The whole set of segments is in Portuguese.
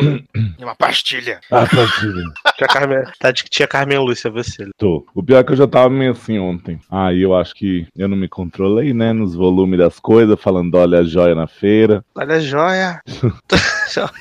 E uma pastilha. Ah, pastilha. Tia Carmen Lúcia, você. Tô. O pior é que eu já tava meio assim ontem. Aí eu acho que eu não me controlei, né? Nos volumes das coisas, falando olha a joia na feira. Olha a joia. Joia.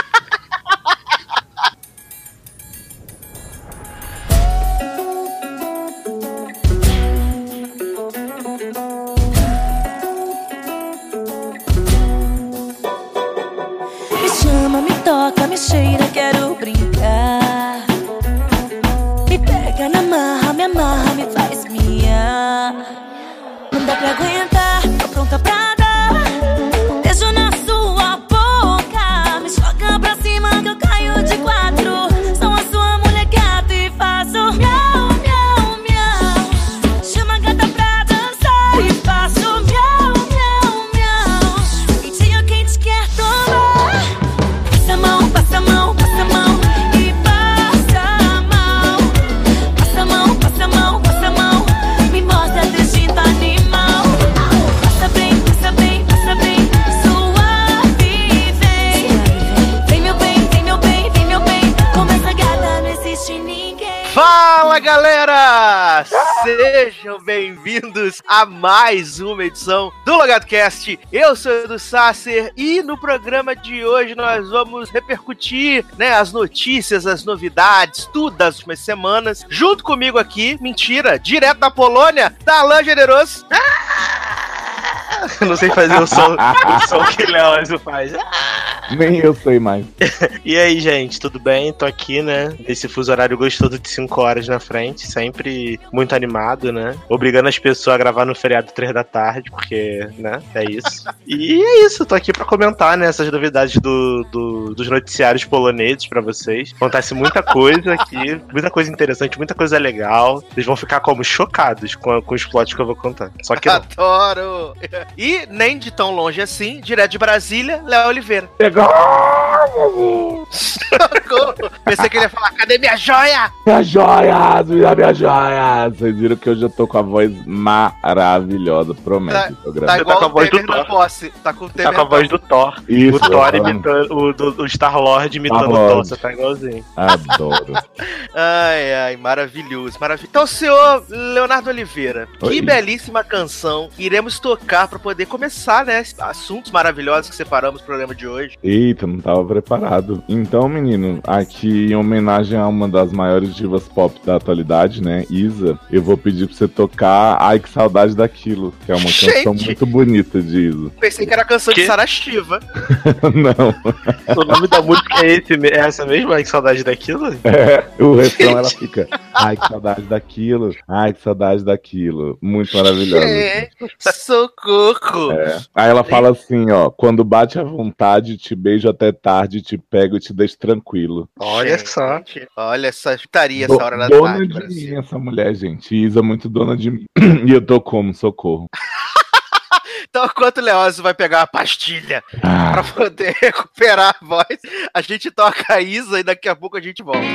Toca, me cheira, quero brincar. Me pega na marra, me amarra, me faz miar. Não dá pra aguentar, tô pronta pra dar. Beijo na sua boca, me joga pra cima que eu caio de quatro. Sou a sua mulher gata e faço miau, miau, miau. Chama a gata pra dançar e faço miau, miau, miau. Quentinho quente quer tomar. Passa a mão, passa a mão, passa a mão e passa a mão. Passa a mão, passa a mão, passa a mão. Me mostra teu instinto animal. Passa bem, passa bem, passa bem. Suave, vem. Vem meu bem, vem meu bem, vem meu bem. Como essa gata não existe ninguém. Fala, galera! Sejam bem-vindos a mais uma edição do LogadoCast. Eu sou o Edu Sasser e no programa de hoje nós vamos repercutir, né, as notícias, as novidades, tudo das últimas semanas. Junto comigo aqui, mentira, direto da Polônia, Darlan Generoso. Eu não sei fazer o som que Léo faz. Nem eu sei mais. E aí, gente, tudo bem? Tô aqui, né? Nesse fuso horário gostoso de 5 horas na frente, sempre muito animado, né? Obrigando as pessoas a gravar no feriado 3 da tarde, porque, né? É isso. E é isso, tô aqui pra comentar, né? Essas novidades dos noticiários poloneses pra vocês. Acontece muita coisa aqui, muita coisa interessante, muita coisa legal. Vocês vão ficar como chocados com os plots que eu vou contar. Só que não. Adoro! E nem de tão longe assim, direto de Brasília, Léo Oliveira. Pensei que ele ia falar, cadê minha joia? Minha joia, minha joia. Vocês viram que hoje eu tô com a voz maravilhosa, promete. Tá igual com a voz do Thor. Posse. Tá com a voz do Thor. Isso, o Thor imitando, o Star-Lord imitando o Thor, você tá igualzinho. Adoro. Ai, maravilhoso, maravilhoso. Então, senhor Leonardo Oliveira, Oi. Que belíssima canção iremos tocar pra poder começar, né, assuntos maravilhosos que separamos pro programa de hoje. Eita, não tava preparado. Então, menino, aqui em homenagem a uma das maiores divas pop da atualidade, né, Isa, eu vou pedir pra você tocar Ai Que Saudade Daquilo, que é uma canção muito bonita de Isa. Pensei que era a canção de Sarastiva. Não. O nome da música é essa mesma? Ai Que Saudade Daquilo? É, o refrão ela fica ai que saudade daquilo, ai que saudade daquilo. Muito maravilhosa. Socorro. É. Aí ela fala assim, ó, quando bate a vontade, te beijo até tarde, te pego e te deixo tranquilo. Olha só. Olha essa putaria essa hora da dona tarde. de Brasil. mim essa mulher, gente. Isa é muito dona de mim. E eu tô como? Socorro. Então, enquanto o Leózio vai pegar a pastilha pra poder recuperar a voz, a gente toca a Isa e daqui a pouco a gente volta.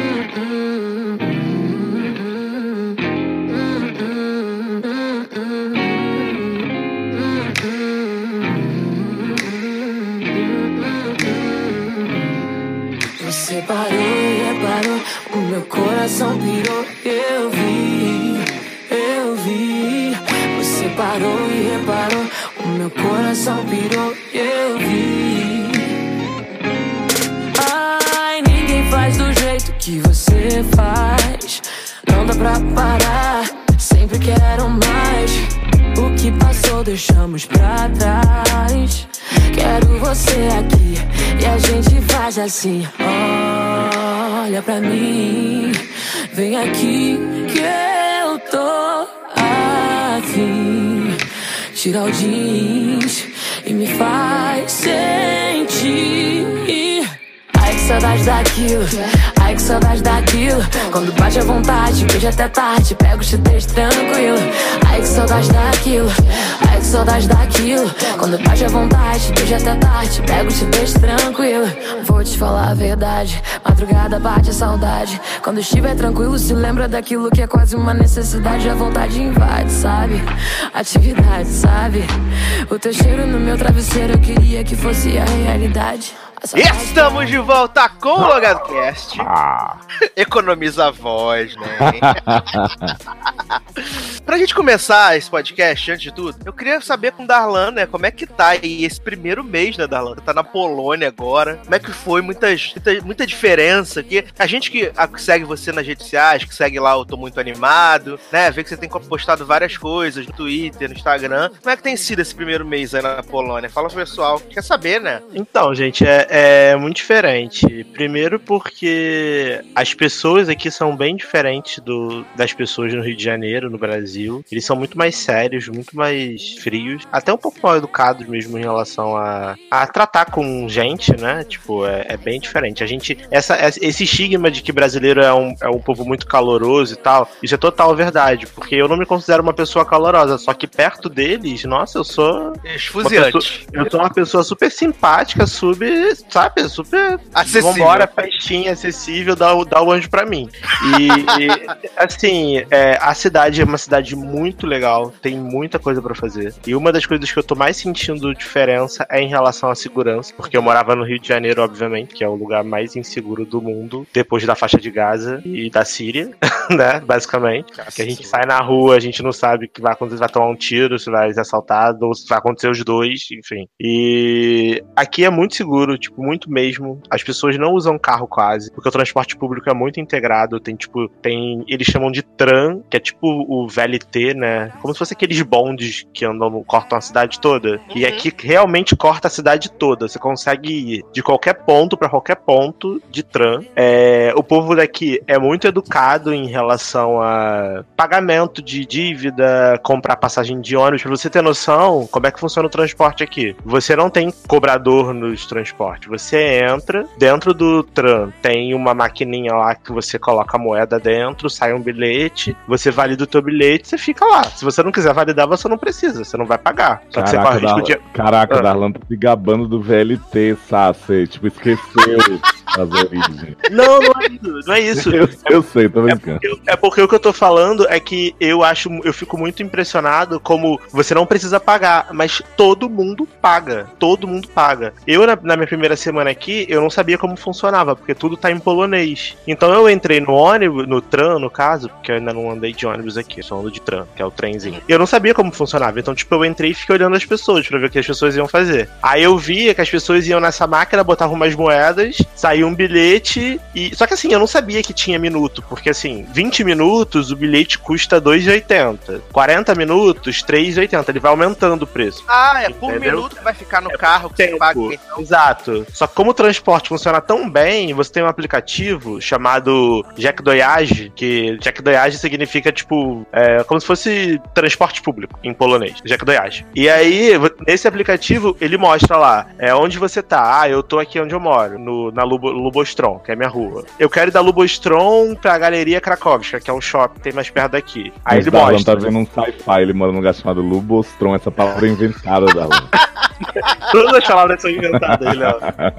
Você parou e reparou, o meu coração pirou. Eu vi. Você parou e reparou, o meu coração pirou. Eu vi. Ai, ninguém faz do jeito que você faz. Não dá pra parar, sempre quero mais. O que passou deixamos pra trás. Quero você aqui e a gente faz assim. Olha pra mim, vem aqui que eu tô afim. Tira o jeans e me faz sentir. Ai que saudade daquilo, ai que saudade daquilo. Quando bate a vontade, beija até tarde, pego te deixo tranquilo. Ai que saudade daquilo, ai que saudade daquilo. Quando bate a vontade, beija até tarde, pego te deixo tranquilo. Vou te falar a verdade, madrugada bate a saudade. Quando estiver tranquilo, se lembra daquilo que é quase uma necessidade. A vontade invade, sabe? Atividade, sabe? O teu cheiro no meu travesseiro, eu queria que fosse a realidade. Estamos de volta com o LogadoCast. Economiza a voz, né? Pra gente começar esse podcast, antes de tudo, eu queria saber com o Darlan, né? Como é que tá aí esse primeiro mês, né, Darlan? Você tá na Polônia agora. Como é que foi? Muita diferença aqui. A gente que segue você nas redes sociais, que segue lá, eu Tô Muito Animado, né? Vê que você tem postado várias coisas no Twitter, no Instagram. Como é que tem sido esse primeiro mês aí na Polônia? Fala pro pessoal. Quer saber, né? Então, gente, é muito diferente. Primeiro porque as pessoas aqui são bem diferentes das pessoas no Rio de Janeiro, no Brasil. Eles são muito mais sérios, muito mais frios, até um pouco mal educados mesmo em relação a tratar com gente, né? Tipo, é bem diferente. A gente, esse estigma de que brasileiro é um povo muito caloroso e tal, isso é total verdade, porque eu não me considero uma pessoa calorosa, só que perto deles, nossa, eu sou eu sou uma pessoa super simpática, super acessível. Vambora, festinha, acessível, dá o anjo pra mim. E assim, a cidade é uma cidade muito legal, tem muita coisa pra fazer. E uma das coisas que eu tô mais sentindo diferença é em relação à segurança, porque eu morava no Rio de Janeiro, obviamente, que é o lugar mais inseguro do mundo, depois da faixa de Gaza e da Síria, né, basicamente. Que a gente sai na rua, a gente não sabe que vai acontecer, vai tomar um tiro, se vai ser assaltado, ou se vai acontecer os dois, enfim. E aqui é muito seguro, tipo, muito mesmo. As pessoas não usam carro quase, porque o transporte público é muito integrado, eles chamam de tram, que é tipo o VLT, né, como se fosse aqueles bondes que cortam a cidade toda, e aqui realmente corta a cidade toda, você consegue ir de qualquer ponto pra qualquer ponto de tram. O povo daqui é muito educado em relação a pagamento de dívida, comprar passagem de ônibus. Pra você ter noção, como é que funciona o transporte aqui? Você não tem cobrador nos transportes. Você entra, dentro do tram tem uma maquininha lá que você coloca a moeda dentro, sai um bilhete, você valida o teu bilhete, você fica lá. Se você não quiser validar, você não precisa, você não vai pagar. Só que você corre risco de... Caraca, Darlan tá se gabando do VLT, Sassi. Tipo, esqueceu as origens. Não é isso. Eu sei, tô brincando. Porque o que eu tô falando é que eu fico muito impressionado como você não precisa pagar, mas todo mundo paga. Todo mundo paga. Eu, na minha primeira semana aqui, eu não sabia como funcionava, porque tudo tá em polonês. Então eu entrei no ônibus, no tram, no caso, porque eu ainda não andei de ônibus aqui, eu só ando de tram, que é o trenzinho. Eu não sabia como funcionava, então, tipo, eu entrei e fiquei olhando as pessoas pra ver o que as pessoas iam fazer. Aí eu via que as pessoas iam nessa máquina, botavam umas moedas, saía um bilhete e... Só que assim, eu não sabia que tinha minuto, porque assim, 20 minutos o bilhete custa 2,80. 40 minutos, 3,80. Ele vai aumentando o preço. É por minuto que vai ficar no carro que você paga. Então. Exato. Só que como o transporte funciona tão bem, você tem um aplicativo chamado Jak Dojazd, que Jak Dojazd significa, tipo, como se fosse transporte público em polonês. Jak Dojazd. E aí, nesse aplicativo, ele mostra lá, onde você tá. Eu tô aqui onde eu moro, na Lubostrom, que é a minha rua. Eu quero ir da Lubostrom pra Galeria Krakowska, que é um shopping que tem mais perto daqui. Aí ele mostra. Tá vendo um sci-fi, ele mora num lugar chamado Lubostrom, essa palavra é inventada da rua. Todas as palavras são inventadas, Léo.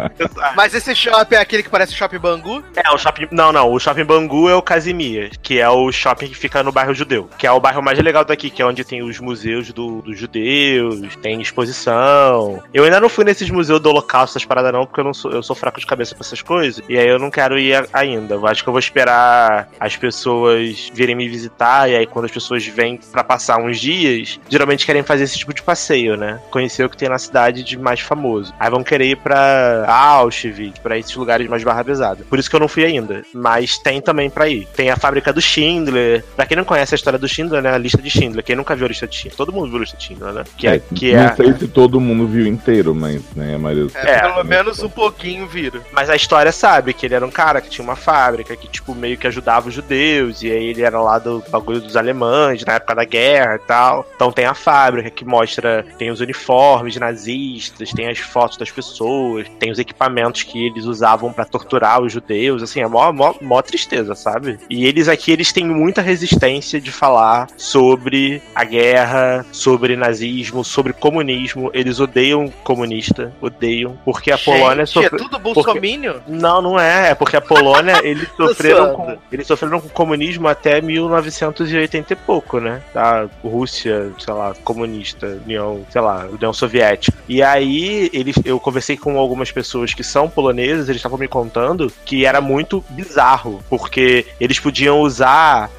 Mas esse shopping é aquele que parece o Shopping Bangu? O shopping... Não. O Shopping Bangu é o Casimir, que é o shopping que fica no bairro judeu. Que é o bairro mais legal daqui, que é onde tem os museus dos judeus, tem exposição. Eu ainda não fui nesses museus do Holocausto, essas paradas não, porque eu sou fraco de cabeça pra essas coisas. E aí eu não quero ir ainda. Eu acho que eu vou esperar as pessoas virem me visitar, e aí quando as pessoas vêm pra passar uns dias, geralmente querem fazer esse tipo de passeio, né? Conhecer o que tem na cidade de mais famoso. Aí vão querer ir pra Auschwitz, pra esses lugares mais barra pesada. Por isso que eu não fui ainda. Mas tem também pra ir. Tem a fábrica do Schindler. Pra quem não conhece a história do Schindler, né? A lista de Schindler. Quem nunca viu a lista de Schindler? Todo mundo viu a lista de Schindler, né? Não sei se todo mundo viu inteiro, mas, né, a maioria... Pelo menos um pouquinho viram. Mas a história sabe que ele era um cara que tinha uma fábrica, que, tipo, meio que ajudava os judeus, e aí ele era lá do bagulho dos alemães, na época da guerra e tal. Então tem a fábrica que mostra, tem os uniformes nazistas, tem as fotos das pessoas, tem os equipamentos que eles usavam pra torturar os judeus, assim, é mó tristeza, sabe? E eles têm muita resistência de falar sobre a guerra, sobre nazismo, sobre comunismo. Eles odeiam comunista, odeiam, porque a Polônia é tudo bolsominion? zoando. Não é. É porque a Polônia, eles sofreram com o comunismo até 1980 e pouco, né? Da Rússia, sei lá, comunista, União Soviética. E aí, eu conversei com algumas pessoas que são polonesas, eles estavam me contando que era muito bizarro, porque eles podiam usar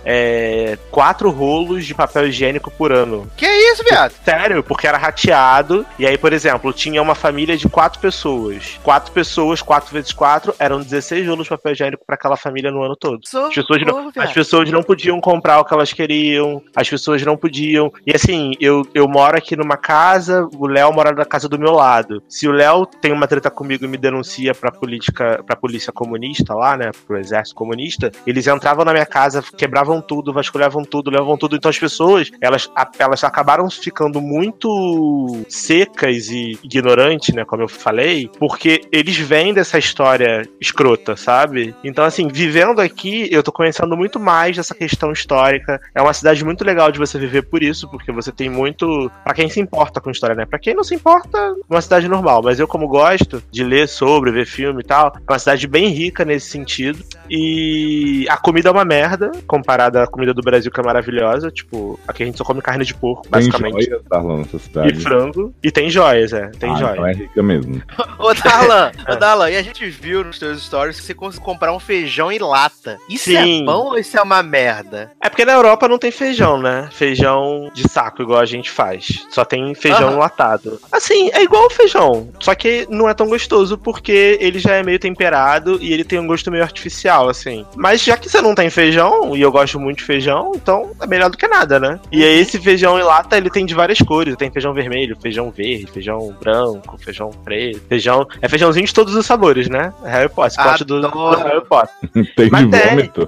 4 rolos de papel higiênico por ano. Que isso, viado? Sério, porque era rateado. E aí, por exemplo, tinha uma família de 4 pessoas. 4 pessoas, 4 vezes 4, eram 16 rolos de papel higiênico pra aquela família no ano todo. As pessoas não podiam comprar o que elas queriam, as pessoas não podiam. E assim, eu moro aqui numa casa, o Léo mora na casa do meu lado. Se o Léo tem uma treta comigo e me denuncia pra polícia comunista lá, né, pro exército comunista, eles entravam na minha casa, quebravam tudo, vasculhavam tudo, levavam tudo. Então as pessoas, elas acabaram ficando muito secas e ignorantes, né, como eu falei, porque eles vêm dessa história escrota, sabe? Então, assim, vivendo aqui, eu tô conhecendo muito mais dessa questão histórica. É uma cidade muito legal de você viver por isso, porque você tem muito... Pra quem se importa com história, né? Pra quem não se importa, é uma cidade normal. Mas eu, como gosto de ler sobre, ver filme e tal, é uma cidade bem rica nesse sentido. E a comida é uma merda, comparada à comida do Brasil, que é maravilhosa. Tipo, aqui a gente só come carne de porco, basicamente. Tem joias, Darlan, nessa cidade. E frango. E tem joias, tem joias. Então é rica mesmo. Ô, Darlan, e a gente viu nos teus stories que você consegue comprar um feijão em lata. Isso é bom ou isso é uma merda? É porque na Europa não tem feijão, né? Feijão de saco, igual a gente faz. Só tem feijão enlatado. Assim, é igual o feijão. Só que não é tão gostoso porque ele já é meio temperado e ele tem um gosto meio artificial, assim. Mas já que você não tem feijão, e eu gosto muito de feijão, então é melhor do que nada, né? E aí esse feijão em lata, ele tem de várias cores. Tem feijão vermelho, feijão verde, feijão branco, feijão preto. É feijãozinho de todos os sabores, né? Harry Potter. Você gosta do Harry Potter. Tem de vômito?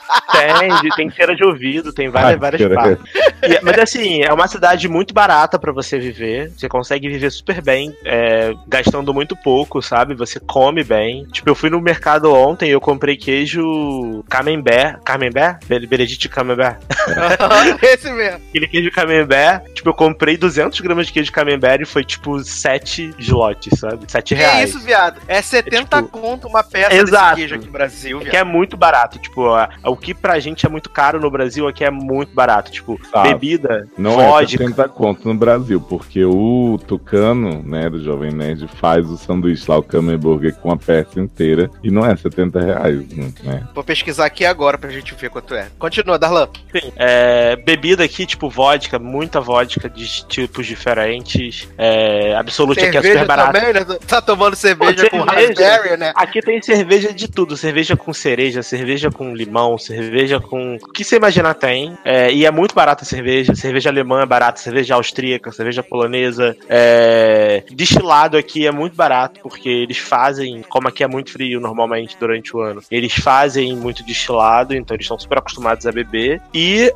Tem cera de ouvido, tem várias partes. Mas assim, é uma cidade muito barata pra você viver. Você consegue viver super bem, gastando muito pouco, sabe? Você come bem. Tipo, eu fui no mercado ontem e eu comprei queijo Camembert. Camembert? Benedict Camembert. Esse mesmo. Aquele queijo Camembert. Tipo, eu comprei 200 gramas de queijo Camembert e foi tipo 7 zlotys, sabe? 7 reais. É isso, viado. É 70 conto uma peça desse queijo aqui no Brasil, viado. Que é muito barato. Tipo, o que pra gente é muito caro no Brasil aqui é muito barato. Tipo, bebida, não vodka. É 70 conto no Brasil, porque o Tucano, né, do Jovem Nerd, faz o sanduíche lá, o Camembert com a peça inteira, e não é 70 reais, né? Vou pesquisar aqui agora pra gente ver quanto é. Continua, Darlan. Sim. Bebida aqui, tipo vodka, muita vodka de tipos diferentes. Absolute aqui é super barato. Também, né? Tá tomando cerveja com raspberry, né? Aqui tem cerveja de tudo. Cerveja com cereja, cerveja com limão, cerveja com... O que você imaginar tem. E é muito barata a cerveja. Cerveja alemã é barata, cerveja austríaca, cerveja polonesa. Destilado aqui é muito barato, porque eles fazem... Como aqui é muito frio normalmente durante o ano, eles fazem muito destilado, então eles estão super acostumados a beber. E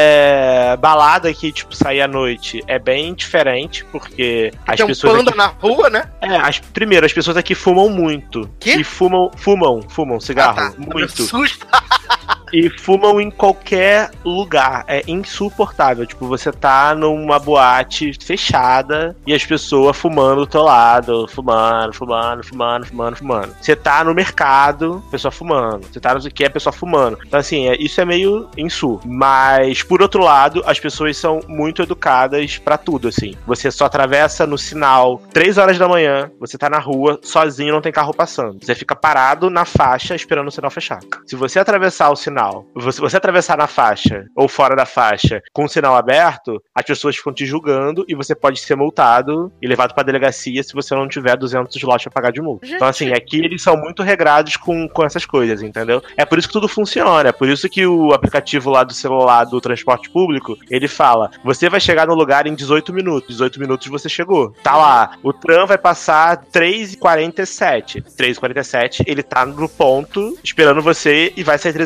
balada aqui, tipo, sair à noite é bem diferente, porque as tem pessoas panda aqui... na rua, né? Primeiro, as pessoas aqui fumam muito. Que? E fumam cigarro. Muito. Susto. E fumam em qualquer lugar. É insuportável. Tipo, você tá numa boate fechada e as pessoas fumando do teu lado. Fumando. Você tá no mercado, pessoa fumando. Você tá no que a pessoa fumando. Então, assim, isso é meio insu. Mas, por outro lado, as pessoas são muito educadas pra tudo, assim. Você só atravessa no sinal 3 horas da manhã, você tá na rua, sozinho, não tem carro passando. Você fica parado na faixa esperando o sinal fechar. Se você atravessar o sinal, você atravessar na faixa ou fora da faixa com o sinal aberto, as pessoas ficam te julgando e você pode ser multado e levado pra delegacia se você não tiver 200 zlotys pra pagar de multa. Gente. Então, assim, aqui eles são muito regrados com essas coisas, entendeu? É por isso que tudo funciona, é por isso que o aplicativo lá do celular do transporte público, ele fala, você vai chegar no lugar em 18 minutos, 18 minutos você chegou. Tá lá, o tram vai passar 3h47, ele tá no ponto esperando você e vai sair 3h47.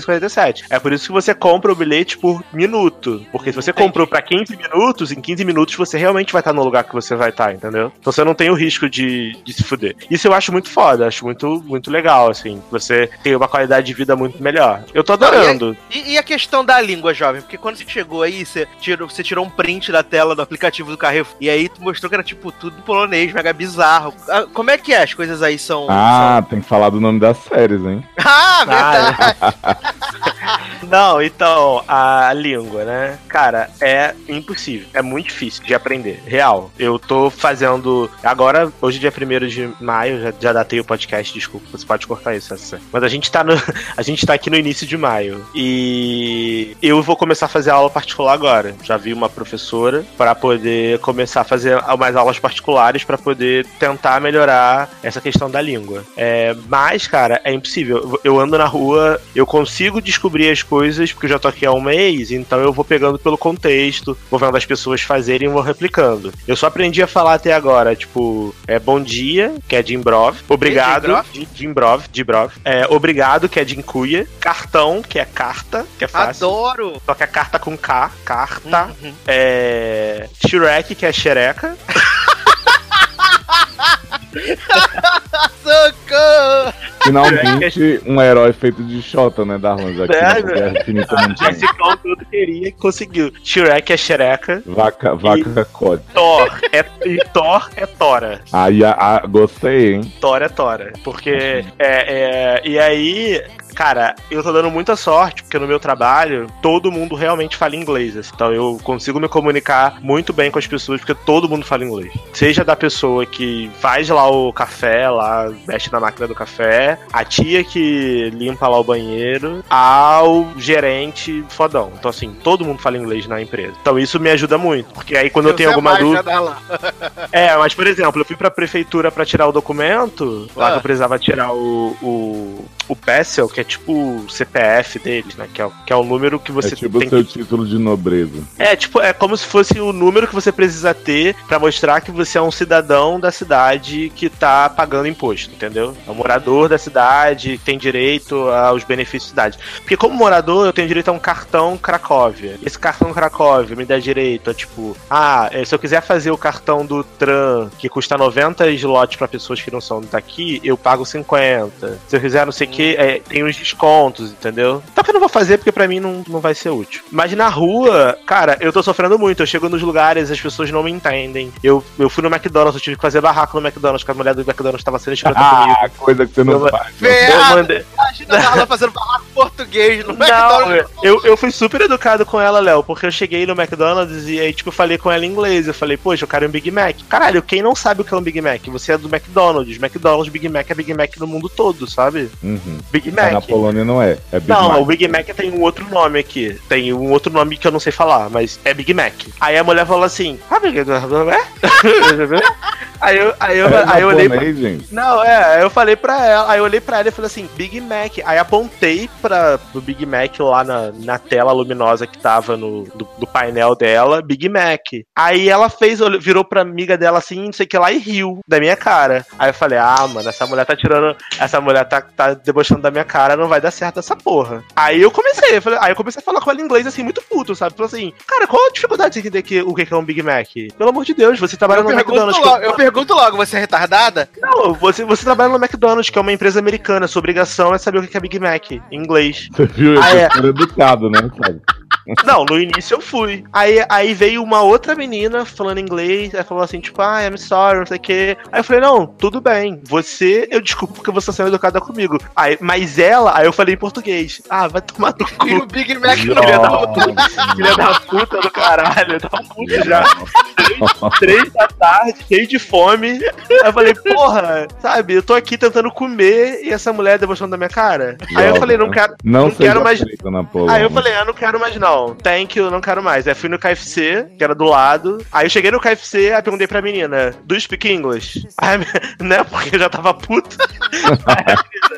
7. É por isso que você compra o bilhete por minuto. Porque se você comprou pra 15 minutos, em 15 minutos você realmente vai estar no lugar que você vai estar, entendeu? Então você não tem o risco de se fuder. Isso eu acho muito foda, acho muito legal, assim. Você tem uma qualidade de vida muito melhor. Eu tô adorando. E a questão da língua, jovem? Porque quando você chegou aí, você tirou um print da tela do aplicativo do Carrefour, e aí tu mostrou que era tipo tudo em polonês, mega bizarro. Como é que é? As coisas aí são... Tem que falar do nome das séries, hein? Verdade! Não, então, a língua, né? Cara, é impossível. É muito difícil de aprender. Real. Eu tô fazendo... Agora, hoje, dia 1º de maio, já datei o podcast, desculpa, você pode cortar isso, César. Mas a gente tá aqui no início de maio. E eu vou começar a fazer aula particular agora. Já vi uma professora para poder começar a fazer mais aulas particulares para poder tentar melhorar essa questão da língua. Mas, cara, é impossível. Eu ando na rua, eu consigo descobrir as coisas, porque eu já tô aqui há um mês, então eu vou pegando pelo contexto, vou vendo as pessoas fazerem e vou replicando. Eu só aprendi a falar até agora, tipo, bom dia, que é de improv, obrigado, de improv, obrigado, que é de incuia, cartão, que é carta, que é fácil. Adoro! Só que é carta com K, carta, Shrek, que é xereca. Socorro! Finalmente, um herói feito de Xota, né, Darlan? Já que Jessica tudo queria e conseguiu. Shrek é xereca. Vaca code. Thor é tora. Gostei, hein? Thor é tora. Porque, e aí... Cara, eu tô dando muita sorte, porque no meu trabalho, todo mundo realmente fala inglês. Assim. Então eu consigo me comunicar muito bem com as pessoas, porque todo mundo fala inglês. Seja da pessoa que faz lá o café, lá, mexe na máquina do café, a tia que limpa lá o banheiro, ao gerente fodão. Então assim, todo mundo fala inglês na empresa. Então isso me ajuda muito, porque aí quando eu tenho alguma dúvida... mas por exemplo, eu fui pra prefeitura pra tirar o documento, lá que eu precisava tirar o PESEL, que é tipo o CPF deles, né? Que é o número que você tipo tem. É tipo o seu título de nobreza. É como se fosse o número que você precisa ter pra mostrar que você é um cidadão da cidade que tá pagando imposto, entendeu? É um morador da cidade, tem direito aos benefícios da cidade. Porque como morador, eu tenho direito a um cartão Cracóvia. Esse cartão Cracóvia me dá direito a, tipo, se eu quiser fazer o cartão do Tran, que custa 90 slots pra pessoas que não são daqui, eu pago 50. Se eu quiser não sei o que, tem uns descontos, entendeu? Só que eu não vou fazer porque pra mim não vai ser útil. Mas na rua, cara, eu tô sofrendo muito. Eu chego nos lugares, as pessoas não me entendem. Eu fui no McDonald's, eu tive que fazer barraco no McDonald's, porque a mulher do McDonald's tava sendo escrota comigo. Coisa que você não faz. Imagina ela fazendo barraco português no McDonald's. Eu fui super educado com ela, Léo, porque eu cheguei no McDonald's e aí, tipo, eu falei com ela em inglês. Eu falei, poxa, eu quero um Big Mac. Caralho, quem não sabe o que é um Big Mac? Você é do McDonald's. McDonald's, Big Mac é Big Mac no mundo todo, sabe? Big Mac. Na Polônia não é. É Big Não, Mac. o Big Mac tem um outro nome aqui. Tem um outro nome que eu não sei falar, mas é Big Mac. Aí a mulher falou assim, Aí eu olhei pra... Não, eu falei pra ela, aí eu olhei pra ela e falei assim, Big Mac. Aí apontei pro Big Mac lá na tela luminosa que tava do painel dela, Big Mac. Aí ela virou pra amiga dela assim, não sei o que lá, e riu da minha cara. Aí eu falei, mano, essa mulher tá debochando da minha cara, não vai dar certo essa porra. Aí eu comecei a falar com ela em inglês assim, muito puto, sabe? Falei assim, cara, qual a dificuldade de entender o que é um Big Mac? Pelo amor de Deus, você trabalha no McDonald's. Eu pergunto logo, você é retardada? Não, você trabalha no McDonald's, que é uma empresa americana. Sua obrigação é saber o que é Big Mac em inglês. Você viu? Eu tô educado, né, sabe? Não, no início eu fui. Aí veio uma outra menina falando inglês, ela falou assim, tipo, I'm sorry, não sei o quê. Aí eu falei, não, tudo bem. Eu desculpo porque você sendo educada comigo. Aí eu falei em português. Vai tomar no cu. E o Big Mac Filha da puta do caralho, tá puto já. 3 da tarde, cheio de fome. Aí eu falei, porra, sabe, eu tô aqui tentando comer e essa mulher debochando da minha cara. Aí eu falei, não quero mais. Aí eu falei, não quero mais não. Thank you, não quero mais. Aí fui no KFC, que era do lado. Aí eu cheguei no KFC, aí perguntei pra menina, do you speak English? Aí, né, porque eu já tava puto.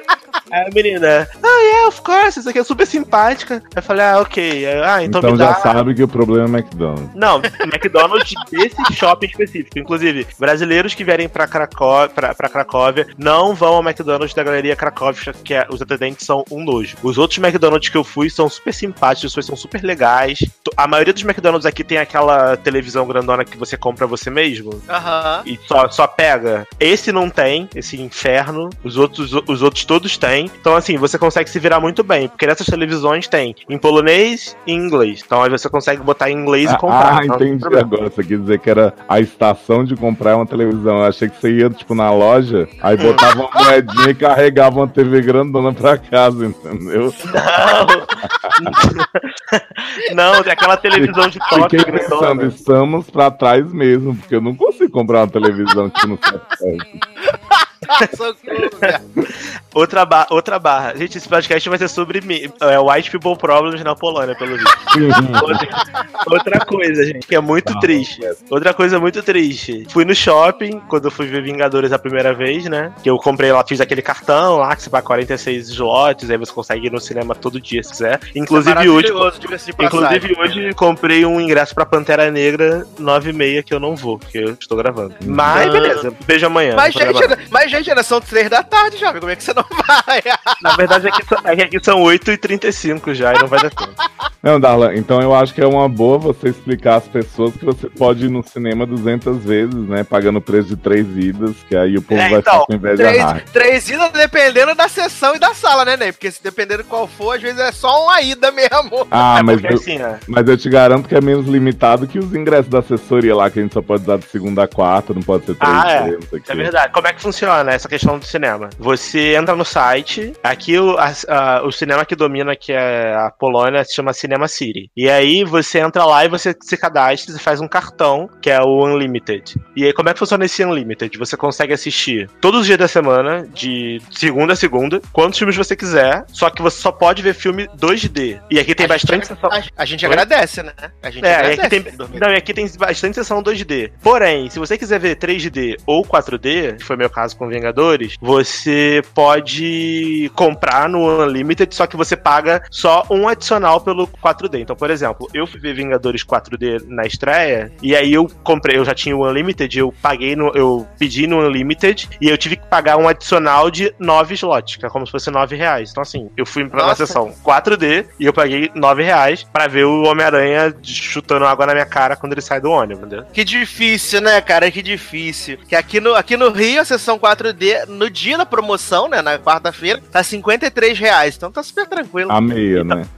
Aí a menina, yeah, of course, isso aqui é super simpática. Aí eu falei, ok. Então me dá... já sabe que o problema é McDonald's. Não, McDonald's desse shopping específico. Inclusive, brasileiros que vierem pra Cracóvia não vão ao McDonald's da Galeria Cracóvia, que os atendentes são um nojo. Os outros McDonald's que eu fui são super simpáticos, as pessoas são super legais. A maioria dos McDonald's aqui tem aquela televisão grandona que você compra você mesmo. E só pega. Esse não tem, esse inferno. Os outros todos têm. Então, assim, você consegue se virar muito bem. Porque nessas televisões tem em polonês e em inglês. Então, aí você consegue botar em inglês e comprar. Entendi agora. Você quer dizer que era a estação de comprar uma televisão. Eu achei que você ia, tipo, na loja, aí botava uma moedinha e carregava uma TV grandona pra casa, entendeu? Não, tem aquela televisão de toque grandona. Estamos pra trás mesmo, porque eu não consigo comprar uma televisão que não serve. Outra barra. Gente, esse podcast vai ser sobre White People Problems na Polônia, pelo visto. Outra coisa, gente, que é muito triste. Outra coisa muito triste. Fui no shopping, quando eu fui ver Vingadores a primeira vez, né? Que eu comprei lá, fiz aquele cartão lá, que você paga 46 slots, aí você consegue ir no cinema todo dia, se quiser. Inclusive hoje comprei um ingresso pra Pantera Negra 9h30, que eu não vou, porque eu estou gravando. Mas beleza, beijo amanhã. Mas, gente, ainda são 3 da tarde já, como é que você não vai? Na verdade, aqui são 8h35 já, e não vai dar tempo. Não, Darlan, então eu acho que é uma boa você explicar às pessoas que você pode ir no cinema 200 vezes, né, pagando o preço de 3 idas, que aí o povo vai ficar com inveja rara. 3 idas dependendo da sessão e da sala, né, Ney? Porque se dependendo de qual for, às vezes é só uma ida mesmo. Mas eu te garanto que é menos limitado que os ingressos da assessoria lá, que a gente só pode dar de segunda a quarta, não pode ser 3 vezes. Não sei é verdade. Como é que funciona essa questão do cinema? Você entra no site, aqui o cinema que domina, que é a Polônia, se chama Cinema City. E aí você entra lá e você se cadastra, você faz um cartão, que é o Unlimited. E aí como é que funciona esse Unlimited? Você consegue assistir todos os dias da semana, de segunda a segunda, quantos filmes você quiser, só que você só pode ver filme 2D. E aqui tem bastante sessão... A gente agradece, né? A gente agradece. E aqui tem bastante sessão 2D. Porém, se você quiser ver 3D ou 4D, que foi meu caso com Vingadores, você pode comprar no Unlimited, só que você paga só um adicional pelo 4D. Então, por exemplo, eu fui ver Vingadores 4D na estreia, e aí eu comprei, eu já tinha o Unlimited, eu pedi no Unlimited, e eu tive que pagar um adicional de 9 slots, que é como se fosse R$9. Então, assim, eu fui pra uma sessão 4D, e eu paguei R$9 pra ver o Homem-Aranha chutando água na minha cara quando ele sai do ônibus, entendeu? Que difícil, né, cara? Que difícil. Que aqui no Rio, a sessão 4D, no dia da promoção, né, na quarta-feira, tá R$53. Então tá super tranquilo. A meia, então, né?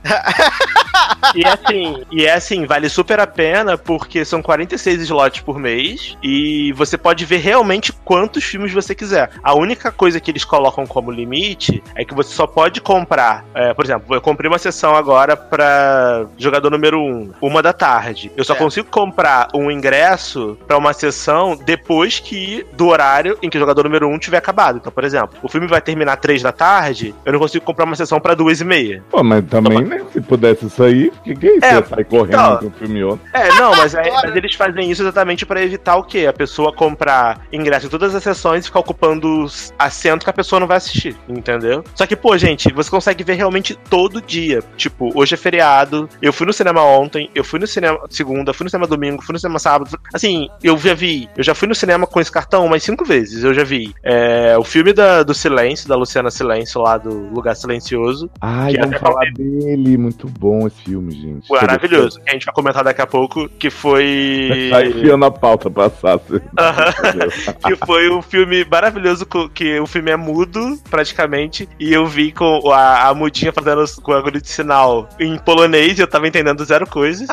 E assim, vale super a pena, porque são 46 slots por mês, e você pode ver realmente quantos filmes você quiser. A única coisa que eles colocam como limite é que você só pode comprar, por exemplo, eu comprei uma sessão agora pra jogador número 1, 1h. Eu só consigo comprar um ingresso pra uma sessão depois do horário em que o jogador número 1 tiver acabado. Então, por exemplo, o filme vai terminar 3h, eu não consigo comprar uma sessão pra 2h30. Pô, mas também, né, se pudesse isso aí, que é isso? Você sai correndo entre um filme e outro. Mas eles fazem isso exatamente pra evitar o quê? A pessoa comprar ingresso em todas as sessões e ficar ocupando assento que a pessoa não vai assistir, entendeu? Só que, pô, gente, você consegue ver realmente todo dia. Tipo, hoje é feriado, eu fui no cinema ontem, eu fui no cinema segunda, fui no cinema domingo, fui no cinema sábado. Assim, eu já fui no cinema com esse cartão umas 5 vezes. Eu já vi o filme do Silêncio, da Luciana Silêncio, lá do Lugar Silencioso. Ai, vamos falar dele, muito bom esse filme, gente. Maravilhoso, que a gente vai comentar daqui a pouco, que foi... Tá enfiando a pauta pra Sassi. Que foi um filme maravilhoso, que o filme é mudo, praticamente, e eu vi com a mudinha fazendo com a agulha de sinal em polonês, e eu tava entendendo 0 coisas.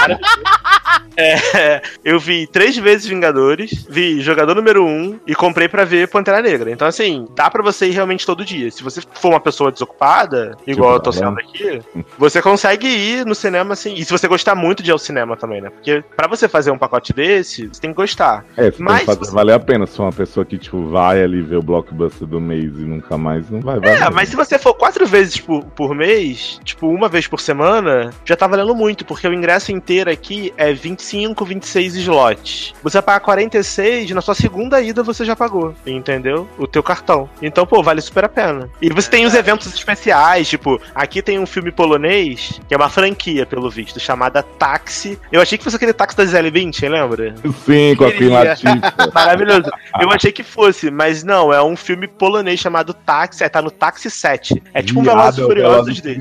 Eu vi 3 vezes Vingadores, vi Jogador número 1 e comprei pra ver Pantera Negra. Então, assim, dá pra você ir realmente todo dia. Se você for uma pessoa desocupada, igual eu tô sendo aqui, você consegue ir no cinema, assim. E se você gostar muito de ir ao cinema também, né? Porque pra você fazer um pacote desse, você tem que gostar. Mas tem que valer a pena. Se for uma pessoa que, tipo, vai ali ver o blockbuster do mês e nunca mais, não vai valer. Mas se você for 4 vezes por mês, tipo, 1 vez por semana, já tá valendo muito, porque o ingresso inteiro aqui é R$20 25, 26 slots. Você vai pagar 46, na sua segunda ida você já pagou, entendeu? O teu cartão. Então, pô, vale super a pena. E você tem os eventos especiais, tipo, aqui tem um filme polonês, que é uma franquia, pelo visto, chamada Táxi. Eu achei que fosse aquele Táxi da Gisele Bündchen, lembra? Sim, com a Queen Latifah. Maravilhoso. Eu achei que fosse, mas não, é um filme polonês chamado Táxi, tá no Táxi 7. É tipo um Velozes e Furiosos dele.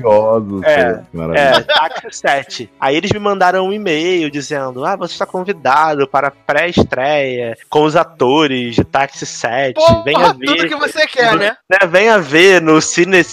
Táxi 7. Aí eles me mandaram um e-mail dizendo, você está convidado para a pré-estreia com os atores de Táxi 7. Porra, venha ver. Tudo que você quer, né? Venha ver no Cinema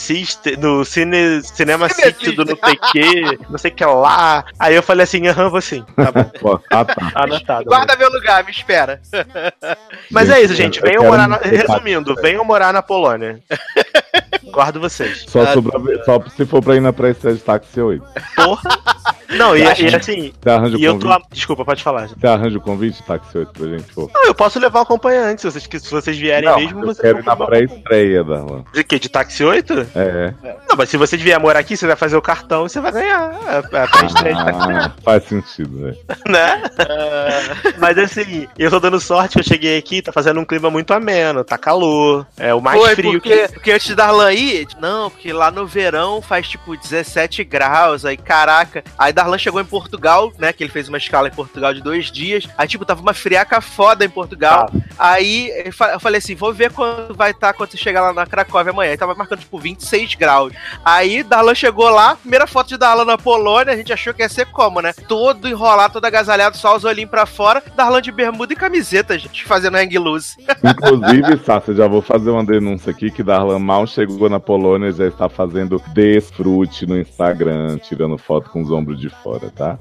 City do não sei o que lá. Aí eu falei assim, vou sim. Tá bom. Anotado. Guarda meu lugar, me espera. Mas é isso, gente. Venham morar resumindo, venham morar na Polônia. Guardo vocês. Só se for pra ir na pré-estreia de Táxi 8. Porra. Não, e assim. Você arranja o convite? Desculpa, pode falar. Você arranja o convite de Táxi 8 pra gente, pô? Não, eu posso levar o acompanhante, se vocês vierem mesmo. Eu quero ir na pré-estreia, Darlan. De quê? De Táxi 8? É. Não, mas se você vier morar aqui, você vai fazer o cartão e você vai ganhar a pré-estreia de Táxi 8. Faz sentido, velho. Né? Mas assim, eu tô dando sorte que eu cheguei aqui, tá fazendo um clima muito ameno, tá calor, é o mais frio porque antes de Darlan ir, não, porque lá no verão faz tipo 17 graus, aí caraca. Aí Darlan chegou em Portugal, né, que ele fez uma escala em Portugal de 2 dias, aí tipo, tava uma friaca foda em Portugal. Aí eu falei assim, vou ver quando vai estar quando você chegar lá na Cracóvia amanhã. Aí tava marcando tipo 26 graus. Aí Darlan chegou lá, primeira foto de Darlan na Polônia, a gente achou que ia ser como, né? Todo enrolado, todo agasalhado, só os olhinhos pra fora, Darlan de bermuda e camiseta, gente, fazendo hang loose. Inclusive, Sasha, já vou fazer uma denúncia aqui que Darlan mal chegou na Polônia, já está fazendo desfrute no Instagram, tirando foto com os ombros de fora, tá?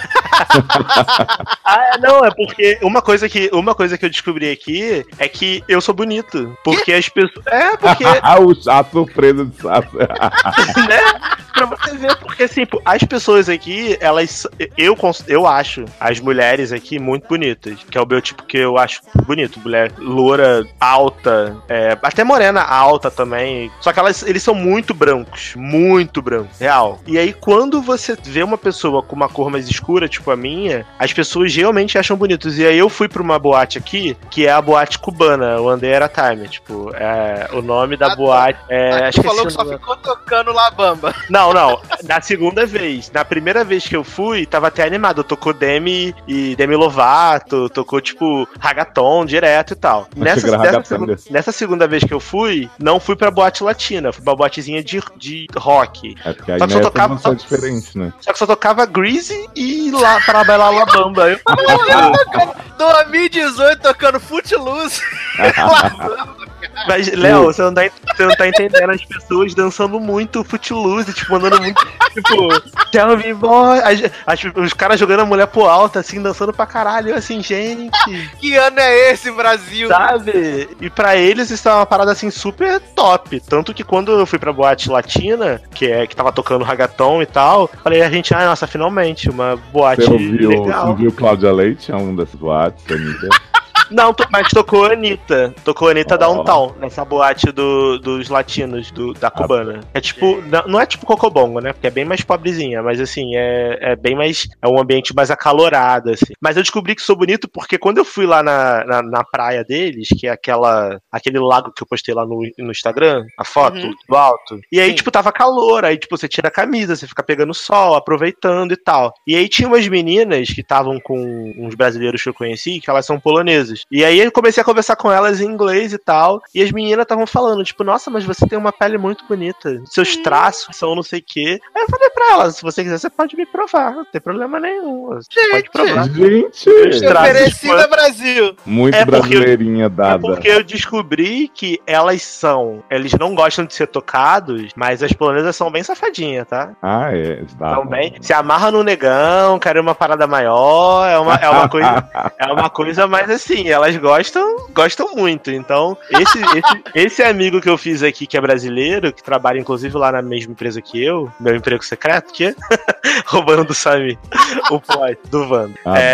Não, é porque uma coisa que eu descobri aqui é que eu sou bonito. Porque as pessoas. A surpresa de Sasha. Né? Pra você ver, porque assim, as pessoas aqui, eu acho as mulheres aqui muito bonitas. Que é o meu tipo que eu acho bonito. Mulher loura, alta, até morena alta também. Só que eles são muito brancos, real. E aí, quando você vê uma pessoa com uma cor mais escura, tipo a minha, as pessoas realmente acham bonitos. E aí eu fui pra uma boate aqui, que é a boate cubana, o Andera Time. Tipo, o nome da boate acho que falou que só ficou tocando La Bamba. Não. Na segunda vez. Na primeira vez que eu fui, tava até animado. Tocou Demi Lovato, tocou, tipo, Ragaton direto e tal. Nessa segunda vez que eu fui, não fui pra boate latina, fui pra boatezinha de rock. Porque aí só tocava só diferente, né? Só que só tocava Greasy e lá para bailar La Bamba. 2018 tocando Footloose. Mas, Léo, você não tá entendendo as pessoas dançando muito Footloose, tipo, mandando muito, tipo, tell me boy. Os caras jogando a mulher pro alto, assim, dançando pra caralho. Eu, assim, gente. Que ano é esse, Brasil? Sabe? E pra eles isso é uma parada, assim, super top. Tanto que quando eu fui pra boate latina, que tava tocando Ragaton e tal, falei, nossa, finalmente, uma boate legal. Você viu Cláudia Leite, um dessas boates, Anitta? Não, mas tocou a Anitta. Tocou a Anitta Downtown, nessa boate dos latinos, da cubana. É tipo, não é tipo Cocobongo, né? Porque é bem mais pobrezinha, mas assim, é bem mais. É um ambiente mais acalorado, assim. Mas eu descobri que sou bonito porque quando eu fui lá na praia deles, que é aquele lago que eu postei lá no Instagram, a foto do alto. E aí, tipo, tava calor. Aí, tipo, você tira a camisa, você fica pegando sol, aproveitando e tal. E aí tinha umas meninas que estavam com uns brasileiros que eu conheci, que elas são polonesas. E aí eu comecei a conversar com elas em inglês e tal, e as meninas estavam falando, tipo, nossa, mas você tem uma pele muito bonita, seus traços são não sei o quê. Aí eu falei pra elas, se você quiser, você pode me provar, não tem problema nenhum, você pode provar. Gente, oferecida Brasil. Muito brasileirinha dada. É porque eu descobri que eles não gostam de ser tocados, mas as polonesas são bem safadinhas, tá? Ah, é. São bem, se amarra no negão, querem uma parada maior, é uma coisa mais assim, elas gostam muito. Então, esse amigo que eu fiz aqui, que é brasileiro, que trabalha inclusive lá na mesma empresa que eu, meu emprego Jogo Secreto, que roubando do Samir o plot do Wanda.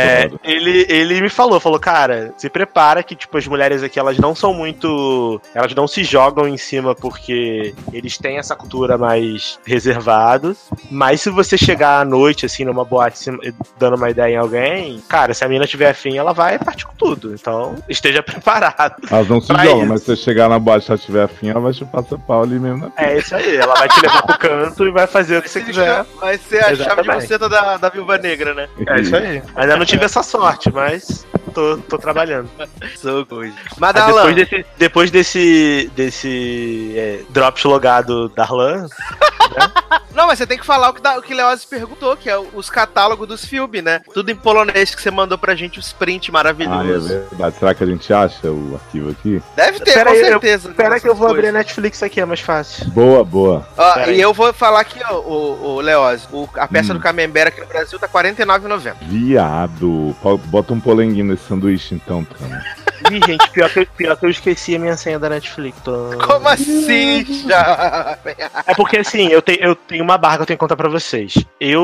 Ele me falou, cara, se prepara que, tipo, as mulheres aqui, elas não são muito... Elas não se jogam em cima porque eles têm essa cultura mais reservada, mas se você chegar à noite, assim, numa boate, dando uma ideia em alguém, cara, se a mina tiver afim, ela vai partir com tudo. Então, esteja preparado. Elas não se jogam, mas se você chegar na boate e ela tiver afim, ela vai chupar seu pau ali mesmo. É isso aí, ela vai te levar pro canto e vai fazer o que você quiser. Vai ser a chave de buceta da Viúva Negra, né? É isso aí. Ainda não tive essa sorte, mas tô trabalhando. Sou coisa. Mas Darlan, depois desse drop logado Darlan, né? Não, mas você tem que falar o que Leoz perguntou, que é os catálogos dos filmes, né? Tudo em polonês que você mandou pra gente, os prints maravilhosos. É verdade. Será que a gente acha o arquivo aqui? Deve ter, com certeza. Espera que eu vou abrir a Netflix aqui, é mais fácil. Boa. Ó, e eu vou falar aqui, ó, o Leoz, a peça do Camembert aqui no Brasil tá R$49,90. Viado. Bota um polenguinho nesse sanduíche, então, cara. Ih, gente, pior que eu esqueci a minha senha da Netflix. Como assim, já? É porque, assim, eu tenho uma barra que eu tenho que contar pra vocês.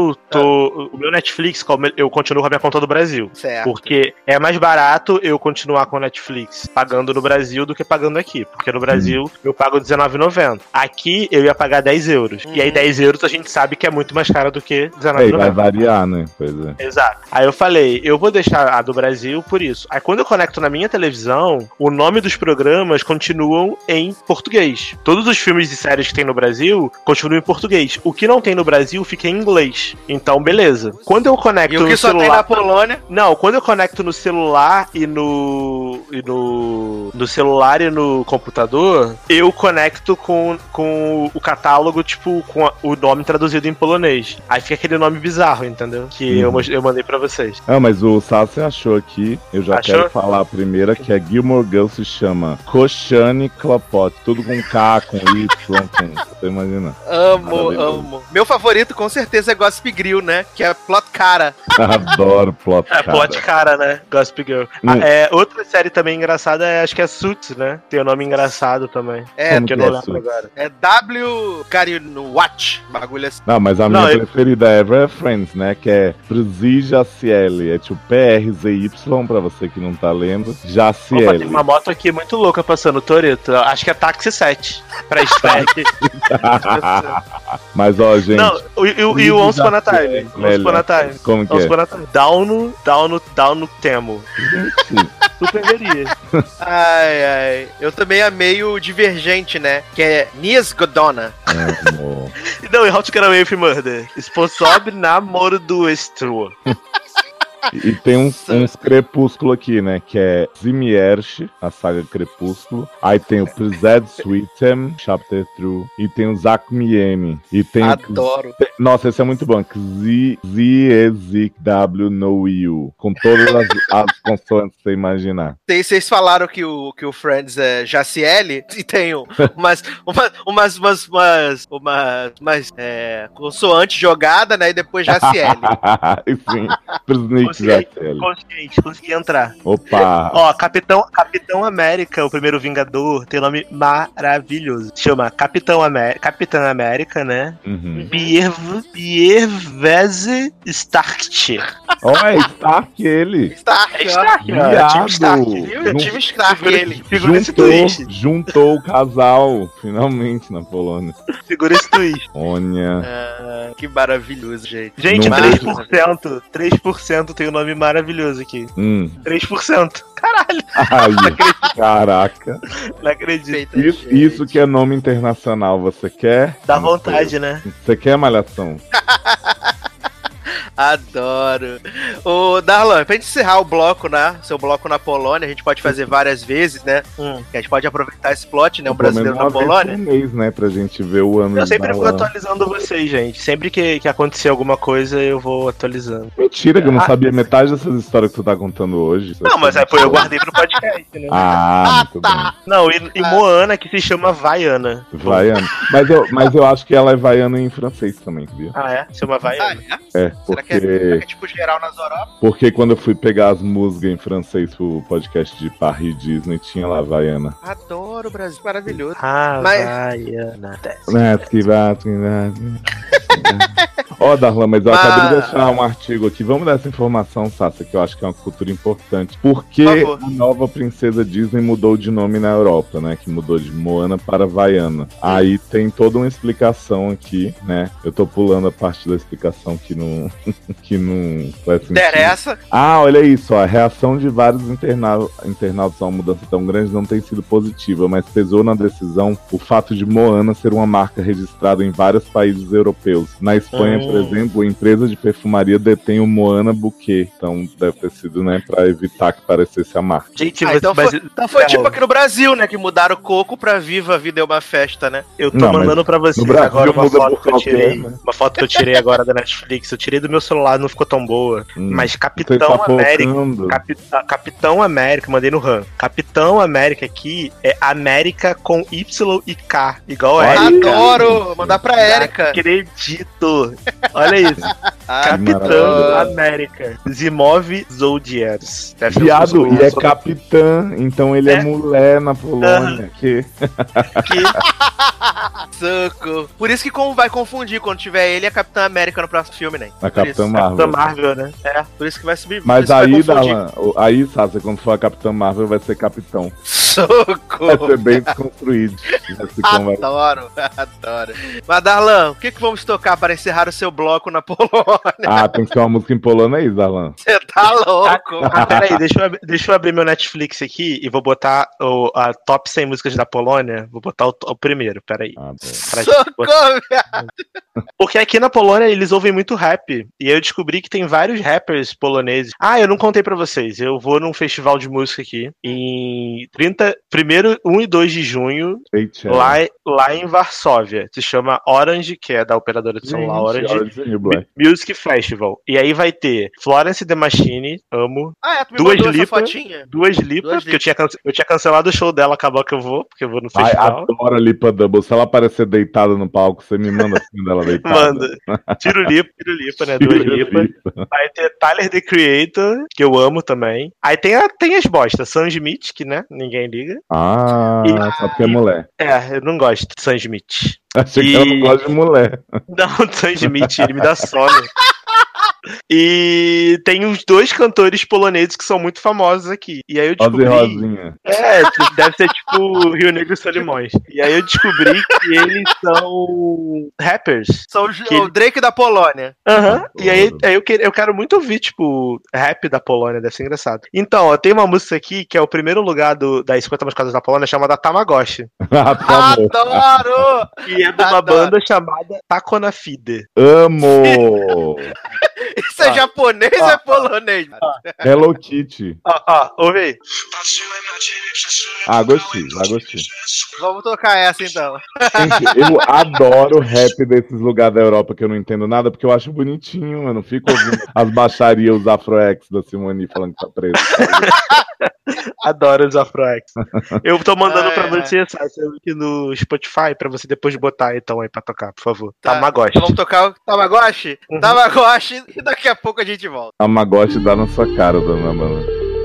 O meu Netflix, eu continuo com a minha conta do Brasil. Certo. Porque é mais barato eu continuar com o Netflix pagando no Brasil do que pagando aqui. Porque no Brasil eu pago R$19,90. Aqui eu ia pagar €10. E aí €10 a gente sabe que é muito mais caro do que R$19,90. Vai variar, né? Pois é. Exato. Aí eu falei, eu vou deixar a do Brasil por isso. Aí quando eu conecto na minha televisão, o nome dos programas continuam em português. Todos os filmes e séries que tem no Brasil continuam em português. O que não tem no Brasil fica em inglês. Então, beleza. Quando eu conecto no celular... E o que só tem na Polônia? Não, quando eu conecto no celular e no celular e no computador, eu conecto com o catálogo, tipo, com o nome traduzido em polonês. Aí fica aquele nome bizarro, entendeu? Que eu mandei pra vocês. Mas o Sassi achou aqui, eu já quero falar a primeira, que a Gilmore Girls se chama Kochane Klopot. Tudo com K, com Y, você imagina. Amo. Meu favorito, com certeza, é Gossip Grill, né? Que é Plot Cara. Adoro Plot Cara. Plot Cara, né? Gossip Girl. Outra série também engraçada, acho que é Suits, né? Tem um nome engraçado também. Que eu não lembro agora. É W. Watch. Bagulho assim. Não, mas a minha preferida ever é Friends, né? Que é Jaciele. É tipo PRZY, pra você que não tá lendo. Jaciele. Opa, tem uma moto aqui muito louca passando, Toretto. Acho que é Táxi 7. Pra Stack. Mas, ó, gente... Não, e o Once Upon a Time. Once Upon a Time. Como que é? Down no Temo. Super veria. Ai. Eu também amei o Divergente, né? Que é Nias Godona. Não, e How to Get Away with Murder. Sposob namoro do Estru. E tem uns Crepúsculo aqui, né? Que é Zimierch, a saga Crepúsculo. Aí tem o Przed Sweetem, Chapter True. E tem o Zach Miemi. E tem Adoro. Nossa, esse é muito bom. Z-E-Z-W No You. Com todas as consoantes que você imaginar. Vocês falaram que o Friends é Jaciele. E tem umas consoante jogada, né? E depois Jaciele. Sim. Prisnick. Consegui entrar. Opa! Ó, Capitão América, o primeiro Vingador, tem um nome maravilhoso. Chama Capitã América, né? Bierveze Stark. Ó, é Stark ele. Stark, Time Stark, viu? Time Stark ele. Juntou o casal, finalmente, na Polônia. Segura esse twist. Olha. Que maravilhoso, gente. Gente, 3% tem um nome maravilhoso aqui. 3%. Caralho. Ai, caraca. Não acredito. Isso que é nome internacional, você quer? Dá vontade, né? Você quer, Malhação? Adoro. Ô, Darlan, pra gente encerrar o bloco, né? Seu bloco na Polônia, a gente pode fazer várias vezes, né? Que a gente pode aproveitar esse plot, né? Um brasileiro na Polônia. Um mês, né? Pra gente ver o ano. Eu sempre vou atualizando vocês, gente. Sempre que acontecer alguma coisa, eu vou atualizando. Mentira, que eu não sabia metade dessas histórias que tu tá contando hoje. Não, mas eu guardei pro podcast, né? Muito bem. Não, e Moana, que se chama Vaiana. Vaiana. Mas eu acho que ela é vaiana em francês também, viu? Ah, é? Chama Vaiana. Será que é tipo geral nas Europa? Porque quando eu fui pegar as músicas em francês pro podcast de Paris Disney, tinha lá Havaiana. Adoro o Brasil, maravilhoso. Havaiana. Ó, Darlan, mas eu acabei de deixar um artigo aqui. Vamos dar essa informação, Sasha, que eu acho que é uma cultura importante. Por que a nova princesa Disney mudou de nome na Europa, né? Que mudou de Moana para Vaiana. Aí tem toda uma explicação aqui, né? Eu tô pulando a parte da explicação que não faz sentido. Interessa. Ah, olha isso, ó. A reação de vários internautas a uma mudança tão grande não tem sido positiva, mas pesou na decisão o fato de Moana ser uma marca registrada em vários países europeus. Na Espanha, por exemplo, a empresa de perfumaria detém o Moana Bouquet. Então deve ter sido, né, pra evitar que parecesse a marca. Gente, então foi tipo aqui no Brasil, né, que mudaram o Coco pra Viva a Vida é uma Festa, né? Eu tô mandando pra vocês agora uma foto que eu tirei. Né? Uma foto que eu tirei agora da Netflix. Eu tirei do meu celular, não ficou tão boa. Mas Capitão América. Capitão América, mandei no RAM. Capitão América aqui é América com Y e K, igual a Erika. Adoro! Mandar pra Erika. Acredito! Olha isso. Capitão América. Zimov Zoldiers. Viado, e é capitã, então ele é mulher na Polônia. Soco. Por isso que vai confundir quando tiver ele e a Capitã América no próximo filme, né? A Capitã Marvel. Capitã Marvel, né? É, por isso que vai subir. Mas aí, Darlan, aí, Sasha, quando for a Capitã Marvel, vai ser Capitão. Soco! Vai ser bem desconstruído. Adoro. Mas, Darlan, o que vamos tocar para encerrar o seu bloco na Polônia? Ah, tem que ser uma música em polonês, Darlan. Você tá louco? Peraí, deixa eu abrir meu Netflix aqui e vou botar a top 100 músicas da Polônia. Vou botar o primeiro, peraí. Socorro, viado! Porque aqui na Polônia eles ouvem muito rap. E aí eu descobri que tem vários rappers poloneses. Ah, eu não contei pra vocês. Eu vou num festival de música aqui em 1 e 2 de junho, lá em Varsóvia. Se chama Orange, que é da operadora de celular Orange Music Festival. E aí vai ter Florence The Machine, amo. Duas Lipa, porque eu tinha cancelado o show dela, acabou que eu vou, porque eu vou no festival. Adoro a Lipa Double. Se ela aparecer deitada no palco, você me manda assim dela deitada. Manda. Tiro Lipa, né? Duas Lipa. Vai ter Tyler, The Creator, que eu amo também. Aí tem as bostas. Sam Smith, que, né? Ninguém liga. Só porque é mulher. Eu não gosto de Sam Smith. Achei que ela não gosta de mulher. Não, Sam Smith, ele me dá sono. E tem os 2 cantores poloneses que são muito famosos aqui. E aí eu descobri... Rosinha. Deve ser tipo Rio Negro e Solimões. E aí eu descobri que eles são rappers. São o Drake da Polônia. E aí eu quero muito ouvir, tipo, rap da Polônia, deve ser engraçado. Então, tem uma música aqui que é o primeiro lugar das 50 mais casas da Polônia, chamada Tamagotchi. Adoro! E é de uma banda chamada Takona Fide. Amo! Isso é japonês ou é polonês? Hello Kitty. Ouve aí. Gostei. Vamos tocar essa então. Gente, eu adoro rap desses lugares da Europa que eu não entendo nada, porque eu acho bonitinho. Eu não fico ouvindo as baixarias, os afro-ex da Simone falando que tá preso. Adoro os afro-ex. Eu tô mandando pra você, aqui no Spotify, pra você depois botar então aí pra tocar, por favor. Tamagotchi. Então vamos tocar o Tamagotchi? Tamagotchi, e daqui a pouco a gente volta. Tamagotchi dá na sua cara, dona Amanda.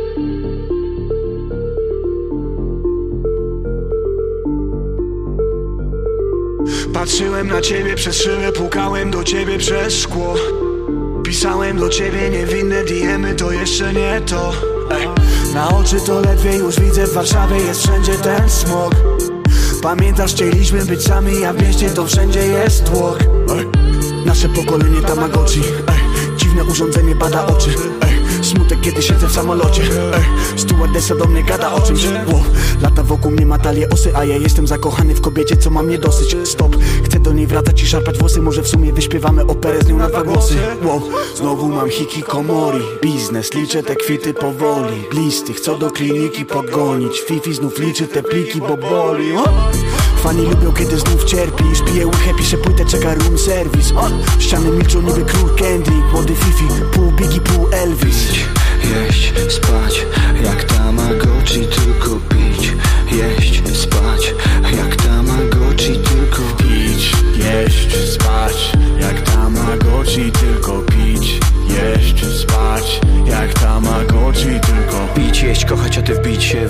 Patrzyłem na ciebie przez szybę, pukałem do ciebie przez szkło. Pisałem do ciebie niewinne DM-y, to jeszcze nie to. Na oczy to ledwie już widzę, w Warszawie jest wszędzie ten smog. Pamiętasz, chcieliśmy być sami, a w mieście to wszędzie jest tłok. Nasze pokolenie Tamagotchi, dziwne urządzenie bada oczy. Smutek, kiedy siedzę w samolocie. Stewardessa do mnie gada o czymś. Lata wokół mnie ma talię osy, a ja jestem zakochany w kobiecie, co ma mnie dosyć. Stop, chcę do niej wracać i szarpać włosy. Może w sumie wyśpiewamy operę z nią na 2 głosy. Znowu mam hikikomori. Biznes, liczę te kwity powoli. Listy, chcą do kliniki podgonić. Fifi znów liczy te pliki, bo boli. Fani lubią, kiedy znów cierpisz. Piję łychę, piszę płytę, czeka room service. Ściany milczą niby król Kendrick. Młody Fifi, pół Biggie, pół Elvis. Jeść, spać, jak Tamagotchi, tylko pić. Jeść, spać, jak Tamagotchi, tylko pić. Jeść, spać, jak Tamagotchi, tylko pić. Jeść, spać, jak Tamagotchi, tylko pić. Jeść, kochać, a ty wbić się w lokal jak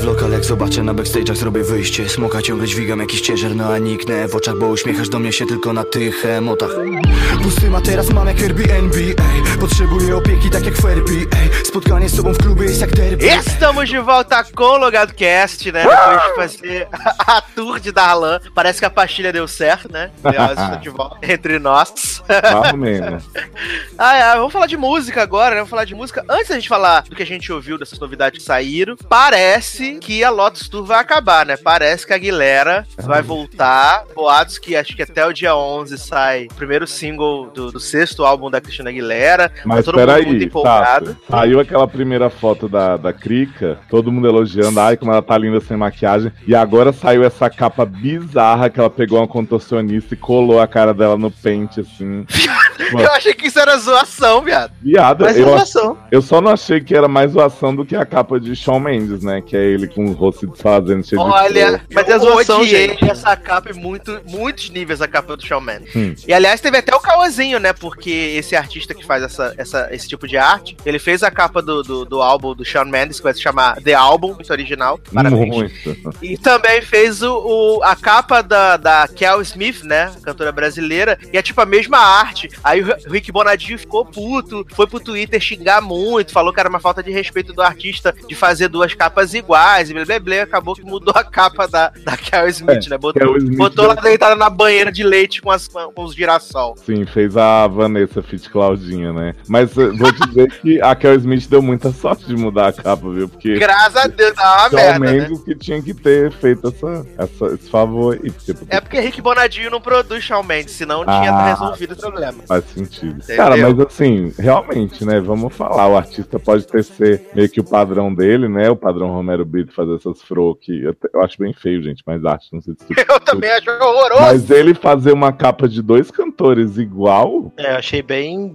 Jak zobaczę na backstage'ach zrobię wyjście. Smoka ciągle dźwigam jakiś ciężar, no a niknę w oczach, bo uśmiechasz do mnie się tylko na tych emotach. Pusty materac mam jak Airbnb, ej. Potrzebuję opieki tak jak Furby, ej. Spotkanie z tobą w klubie jest jak derby. Estamos de volta com o LogadoCast, né? Depois de fazer a tour de Darlan. Parece que a pastilha deu certo, né? Ela está de volta entre nós. Mais ou menos. Vamos falar de música agora, né? Vamos falar de música. Antes da gente falar do que a gente ouviu, dessas novidades que saíram, parece que a Lotus Tour vai acabar, né? Parece que a Aguilera vai voltar. Boatos que acho que até o dia 11 sai o primeiro single do sexto álbum da Christina Aguilera. Mas tá todo mundo muito empolgado. Saiu aquela primeira foto da Krika, todo mundo elogiando, ai como ela tá linda sem maquiagem. E agora saiu essa capa bizarra que ela pegou uma contorcionista e colou a cara dela no pente, assim. Eu achei que isso era zoação, viado. Viado, eu só não achei que era mais zoação do que a capa de Shawn Mendes, né? Que é ele com o rosto desfazendo, cheio Olha, de mas é zoação, gente. Essa capa é muitos níveis a capa do Shawn Mendes. E aliás, teve até o caosinho, né? Porque esse artista que faz esse tipo de arte, ele fez a capa do álbum do Shawn Mendes, que vai se chamar The Album, muito original. Parabéns. Muito. E também fez a capa da Kel Smith, né? Cantora brasileira. E é tipo a mesma arte. Aí o Rick Bonadio ficou puto, foi pro Twitter xingar muito, falou que era uma falta de respeito do artista de fazer duas capas iguais, e blá blá blá. Acabou que mudou a capa da Kel Smith, né? Botou lá deitada na banheira de leite com os girassol. Sim, fez a Vanessa Fit Claudinha, né? Mas vou dizer que a Kel Smith deu muita sorte de mudar a capa, viu? Porque graças a Deus, dá uma merda, menos né? Que tinha que ter feito esse favor. É porque Rick Bonadio não produz Shawn Mendes, senão tinha resolvido o problema. Faz sentido. Entendeu? Cara, mas assim, realmente, né? Vamos falar, o artista pode ser meio que o padrão dele, né? O padrão Romero Brito fazer essas fro que eu acho bem feio, gente, mas arte, não sei se eu também acho horroroso. Mas ele fazer uma capa de dois cantores igual... eu achei bem...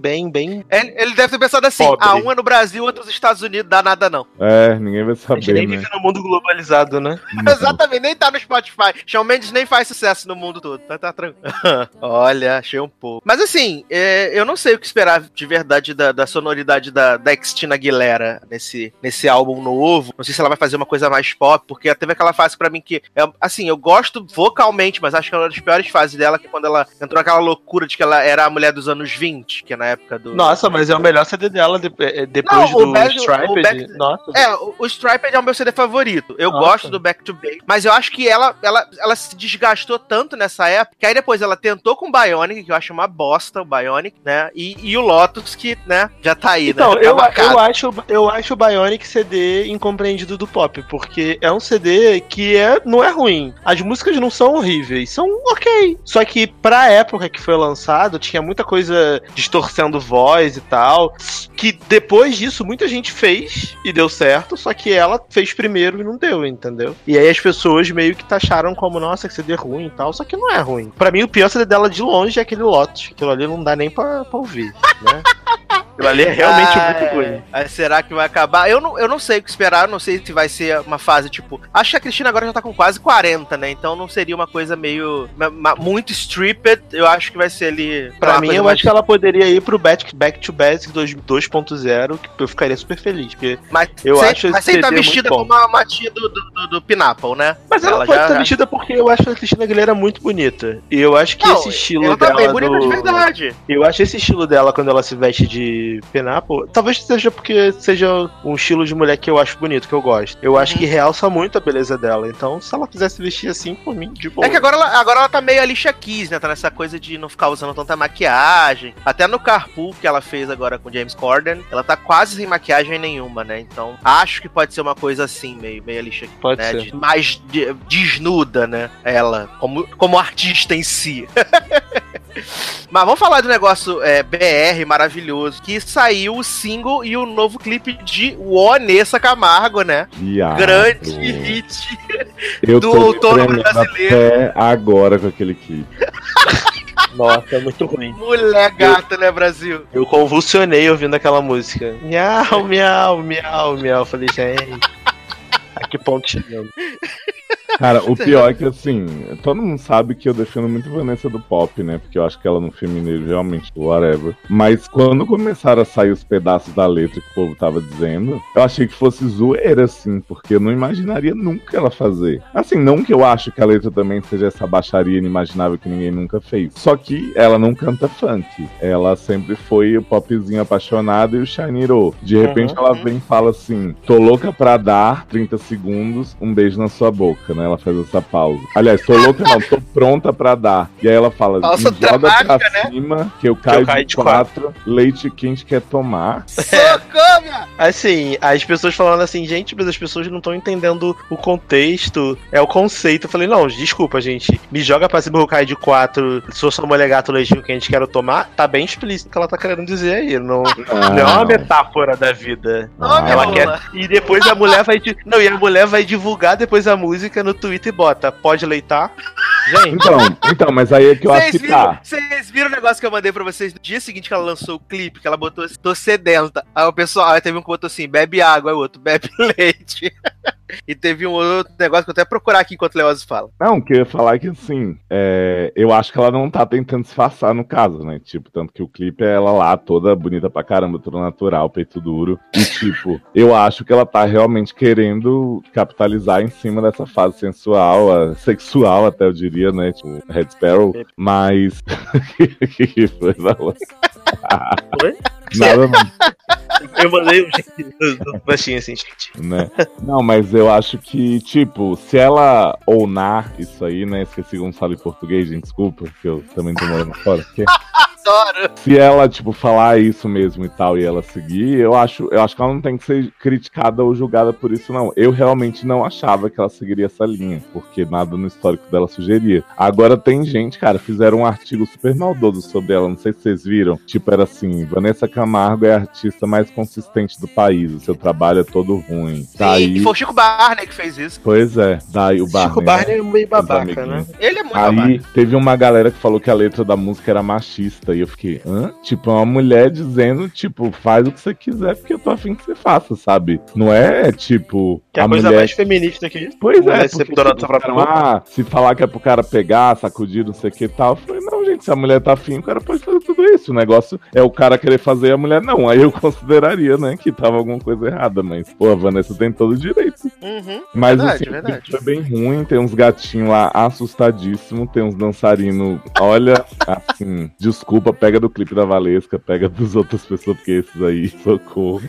Ele deve ter pensado assim, pobre. Um é no Brasil, outro nos Estados Unidos, dá nada não. Ninguém vai saber, a gente nem né? vive no mundo globalizado, né? Exatamente, nem tá no Spotify. Shawn Mendes nem faz sucesso no mundo todo, tá tranquilo. Olha, achei um pouco. Mas assim, eu não sei o que esperar de verdade da sonoridade da Christina Aguilera nesse álbum novo. Não sei se ela vai fazer uma coisa mais pop, porque teve aquela fase pra mim que, assim, eu gosto vocalmente, mas acho que é uma das piores fases dela, que é quando ela entrou naquela loucura de que ela era a mulher dos anos 20, que é na época do... Nossa, mas é o melhor CD dela depois do Striped. Nossa. O Striped é o meu CD favorito. Eu gosto do Back to Basics, mas eu acho que ela se desgastou tanto nessa época, que aí depois ela tentou com o Bionic, que eu acho uma bosta, o Bionic, né? E o Lotus, que, né, já tá aí, então, né? Eu acho o Bionic CD incompreendido do pop, porque é um CD que não é ruim. As músicas não são horríveis, são ok. Só que pra época que foi lançado, tinha muita coisa distorcendo voz e tal, que depois disso muita gente fez e deu certo, só que ela fez primeiro e não deu, entendeu? E aí as pessoas meio que taxaram como, nossa, que CD ruim e tal, só que não é ruim. Pra mim, o pior CD dela de longe é aquele Lotus. Aquilo ali não dá nem pra ouvir, né? Aquilo ali é realmente muito ruim. Será que vai acabar? Eu não sei o que esperar, eu não sei se vai ser uma fase, tipo... Acho que a Christina agora já tá com quase 40, né? Então não seria uma coisa meio... muito stripped, eu acho que vai ser ali... Pra mim, eu acho que ela poderia ir pro Back to Basics 2.0, que eu ficaria super feliz, porque mas sem tá vestida como uma tia do Pineapple, né? Mas ela pode estar vestida porque eu acho a Christina Aguilera muito bonita. E eu acho que esse estilo dela... Ela tá bem bonita de verdade. Eu acho esse estilo dela, quando ela se veste de Pineapple, talvez seja porque seja um estilo de mulher que eu acho bonito, que eu gosto. Eu acho que realça muito a beleza dela. Então, se ela quisesse vestir assim, por mim, de boa. É que agora ela tá meio Alicia Keys, né? Tá nessa coisa de não ficar usando tanta maquiagem. Até no Carpool que ela fez agora com James Corden, ela tá quase sem maquiagem nenhuma, né? Então, acho que pode ser uma coisa assim, meio Alicia Keys. Pode né? ser. Mais desnuda, né? Ela, como artista em si. Mas vamos falar do negócio BR maravilhoso, que saiu o single e o novo clipe de Vanessa Camargo, né? Grande hit do outono brasileiro. Até agora com aquele clipe. Nossa, é muito ruim. Mulher gata, né, Brasil? Eu convulsionei ouvindo aquela música. Miau, miau, miau, miau. Falei, gente, a que ponto chegamos? Cara, o pior é que, assim, todo mundo sabe que eu defendo muito Vanessa do pop, né? Porque eu acho que ela no feminino realmente, whatever. Mas quando começaram a sair os pedaços da letra que o povo tava dizendo, eu achei que fosse zoeira, assim, porque eu não imaginaria nunca ela fazer. Assim, não que eu acho que a letra também seja essa baixaria inimaginável que ninguém nunca fez. Só que ela não canta funk. Ela sempre foi o popzinho apaixonado e o Shiniro. De repente ela vem e fala assim: tô louca pra dar 30 segundos, um beijo na sua boca, né? Ela faz essa pausa. Aliás, tô louca não, tô pronta pra dar. E aí ela fala: pausa me joga dramática, pra né? cima, que eu caio de 4, leite quente quer tomar. Socorro, minha! Assim, as pessoas falando assim, gente, mas as pessoas não estão entendendo o contexto, é o conceito. Eu falei, não, desculpa, gente, me joga pra cima, eu caio de 4, sou sua mulher gato, leitinho quente quero tomar, tá bem explícito o que ela tá querendo dizer aí. Não é uma metáfora da vida. Ela quer. E depois a mulher vai. Não, e a mulher vai divulgar depois a música no Twitter e bota: pode leitar? Gente. Então, mas aí é que eu acho que tá. Vocês viram o negócio que eu mandei pra vocês no dia seguinte que ela lançou o clipe, que ela botou assim, tô sedenta. Aí o pessoal, aí teve um que botou assim, bebe água, aí o outro, bebe leite. E teve um outro negócio que eu até procurar aqui enquanto o Leoz fala. Não, o que eu ia falar é que, assim, eu acho que ela não tá tentando disfarçar no caso, né? Tipo, tanto que o clipe é ela lá, toda bonita pra caramba, toda natural, peito duro. E, tipo, eu acho que ela tá realmente querendo capitalizar em cima dessa fase sensual, sexual até, eu diria, né? Tipo, Red Sparrow. Mas... que foi, Vala? Oi? Nada não. Eu mandei um jeito do baixinho assim, gente. Né? Não, mas eu acho que, tipo, se ela ownar isso aí, né? Esqueci como fala em português, gente, desculpa, que eu também tô morando fora. Adoro! Se ela, tipo, falar isso mesmo e tal, e ela seguir, eu acho que ela não tem que ser criticada ou julgada por isso, não. Eu realmente não achava que ela seguiria essa linha, porque nada no histórico dela sugeria. Agora tem gente, cara, fizeram um artigo super maldoso sobre ela, não sei se vocês viram. Tipo, era assim, Vanessa Camargo é a artista mais consistente do país, o seu trabalho é todo ruim. Sim, e foi o Chico Barney que fez isso. Pois é, daí o Barney... Chico Barney é meio babaca, né? Ele é muito Aí babaca. teve uma galera que falou que a letra da música era machista, e eu fiquei, hã? Tipo, é uma mulher dizendo, tipo, faz o que você quiser, porque eu tô afim que você faça, sabe? Não é, tipo... Que é a coisa mulher... mais feminista que isso. Pois é, Você porque, dono do seu próprio corpo. se falar que é pro cara pegar, sacudir, não sei o que e tal, eu falei, não, gente, se a mulher tá afim, o cara pode fazer tudo isso. O negócio é o cara querer fazer e a mulher não. Aí eu consideraria, né, que tava alguma coisa errada, mas, pô, a Vanessa tem todo o direito. Mas, Verdade, assim, verdade. foi bem ruim, tem uns gatinhos lá assustadíssimos, tem uns dançarinos, olha, assim, desculpa, pega do clipe da Valesca, pega dos outras pessoas, porque esses aí, socorro.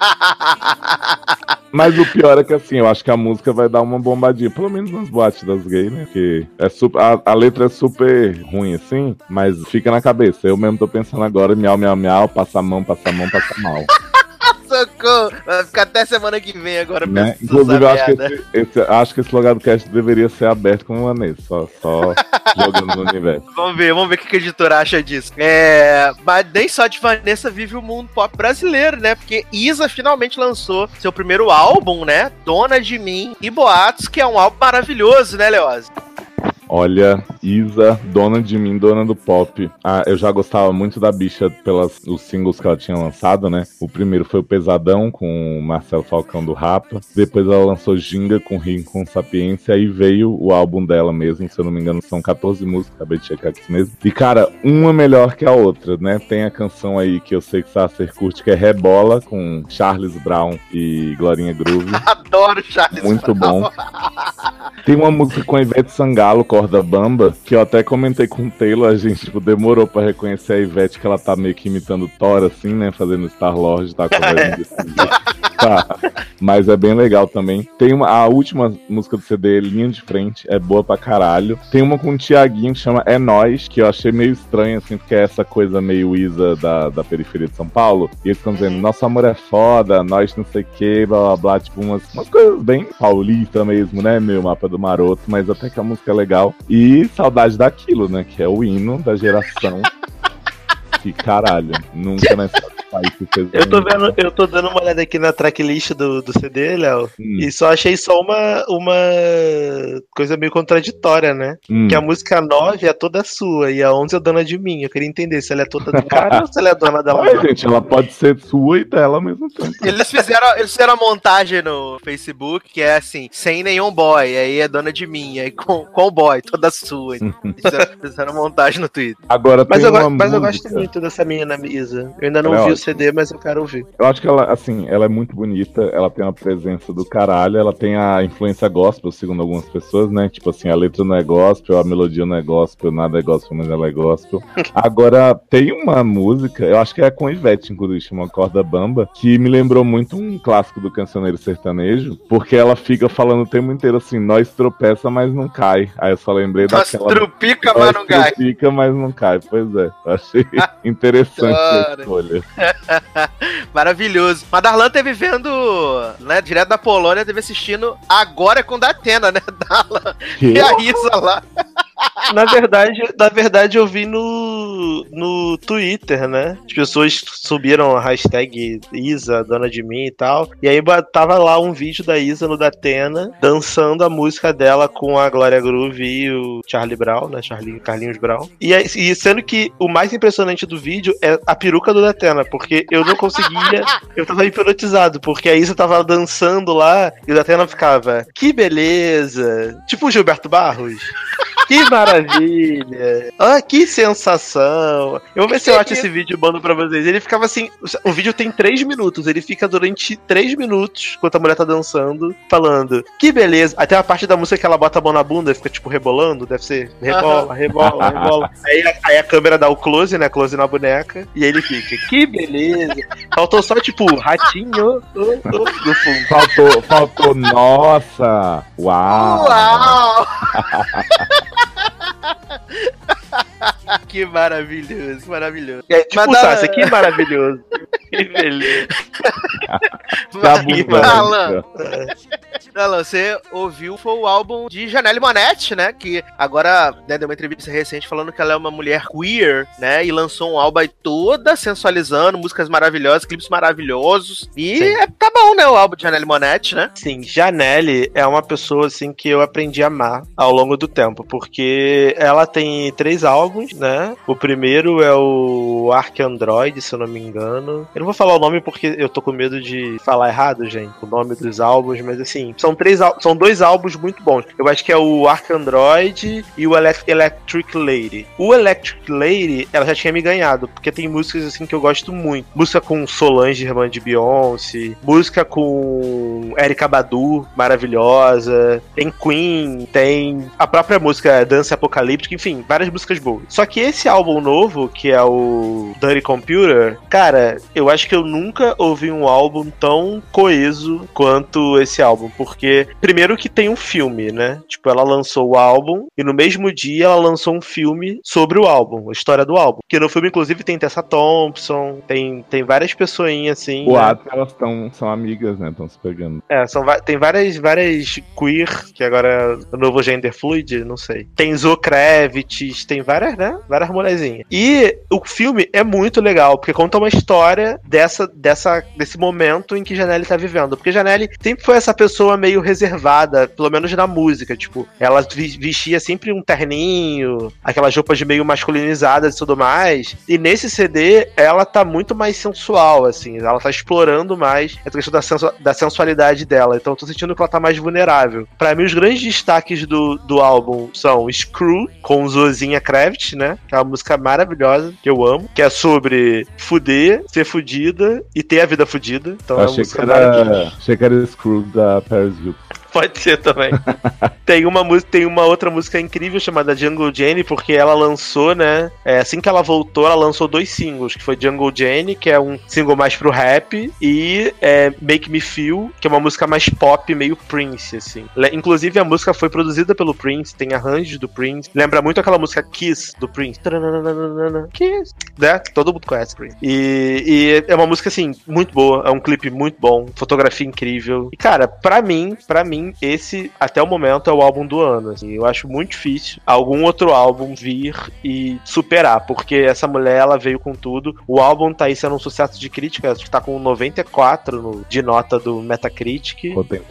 Mas o pior é que, assim, eu acho que a música vai dar uma bombadinha, pelo menos nas boates das gays, né? Porque a letra é super ruim, assim, mas fica na cabeça. Eu mesmo tô pensando agora, miau, miau, miau, passa a mão, passa mal. Socorro! Vai ficar até semana que vem agora. Né? Inclusive, eu acho que esse lugar do cast deveria ser aberto com o Vanessa, só jogando no universo. Vamos ver o que a editora acha disso. Mas nem só de Vanessa vive o mundo pop brasileiro, né? Porque Isa finalmente lançou seu primeiro álbum, né? Dona de Mim e Boatos, que é um álbum maravilhoso, né, Leoz? Olha, Isa, dona de mim, dona do pop. Eu já gostava muito da bicha pelos singles que ela tinha lançado, né? O primeiro foi o Pesadão, com o Marcelo Falcão do Rapa. Depois ela lançou Ginga, com Rim com Sapiência. Aí veio o álbum dela mesmo, se eu não me engano, são 14 músicas, acabei de checar aqui mesmo. E, cara, uma melhor que a outra, né? Tem a canção aí que eu sei que Sasser curte, que é Rebola, com Charles Brown e Glorinha Groove. Adoro Charles Muito Brown. bom. Tem uma música com a Ivete Sangalo, Corda Bamba, que eu até comentei com o Taylor, a gente tipo, demorou pra reconhecer a Ivete, que ela tá meio que imitando Thor, assim, né, fazendo Star-Lord, tá tá. Mas é bem legal também. Tem a última música do CD, Linha de Frente, é boa pra caralho. Tem uma com o Thiaguinho que chama É Nós, que eu achei meio estranho, assim, porque é essa coisa meio Isa da periferia de São Paulo, e eles estão dizendo, nosso amor é foda, nós não sei o que, blá blá blá, tipo umas coisas bem paulista mesmo, né, meu Mapa do Maroto, mas até que a música é legal. E Saudade daquilo, né? Que é o hino da geração. Que caralho, nunca na história do aí que fez Eu tô dando uma olhada aqui na tracklist do CD, Léo, e só achei só uma coisa meio contraditória, né? Que a música 9 é toda sua e a 11 é dona de mim. Eu queria entender se ela é toda do cara ou se ela é dona dela. Olha, gente, ela pode ser sua e dela ao mesmo tempo. Eles fizeram a montagem no Facebook que é assim, sem nenhum boy, aí é dona de mim, aí com o boy, toda sua. Fizeram a montagem no Twitter. Agora Mas eu música... gosto muito dessa menina Isa. Eu ainda não vi o CD, mas eu quero ouvir. Eu acho que ela, assim, ela é muito bonita, ela tem uma presença do caralho, ela tem a influência gospel, segundo algumas pessoas, né? Tipo assim, a letra não é gospel, a melodia não é gospel, nada é gospel, mas ela é gospel. Agora, tem uma música, eu acho que é com Ivete, inclusive, chama Corda Bamba, que me lembrou muito um clássico do cancioneiro sertanejo, porque ela fica falando o tempo inteiro assim, nós tropeça, mas não cai. Aí eu só lembrei daquela... Nós trupica, mas não cai. Trupica, mas não cai. Pois é, eu achei interessante a escolha. Maravilhoso. Mas Darlan teve vendo, né, direto da Polônia, teve assistindo Agora com Datena, né, Darlan? E a Isa lá. Na verdade, eu vi no Twitter, né? As pessoas subiram a hashtag Isa, dona de mim e tal. E aí tava lá um vídeo da Isa no Datena, dançando a música dela com a Glória Groove e o Charlie Brown, né? Carlinhos Brown. E sendo que o mais impressionante do vídeo é a peruca do Datena, porque eu não conseguia. Eu tava hipnotizado, porque a Isa tava dançando lá e o Datena ficava, que beleza! Tipo o Gilberto Barros. Que maravilha! Ah, que sensação! Eu vou ver se eu acho esse vídeo e mando pra vocês. Ele ficava assim. O vídeo tem 3 minutos. Ele fica durante 3 minutos, enquanto a mulher tá dançando, falando, que beleza! Até a parte da música que ela bota a mão na bunda e fica tipo rebolando, deve ser rebola, rebola, rebola. Aí a câmera dá o close, né? Close na boneca. E aí ele fica, que beleza! Faltou só tipo, ratinho no fundo. Faltou, nossa! Uau! Uau! Que maravilhoso, que maravilhoso. É, tipo, Sassi, que maravilhoso. Que beleza. Alan, você ouviu, foi o álbum de Janelle Monáe, né? Que agora, né, deu uma entrevista recente falando que ela é uma mulher queer, né? E lançou um álbum aí toda sensualizando, músicas maravilhosas, clipes maravilhosos. E tá bom, né? O álbum de Janelle Monáe, né? Sim, Janelle é uma pessoa, assim, que eu aprendi a amar ao longo do tempo, porque ela tem 3 álbuns, né? O primeiro é o Ark Android, se eu não me engano. Eu não vou falar o nome porque eu tô com medo de falar errado, gente, o nome dos álbuns, mas assim, são 2 álbuns muito bons. Eu acho que é o Ark Android e o Electric Lady. O Electric Lady, ela já tinha me ganhado, porque tem músicas assim que eu gosto muito. Música com Solange, irmã de Beyoncé, música com Erykah Badu, maravilhosa, tem Queen, tem a própria música Dance Apocalíptica, enfim, várias músicas boas. Só que esse álbum novo, que é o Dirty Computer, cara, eu acho que eu nunca ouvi um álbum tão coeso quanto esse álbum, porque primeiro que tem um filme, né? Tipo, ela lançou o álbum e no mesmo dia ela lançou um filme sobre o álbum, a história do álbum. Que no filme, inclusive, tem Tessa Thompson, tem várias pessoinhas assim. O ato, elas são amigas, né? Estão se pegando. É, tem várias queer, que agora é o novo gender fluid, não sei. Tem Zoe Kravitz, tem várias, né? Várias mulherzinhas. E o filme é muito legal, porque conta uma história desse momento em que Janelle tá vivendo. Porque Janelle sempre foi essa pessoa meio reservada, pelo menos na música, tipo, ela vestia sempre um terninho, aquelas roupas meio masculinizadas e tudo mais, e nesse CD ela tá muito mais sensual, assim, ela tá explorando mais essa questão da sensualidade dela, então eu tô sentindo que ela tá mais vulnerável. Pra mim, os grandes destaques do álbum são Screw, com Zozinha Kravitz, né, que é uma música maravilhosa, que eu amo, que é sobre fuder, ser fudida e ter a vida fudida, então é uma música maravilhosa. Achei que era Screw da Paris Hilton. Pode ser também. Tem uma outra música incrível chamada Jungle Jane, porque ela lançou, né? Assim que ela voltou, ela lançou 2 singles, que foi Jungle Jane, que é um single mais pro rap, e Make Me Feel, que é uma música mais pop, meio Prince, assim. Inclusive, a música foi produzida pelo Prince, tem arranjos do Prince. Lembra muito aquela música Kiss, do Prince. Kiss, né? Todo mundo conhece Prince. E porque é uma música, assim, muito boa, é um clipe muito bom, fotografia incrível. E, cara, pra mim, esse, até o momento, é o álbum do ano, assim. Eu acho muito difícil algum outro álbum vir e superar, porque essa mulher, ela veio com tudo. O álbum tá aí sendo um sucesso de crítica, acho que tá com 94 de nota do Metacritic.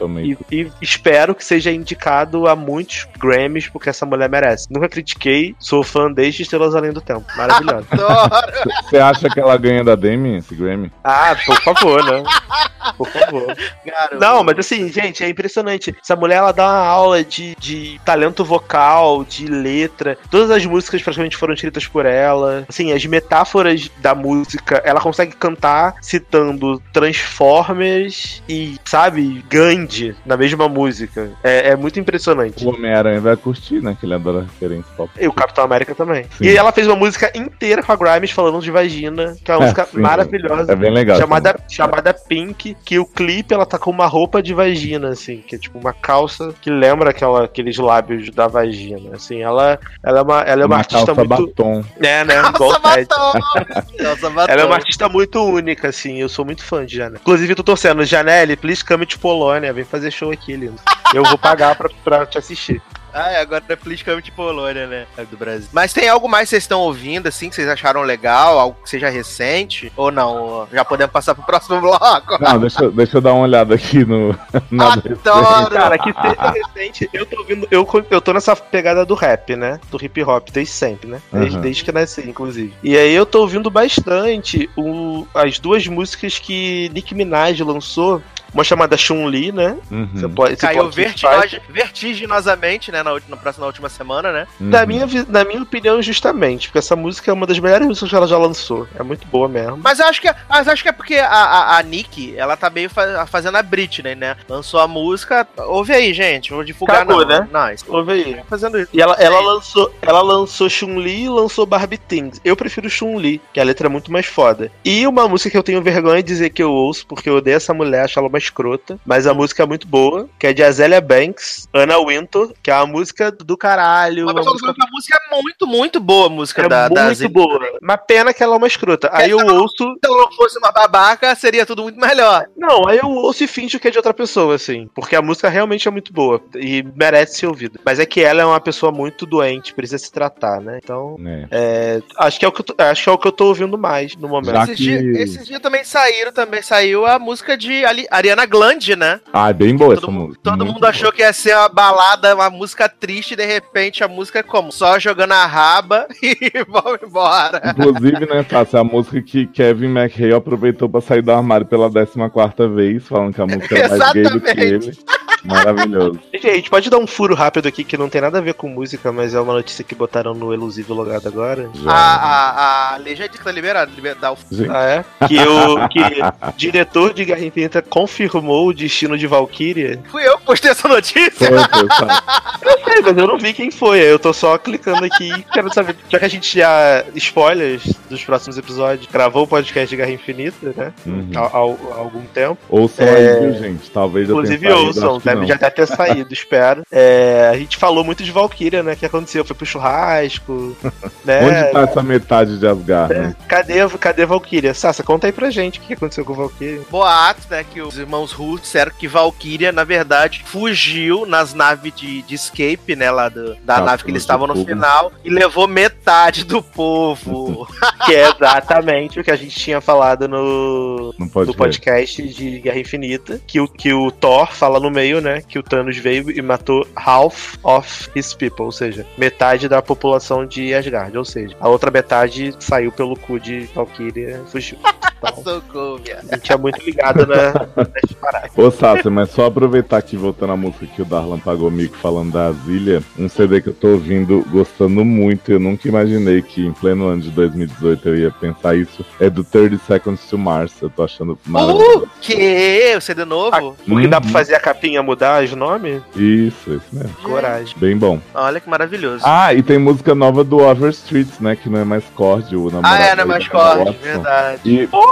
E espero que seja indicado a muitos Grammys, porque essa mulher merece. Nunca critiquei, sou fã desde Estrelas Além do Tempo. Maravilhosa. Você acha que ela ganha da Demi, esse Grammy? Ah, por favor, né? Por favor. Não, mas assim, gente, é impressionante. Essa mulher, ela dá uma aula de talento vocal, de letra. Todas as músicas praticamente foram escritas por ela. Assim, as metáforas da música, ela consegue cantar citando Transformers e, sabe, Gandhi na mesma música. É muito impressionante. O Homem-Aranha vai curtir, né? Que ele adora referência pop. E o Capitão América também. Sim. E ela fez uma música inteira com a Grimes falando de vagina, que é uma música maravilhosa. É bem legal. Chamada Pink, que o clipe ela tá com uma roupa de vagina, assim, que é tipo uma calça que lembra aqueles lábios da vagina. Assim, ela é uma artista muito. Batom. É, né? Calça batom. Ela é uma artista muito única, assim. Eu sou muito fã de Janelle. Inclusive, eu tô torcendo. Janelle, please come to Polônia. Vem fazer show aqui, lindo. Eu vou pagar pra te assistir. Agora é politicamente Polônia, né? Do Brasil. Mas tem algo mais que vocês estão ouvindo, assim, que vocês acharam legal? Algo que seja recente? Ou não? Já podemos passar pro próximo bloco? Não, deixa eu dar uma olhada aqui no... Adoro! Cara, que seja recente, eu tô ouvindo... Eu tô nessa pegada do rap, né? Do hip hop, desde sempre, né? Desde que nasci, inclusive. E aí eu tô ouvindo bastante as duas músicas que Nicki Minaj lançou. Uma chamada Chun-Li, né? Caiu vertiginosamente, né? Na última semana, né? Na minha opinião, justamente. Porque essa música é uma das melhores músicas que ela já lançou. É muito boa mesmo. Mas acho que é porque a Nicki, ela tá meio fazendo a Britney, né? Lançou a música. Ouve aí, gente. Vou divulgar. Acabou, né? Nice. Ouve aí. Fazendo isso. E ela lançou Chun-Li e lançou Barbie Things. Eu prefiro Chun-Li, que a letra é muito mais foda. E uma música que eu tenho vergonha de dizer que eu ouço, porque eu odeio essa mulher, acho ela uma escrota, mas a música é muito boa, que é de Azealia Banks, Anna Wintour, que é uma música do caralho. Mas a música é muito, muito boa, a música muito boa. Mas pena que ela é uma escrota. Aí eu ouço... Se ela não fosse uma babaca, seria tudo muito melhor. Não, aí eu ouço e finjo que é de outra pessoa, assim, porque a música realmente é muito boa e merece ser ouvida. Mas é que ela é uma pessoa muito doente, precisa se tratar, né? Então, acho que é o que eu tô ouvindo mais no momento. Esses dias também saiu a música de Ariana Grande, né? É bem boa essa música. Todo mundo achou que ia ser uma balada, uma música triste, e de repente a música é como? Só jogando a raba e vamos embora. Inclusive, né, Tássia, a música que Kevin McHale aproveitou pra sair do armário pela 14ª vez, falando que a música é mais gay do que ele. Maravilhoso. Gente, pode dar um furo rápido aqui que não tem nada a ver com música, mas é uma notícia que botaram no Elusivo Logado agora. A lei já disse que tá liberado. É? Que diretor de Guerra Infinita confirmou o destino de Valkyria. Fui eu que postei essa notícia. Eu sei, mas eu não vi quem foi. Eu tô só clicando aqui e quero saber. Já que a gente já spoilers dos próximos episódios, gravou o podcast de Guerra Infinita, né? Há algum tempo. Ouçam aí, viu, gente? Talvez inclusive ouçam, deve já até ter saído, espero. A gente falou muito de Valkyria, né? O que aconteceu? Foi pro churrasco, né? Onde tá essa metade de Asgard, né? Cadê Valkyria? Sassa, conta aí pra gente o que aconteceu com Valkyria. Boatos, né? Que os irmãos Ruth disseram que Valkyria, na verdade, fugiu nas naves de escape, né? Lá da nave que eles estavam no final e levou metade do povo. Que é exatamente o que a gente tinha falado no podcast de Guerra Infinita. Que o Thor fala no meio, né? Que o Thanos veio e matou half of his people, ou seja, metade da população de Asgard, ou seja, a outra metade saiu pelo cu de Valkyria e fugiu. Então, a gente é muito ligado nesse parada. Ô, Sassi, mas só aproveitar aqui, voltando à música que o Darlan pagou mico falando da Asília, um CD que eu tô ouvindo, gostando muito, eu nunca imaginei que em pleno ano de 2018 eu ia pensar isso, é do 30 Seconds to Mars, eu tô achando maravilhoso. O quê? O CD novo? Porque dá pra fazer a capinha mudar os nomes? Isso mesmo. Coragem. Bem bom. Olha que maravilhoso. E tem música nova do Overstreet, né, que não é mais Cord, o namorado. Não é mais Cord, verdade. E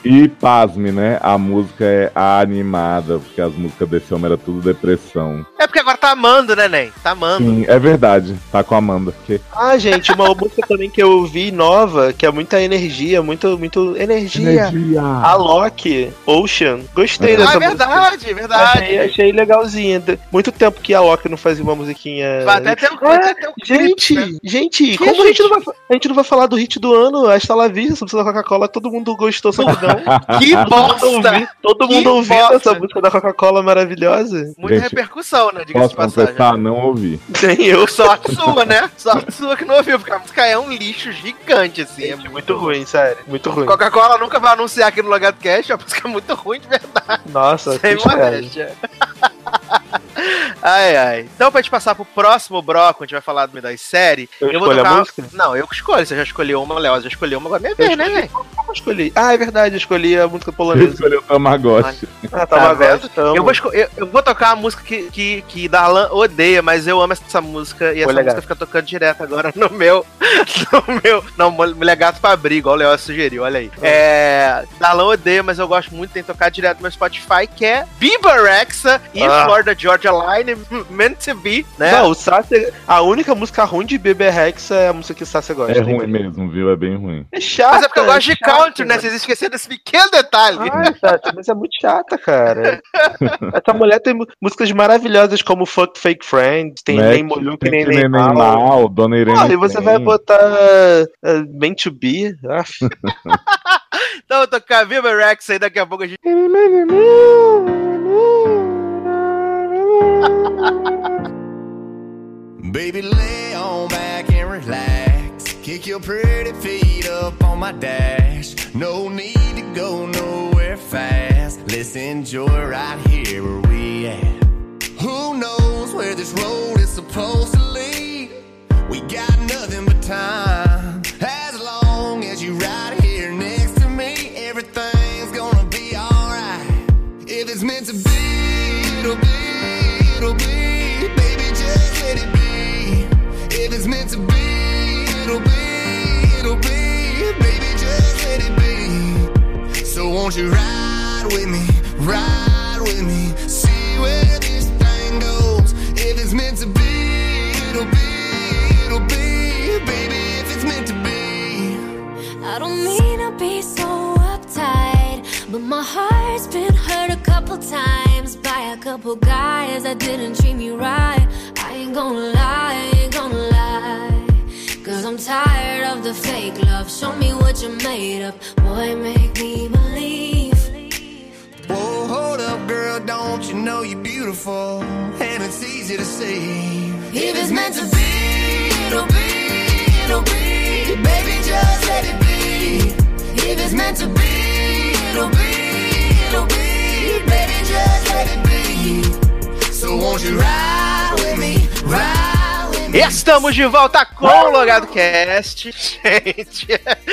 E pasme, né? A música é animada, porque as músicas desse homem era tudo depressão. É porque agora tá amando, né, Nen? Tá amando. Sim, é verdade. Tá com a Amanda. Porque... Ah, gente, uma música também que eu vi nova, que é muita energia, muito energia. A Loki, Ocean. Gostei dessa música. É verdade. Achei legalzinha. Muito tempo que a Loki não fazia uma musiquinha. Vai até ter um Gente, clipe, né? gente, como a gente não vai falar do hit do ano? Hasta la vista, essa música da Coca-Cola, todo mundo gostou, só que não. Que bosta! Todo mundo ouviu essa música da Coca-Cola maravilhosa. Muita Gente, repercussão, né? Diga-se de posso passagem. confessar? Não ouvi. Nem eu. Sorte sua, né? Sorte sua que não ouviu, porque a música é um lixo gigante, assim. É muito ruim, sério. Muito ruim. Coca-Cola nunca vai anunciar aqui no Logado Cast, a música é muito ruim de verdade. Nossa, Sem que sério. modéstia. Ai. Então, pra gente passar pro próximo bloco, a gente vai falar do das série. Eu vou escolho tocar... a música? Não, eu que escolho. Você já escolheu uma, Léo já escolheu uma, agora é minha vez, né, velho? Eu escolhi. Ah, é verdade, eu escolhi a música Eu polonesa. escolhi o Tamagotchi. Ah, Tá vendo? Tamagotchi. Eu vou tocar a música que Darlan odeia, mas eu amo essa música. E essa música fica tocando direto agora no meu. Não, Mulher Gato pra Abrir, igual o Léo sugeriu, olha aí. Darlan odeia, mas eu gosto muito, tem que tocar direto no meu Spotify, que é Bieber Rexha e Florida Georgia Line, Meant to Be, né? Não, o Sasser, a única música ruim de Bieber Rexha é a música que o Sasser gosta. É ruim mesmo, viu? É bem ruim. É chato. Mas é porque eu gosto de country, né? Vocês esqueceram desse pequeno detalhe. Ai, Sasser, mas é muito chata, cara. Essa mulher tem músicas maravilhosas como Fuck Fake Friends, tem Nem Molhou que Nem Mal. Dona Irene. Olha, e você vai botar Meant to Be? Então eu vou tocar Bieber Rexha e daqui a pouco a gente... Baby, lay on back and relax. Kick your pretty feet up on my dash. No need to go nowhere fast. Let's enjoy right here where we at. Who knows where this road is supposed to lead? We got nothing but time. As long as you right here next to me, everything's gonna be alright. If it's meant to be, it'll be, it'll be. Baby, just let it be. If it's meant to be, it'll be, it'll be. Baby, just let it be. So won't you ride with me, see where this thing goes. If it's meant to be, it'll be, it'll be. Baby, if it's meant to be. I don't mean to be so uptight, but my heart's been hurt a couple times by a couple guys that didn't treat me right. I ain't gonna lie, cause I'm tired of the fake love. Show me what you're made of, boy, make me believe. Whoa, hold up, girl, don't you know you're beautiful? And it's easy to see. If it's meant to be, it'll be, it'll be. Baby, just let it be. If it's meant to be, it'll be, it'll be. Baby, just let it be. So won't you ride with me, ride with me. Estamos de volta com o Logado Cast, gente.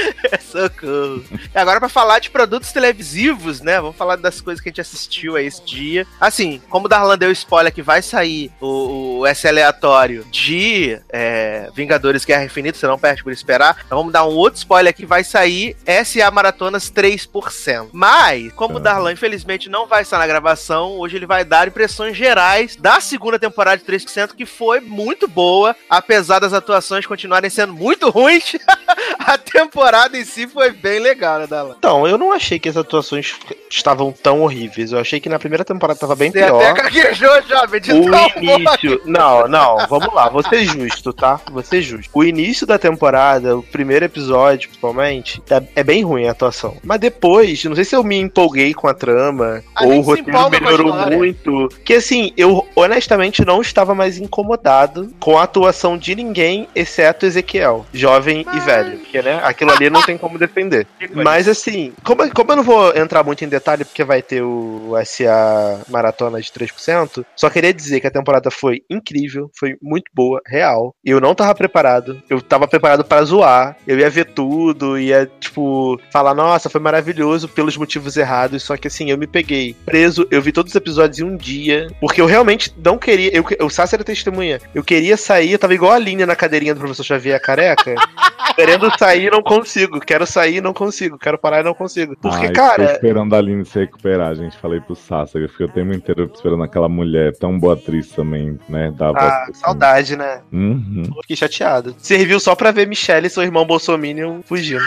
Socorro. E agora pra falar de produtos televisivos, né? Vamos falar das coisas que a gente assistiu aí esse dia. Assim, como o Darlan deu spoiler que vai sair o S aleatório de Vingadores Guerra Infinita, você não perde por esperar. Então vamos dar um outro spoiler que vai sair SA Maratonas 3%. Mas, como o Darlan infelizmente não vai estar na gravação, hoje ele vai dar impressões gerais da segunda temporada de 3%, que foi muito boa, apesar das atuações continuarem sendo muito ruins. A temporada em si foi bem legal, né, Darlan? Então, eu não achei que as atuações estavam tão horríveis. Eu achei que na primeira temporada tava bem Você pior. até caguejou, jovem, de O tão início... Não, vamos lá, vou ser justo, tá? Vou ser justo. O início da temporada, o primeiro episódio, principalmente, é bem ruim a atuação. Mas depois, não sei se eu me empolguei com a trama, ou o roteiro melhorou muito. Que assim, eu honestamente não estava mais incomodado com a atuação de ninguém, exceto Ezequiel, jovem e velho. Porque, né, aquilo ali não tem como defender. Mas assim, como eu não vou entrar muito em detalhe, porque vai ter o SA Maratona de 3%, só queria dizer que a temporada foi incrível, foi muito boa, real. Eu não tava preparado, eu tava preparado pra zoar, eu ia ver tudo, ia, tipo, falar, nossa, foi maravilhoso pelos motivos errados, só que assim, eu me peguei preso, eu vi todos os episódios em um dia, porque eu realmente não queria, o Sassi era testemunha, eu queria sair, eu tava igual a Aline na cadeirinha do professor Xavier careca, Querendo sair, não consigo. Quero sair, não consigo. Quero parar e não consigo. Porque, Tô cara... esperando a Aline se recuperar, gente. Falei pro Sassa, eu fiquei o tempo inteiro esperando aquela mulher, tão boa atriz também, né? Saudade, né? Uhum. Fiquei chateado. Serviu só pra ver Michelle e seu irmão Bolsominion fugindo.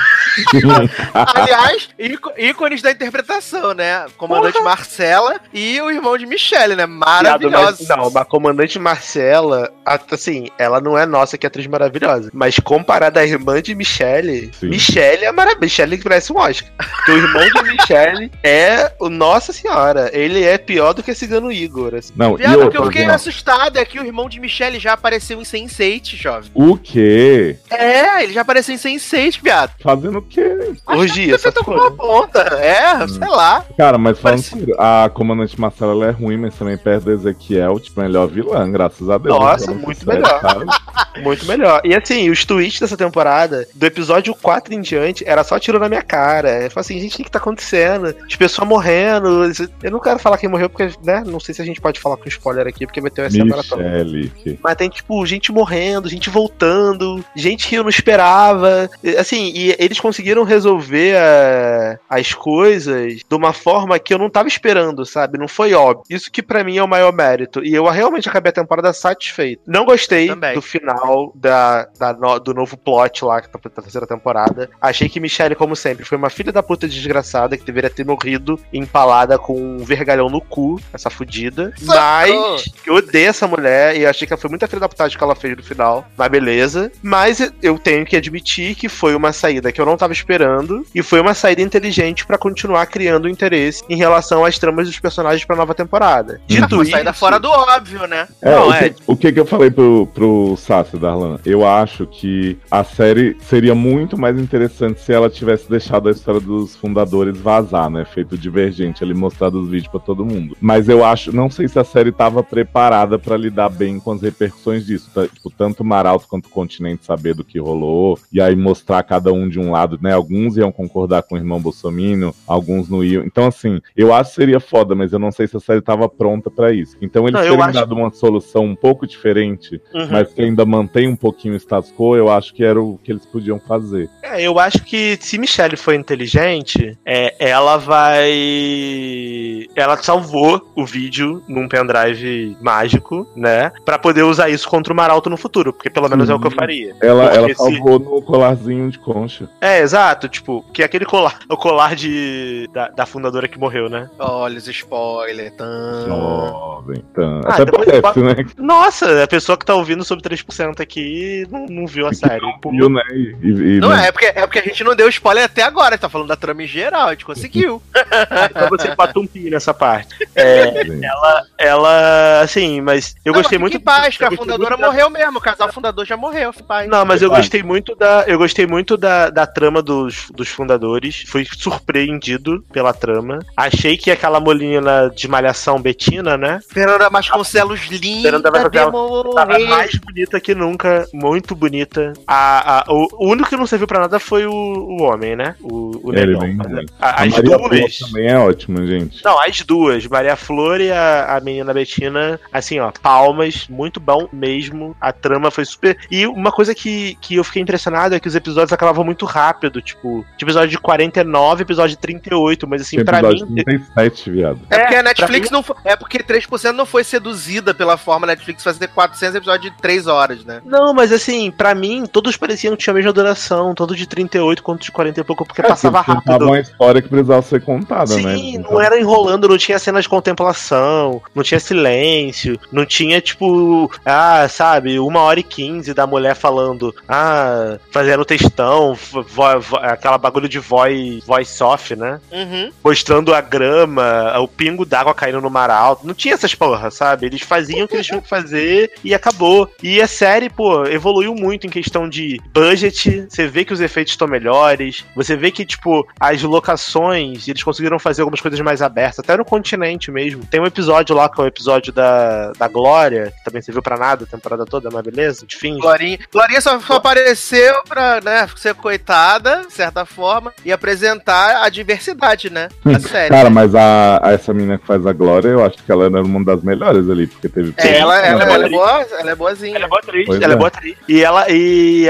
Aliás, ícones da interpretação, né? Comandante Marcela e o irmão de Michelle, né? Maravilhosos. Não, a comandante Marcela, assim, ela não é nossa que é atriz maravilhosa. Mas comparada à irmã de Michelle, Sim. Michelle é maravilhosa. Michelle que parece um Oscar. Porque o irmão de Michelle é o Nossa Senhora. Ele é pior do que Cigano Igor. Assim. Não, Viado, o que eu fiquei assustado é que o irmão de Michelle já apareceu em Sense8, jovem. O quê? É, ele já apareceu em Sense8, viado. Fazendo o quê? Orgia, Você tocou uma ponta. Sei lá. Cara, mas falando sério, a comandante Marcela ela é ruim, mas também perto do Ezequiel, tipo, melhor vilã, graças a Deus. Nossa, muito melhor. Muito melhor. E assim, os tweets dessa temporada, do episódio 4 em diante, era só tiro na minha cara. Eu falei assim, gente, o que tá acontecendo? As pessoas morrendo. Eu não quero falar quem morreu, porque, né, não sei se a gente pode falar com spoiler aqui, porque vai ter essa maratona. Mas tem, tipo, gente morrendo, gente voltando, gente que eu não esperava. Assim, e eles conseguiram resolver as coisas de uma forma que eu não tava esperando, sabe? Não foi óbvio. Isso que pra mim é o maior mérito. E eu realmente acabei a temporada satisfeito. Não gostei do final do novo plot lá, que tá pra terceira temporada. Achei que Michelle, como sempre, foi uma filha da puta desgraçada que deveria ter morrido empalada com um vergalhão no cu, essa fudida. Mas eu odeio essa mulher e achei que ela foi muita filha da putagem que ela fez no final. Mas beleza. Mas eu tenho que admitir que foi uma saída que eu não tava esperando e foi uma saída inteligente pra continuar criando interesse em relação às tramas dos personagens pra nova temporada. Dito isso... saída fora do óbvio, né? O que eu falei pro Sassi, Darlan? Eu acho que a série seria muito mais interessante se ela tivesse deixado a história dos fundadores vazar, né? Feito Divergente, ali mostrado os vídeos pra todo mundo. Mas eu acho, não sei se a série tava preparada pra lidar bem com as repercussões disso. Tipo, tanto o Maralto quanto o Continente saber do que rolou, e aí mostrar cada um de um lado, né? Alguns iam concordar com o irmão Bolsominion, alguns não iam. Então, assim, eu acho que seria foda, mas eu não sei se a série tava pronta pra isso. Então, eles terem dado uma solução um pouco diferente, mas que ainda mantém um pouquinho o status quo, eu acho que era o que eles podiam fazer. Eu acho que se Michelle for inteligente, ela salvou o vídeo num pendrive mágico, né? Pra poder usar isso contra o Maralto no futuro, porque pelo menos é o que eu faria. Ela salvou no colarzinho de concha. Exato, tipo, que é aquele colar, o colar da fundadora que morreu, né? Olha os spoilers. Jovem, até parece, né? Nossa, a pessoa que tá ouvindo sobre 3% aqui não viu a série. Viu, né? Não é porque a gente não deu spoiler até agora, tá falando da trama em geral, a gente conseguiu. Então você botou um pi nessa parte. Ela, assim, mas eu gostei muito... Que paz, que a fundadora morreu mesmo, o casal fundador já morreu, pai. Não, mas eu gostei muito da trama dos fundadores, fui surpreendido pela trama. Achei que aquela molinha de malhação Betina, né? Fernanda Vasconcelos linda, tava mais bonita que nunca, muito bonita. O único que não serviu pra nada foi o homem, né? O negão. As duas também é ótima, gente. Não, as duas, Maria Flor e a menina Betina, assim, ó, palmas, muito bom mesmo. A trama foi super... E uma coisa que eu fiquei impressionado é que os episódios acabavam muito rápido, tipo, de episódio de 49, episódio de 38, mas assim, pra mim... 37, viado. Porque a Netflix não foi... É porque 3% não foi seduzida pela forma Netflix fazer 400 episódios de 3 horas, né? Não, mas assim, pra mim, todos pareciam que tinha a mesma duração, tanto de 38 quanto de 40 e pouco, porque passava rápido. Tava uma história que precisava ser contada, né? Sim, não era enrolando, não tinha cena de contemplação, não tinha silêncio, não tinha, tipo, sabe, 1h15 da mulher falando, fazendo textão, aquela bagulho de voice off, né? Mostrando a grama, o pingo d'água caindo no mar alto. Não tinha essas porra, sabe? Eles faziam o que eles tinham que fazer e acabou. E a série, pô, evoluiu muito em questão de budget, você vê que os efeitos estão melhores, você vê que, tipo, as locações, eles conseguiram fazer algumas coisas mais abertas, até no continente mesmo. Tem um episódio lá, que é o episódio da Glória, que também serviu pra nada a temporada toda, mas beleza, de fim. Glorinha só apareceu pra, né, ser coitada, de certa forma, e apresentar a diversidade, né, da série. Cara, mas essa menina que faz a Glória, eu acho que ela era uma das melhores ali, porque teve... Ela é boazinha. Ela é boa atriz, ela é boa atriz. E ela tinha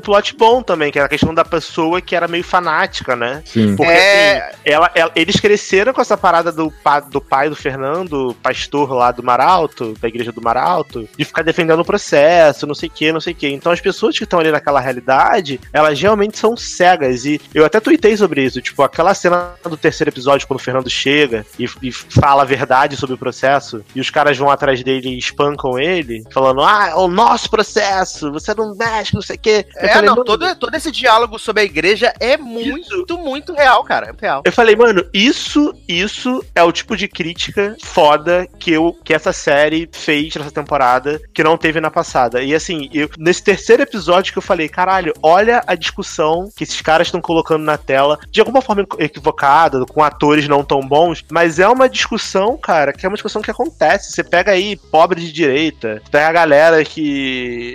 plot bom também, que era a questão da pessoa que era meio fanática, né? Sim. Porque assim, eles cresceram com essa parada do pai do Fernando, pastor lá do Mar Alto, da igreja do Mar Alto, de ficar defendendo o processo, não sei o que, não sei o que. Então as pessoas que estão ali naquela realidade, elas realmente são cegas. E eu até tuitei sobre isso, tipo, aquela cena do terceiro episódio, quando o Fernando chega e fala a verdade sobre o processo, e os caras vão atrás dele e espancam ele, falando, é o nosso processo, você não mexe, não sei o quê. Todo esse diálogo sobre a igreja é muito real, cara. É real. Eu falei, mano, isso é o tipo de crítica foda que essa série fez nessa temporada, que não teve na passada. E assim, nesse terceiro episódio que eu falei, caralho, olha a discussão que esses caras estão colocando na tela, de alguma forma equivocada, com atores não tão bons, mas é uma discussão, cara, que é uma discussão que acontece. Você pega aí pobre de direita, pega a galera que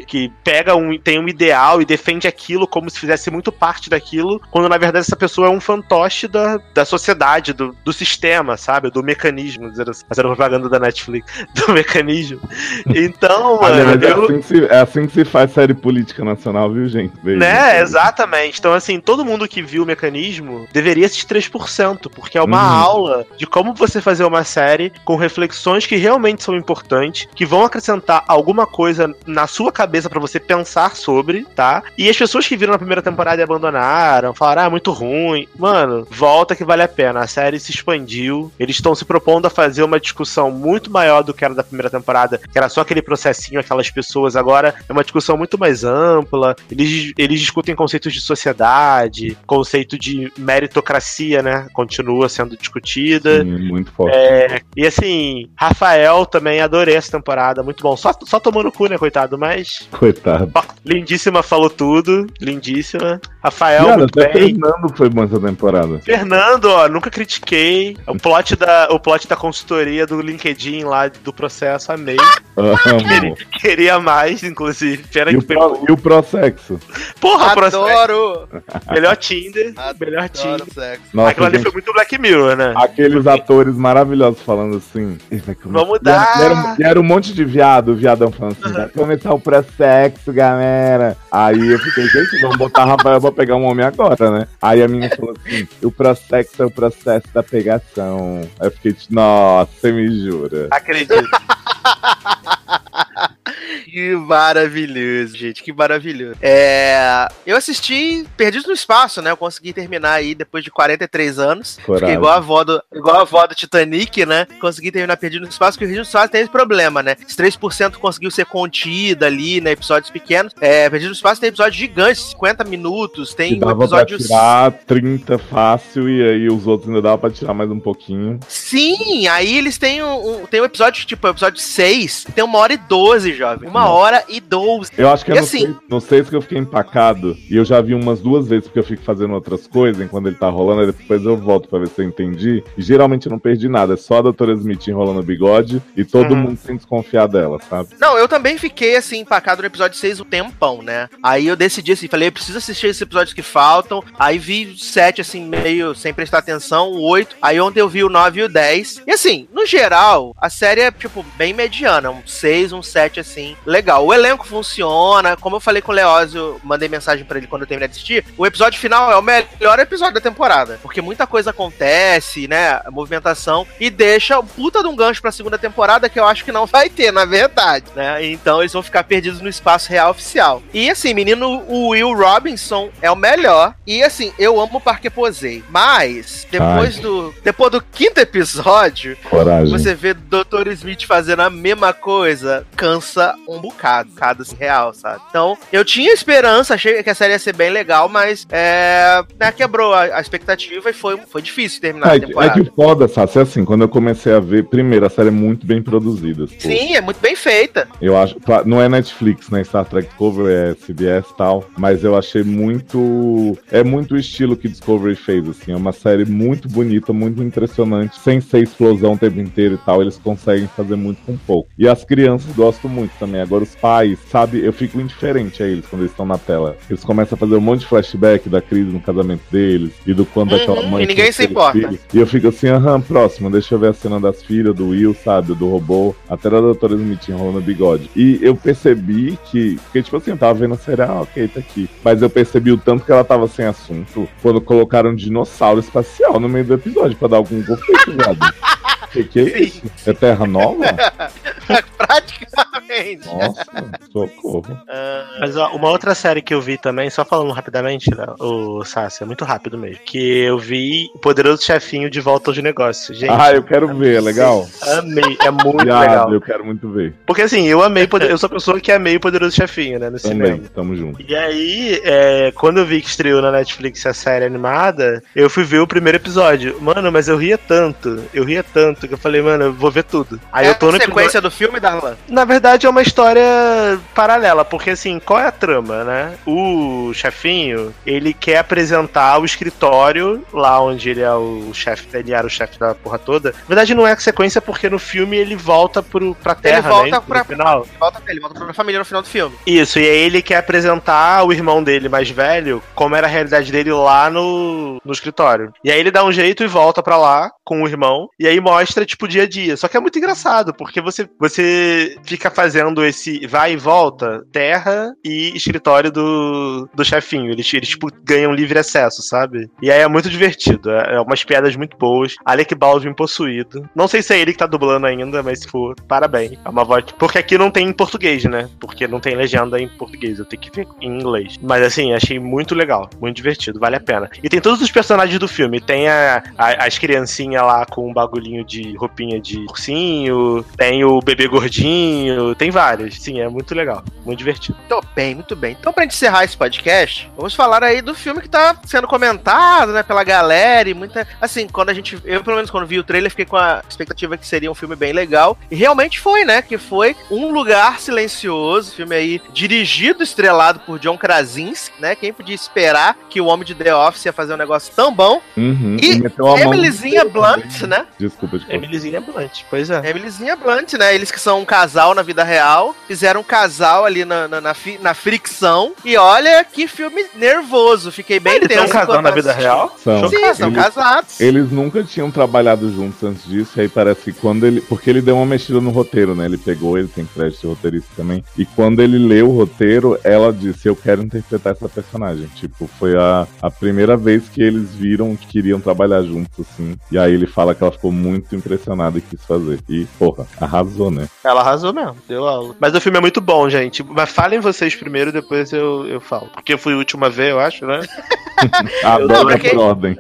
tem um ideal e defende aquilo como se fizesse muito parte daquilo, quando na verdade essa pessoa é um fantoche da sociedade, do sistema, sabe? Do mecanismo, fazendo propaganda da Netflix, do mecanismo. Então, mano, é assim que se faz série política nacional, viu, gente? Beijo. Né, exatamente. Então, assim, todo mundo que viu o mecanismo deveria assistir 3%, porque é uma aula de como você fazer uma série com reflexões que realmente são importantes, que vão acrescentar alguma coisa na sua cabeça pra você pensar sobre, tá? E as pessoas que viram na primeira temporada e abandonaram, falaram, é muito ruim. Mano, volta que vale a pena. A série se expandiu, eles estão se propondo a fazer uma discussão muito maior do que era da primeira temporada, que era só aquele processinho, aquelas pessoas. Agora é uma discussão muito mais ampla, eles discutem conceitos de sociedade, conceito de meritocracia, né? Continua sendo discutida. Sim, muito forte. E assim, Rafael também, adorei essa temporada, muito bom. Só tomou no cu, né, coitado? Mas... Coitado. Ó, lindíssima, falou tudo. Lindíssima. Rafael, cara, muito até bem. Fernando foi bom essa temporada. Fernando, ó, nunca critiquei. O plot da consultoria do LinkedIn lá, do processo, amei. Queria mais, inclusive. E o Prosexo? Porra, adoro! Melhor Tinder. Melhor Adoro Tinder. sexo. Nossa, Aquilo ali foi muito Black Mirror, né? Aqueles atores maravilhosos falando assim. Vamos dar. E era um monte de viadão falando assim, vai começar o Prosexo, galera. Aí eu fiquei, gente, vamos botar Rafael pra pegar um homem agora, né? Aí a menina falou assim, o Prosexo é o processo da pegação. Aí eu fiquei, nossa, você me jura. Acredito. Que maravilhoso, gente, que maravilhoso. Eu assisti Perdidos no Espaço, né? Eu consegui terminar aí depois de 43 anos. Coragem. Fiquei igual a avó do Titanic, né? Consegui terminar Perdidos no Espaço, porque o Perdidos no Espaço tem esse problema, né? Esse 3% conseguiu ser contido ali, né? Episódios pequenos. Perdidos no Espaço tem episódios gigantes, 50 minutos, tem episódios... Dava pra tirar 30 fácil, e aí os outros ainda dava pra tirar mais um pouquinho. Sim, aí eles têm um episódio, tipo, o episódio 6, tem 1h12, jovem. 1h12. Eu acho que assim, não sei se eu fiquei empacado, e eu já vi umas 2 vezes, porque eu fico fazendo outras coisas enquanto ele tá rolando, aí depois eu volto pra ver se eu entendi, e geralmente eu não perdi nada, é só a doutora Smith enrolando o bigode, e todo mundo sem desconfiar dela, sabe? Não, eu também fiquei, assim, empacado no episódio 6 o tempão, né? Aí eu decidi, assim, falei, eu preciso assistir esses episódios que faltam, aí vi 7, assim, meio sem prestar atenção, o 8, aí ontem eu vi o 9 e o 10, e assim, no geral, a série é, tipo, bem mediana, um 6, um 7, assim, legal. O elenco funciona, como eu falei com o Leózio, mandei mensagem pra ele quando eu terminei de assistir, o episódio final é o melhor episódio da temporada, porque muita coisa acontece, né, a movimentação, e deixa um puta de um gancho pra segunda temporada que eu acho que não vai ter, na verdade, né, então eles vão ficar perdidos no espaço real oficial. E assim, menino, o Will Robinson é o melhor, e assim, eu amo o Parque Posey, mas depois do 5º episódio, Coragem. Você vê Dr. Smith fazendo a mesma coisa, cansa um bocado assim, real, sabe? Então, eu tinha esperança, achei que a série ia ser bem legal, mas quebrou a expectativa e foi difícil terminar a temporada. É que foda, sabe? Assim, quando eu comecei a ver, primeiro, a série é muito bem produzida. Sim, é muito bem feita. Eu acho, não é Netflix, né? Star Trek Discovery é CBS e tal, mas eu achei muito... É muito o estilo que Discovery fez, assim. É uma série muito bonita, muito impressionante, sem ser explosão o tempo inteiro e tal, eles conseguem fazer muito com pouco. E as crianças gostam muito, também. Agora os pais, sabe, eu fico indiferente a eles quando eles estão na tela. Eles começam a fazer um monte de flashback da crise no casamento deles e do quanto aquela mãe... E ninguém se importa. Filho. E eu fico assim, próximo, deixa eu ver a cena das filhas, do Will, sabe, do robô, até da doutora Smith enrolando o bigode. E eu percebi que, porque tipo assim, eu tava vendo a série, ok, tá aqui. Mas eu percebi o tanto que ela tava sem assunto quando colocaram um dinossauro espacial no meio do episódio pra dar algum conflito, viado. Que é isso? É Terra Nova? Praticamente. Nossa, socorro. Mas ó, uma outra série que eu vi também, só falando rapidamente, né, o Sassi, é muito rápido mesmo, que eu vi O Poderoso Chefinho de Volta aos Negócios. Gente, eu quero ver, é legal? Amei, é muito legal. Eu quero muito ver. Porque assim, eu sou a pessoa que amei O Poderoso Chefinho, né, no Também, cinema. tamo junto. E aí, quando eu vi que estreou na Netflix a série animada, eu fui ver o primeiro episódio. Mano, mas eu ria tanto, que eu falei, mano, eu vou ver tudo. Aí eu tô na sequência do filme, Darlan? Na verdade é uma história paralela, porque assim, qual é a trama, né? O chefinho, ele quer apresentar o escritório lá onde ele é o chefe, ele era o chefe da porra toda. Na verdade não é sequência porque no filme ele volta pra Terra, ele volta, né? pra final. Ele volta pra família no final do filme. Isso, e aí ele quer apresentar o irmão dele mais velho, como era a realidade dele lá no escritório. E aí ele dá um jeito e volta pra lá com o irmão, e aí mostra, tipo, o dia a dia. Só que é muito engraçado, porque você fica fazendo esse vai e volta, terra e escritório do chefinho. Eles tipo, ganham livre acesso, sabe? E aí é muito divertido. É umas piadas muito boas. Alec Baldwin possuído. Não sei se é ele que tá dublando ainda, mas se for, parabéns. É uma voz... Porque aqui não tem em português, né? Porque não tem legenda em português. Eu tenho que ver em inglês. Mas assim, achei muito legal. Muito divertido. Vale a pena. E tem todos os personagens do filme. Tem as criancinhas lá com um bagulhinho de roupinha de ursinho. Tem o bebê gordinho. Tem vários. Sim, é muito legal. Muito divertido. Muito bem. Então, pra gente encerrar esse podcast, vamos falar aí do filme que tá sendo comentado, né, pela galera e muita... Assim, eu pelo menos quando vi o trailer, fiquei com a expectativa que seria um filme bem legal. E realmente foi, né, que foi Um Lugar Silencioso, filme aí dirigido, estrelado por John Krasinski, né, quem podia esperar que o homem de The Office ia fazer um negócio tão bom. E Emilyzinha Blunt, né? Desculpa. Emilyzinha Blunt, pois é. Emilyzinha Blunt, né, eles que são um casal na vida real, fizeram um casal ali na fricção, e olha que filme nervoso, fiquei bem tenso. Eles são um casal na vida real? Sim, são casados. Eles nunca tinham trabalhado juntos antes disso, e aí parece que porque ele deu uma mexida no roteiro, né, ele tem crédito de roteirista também, e quando ele leu o roteiro, ela disse, eu quero interpretar essa personagem, tipo, foi a primeira vez que eles viram que queriam trabalhar juntos, assim, e aí ele fala que ela ficou muito impressionada e quis fazer, e, porra, arrasou, né? Ela arrasou mesmo, deu aula. Mas o filme é muito bom, gente, mas falem vocês primeiro, depois eu falo, porque eu fui o último a ver, eu acho, né? Adoro por ordem.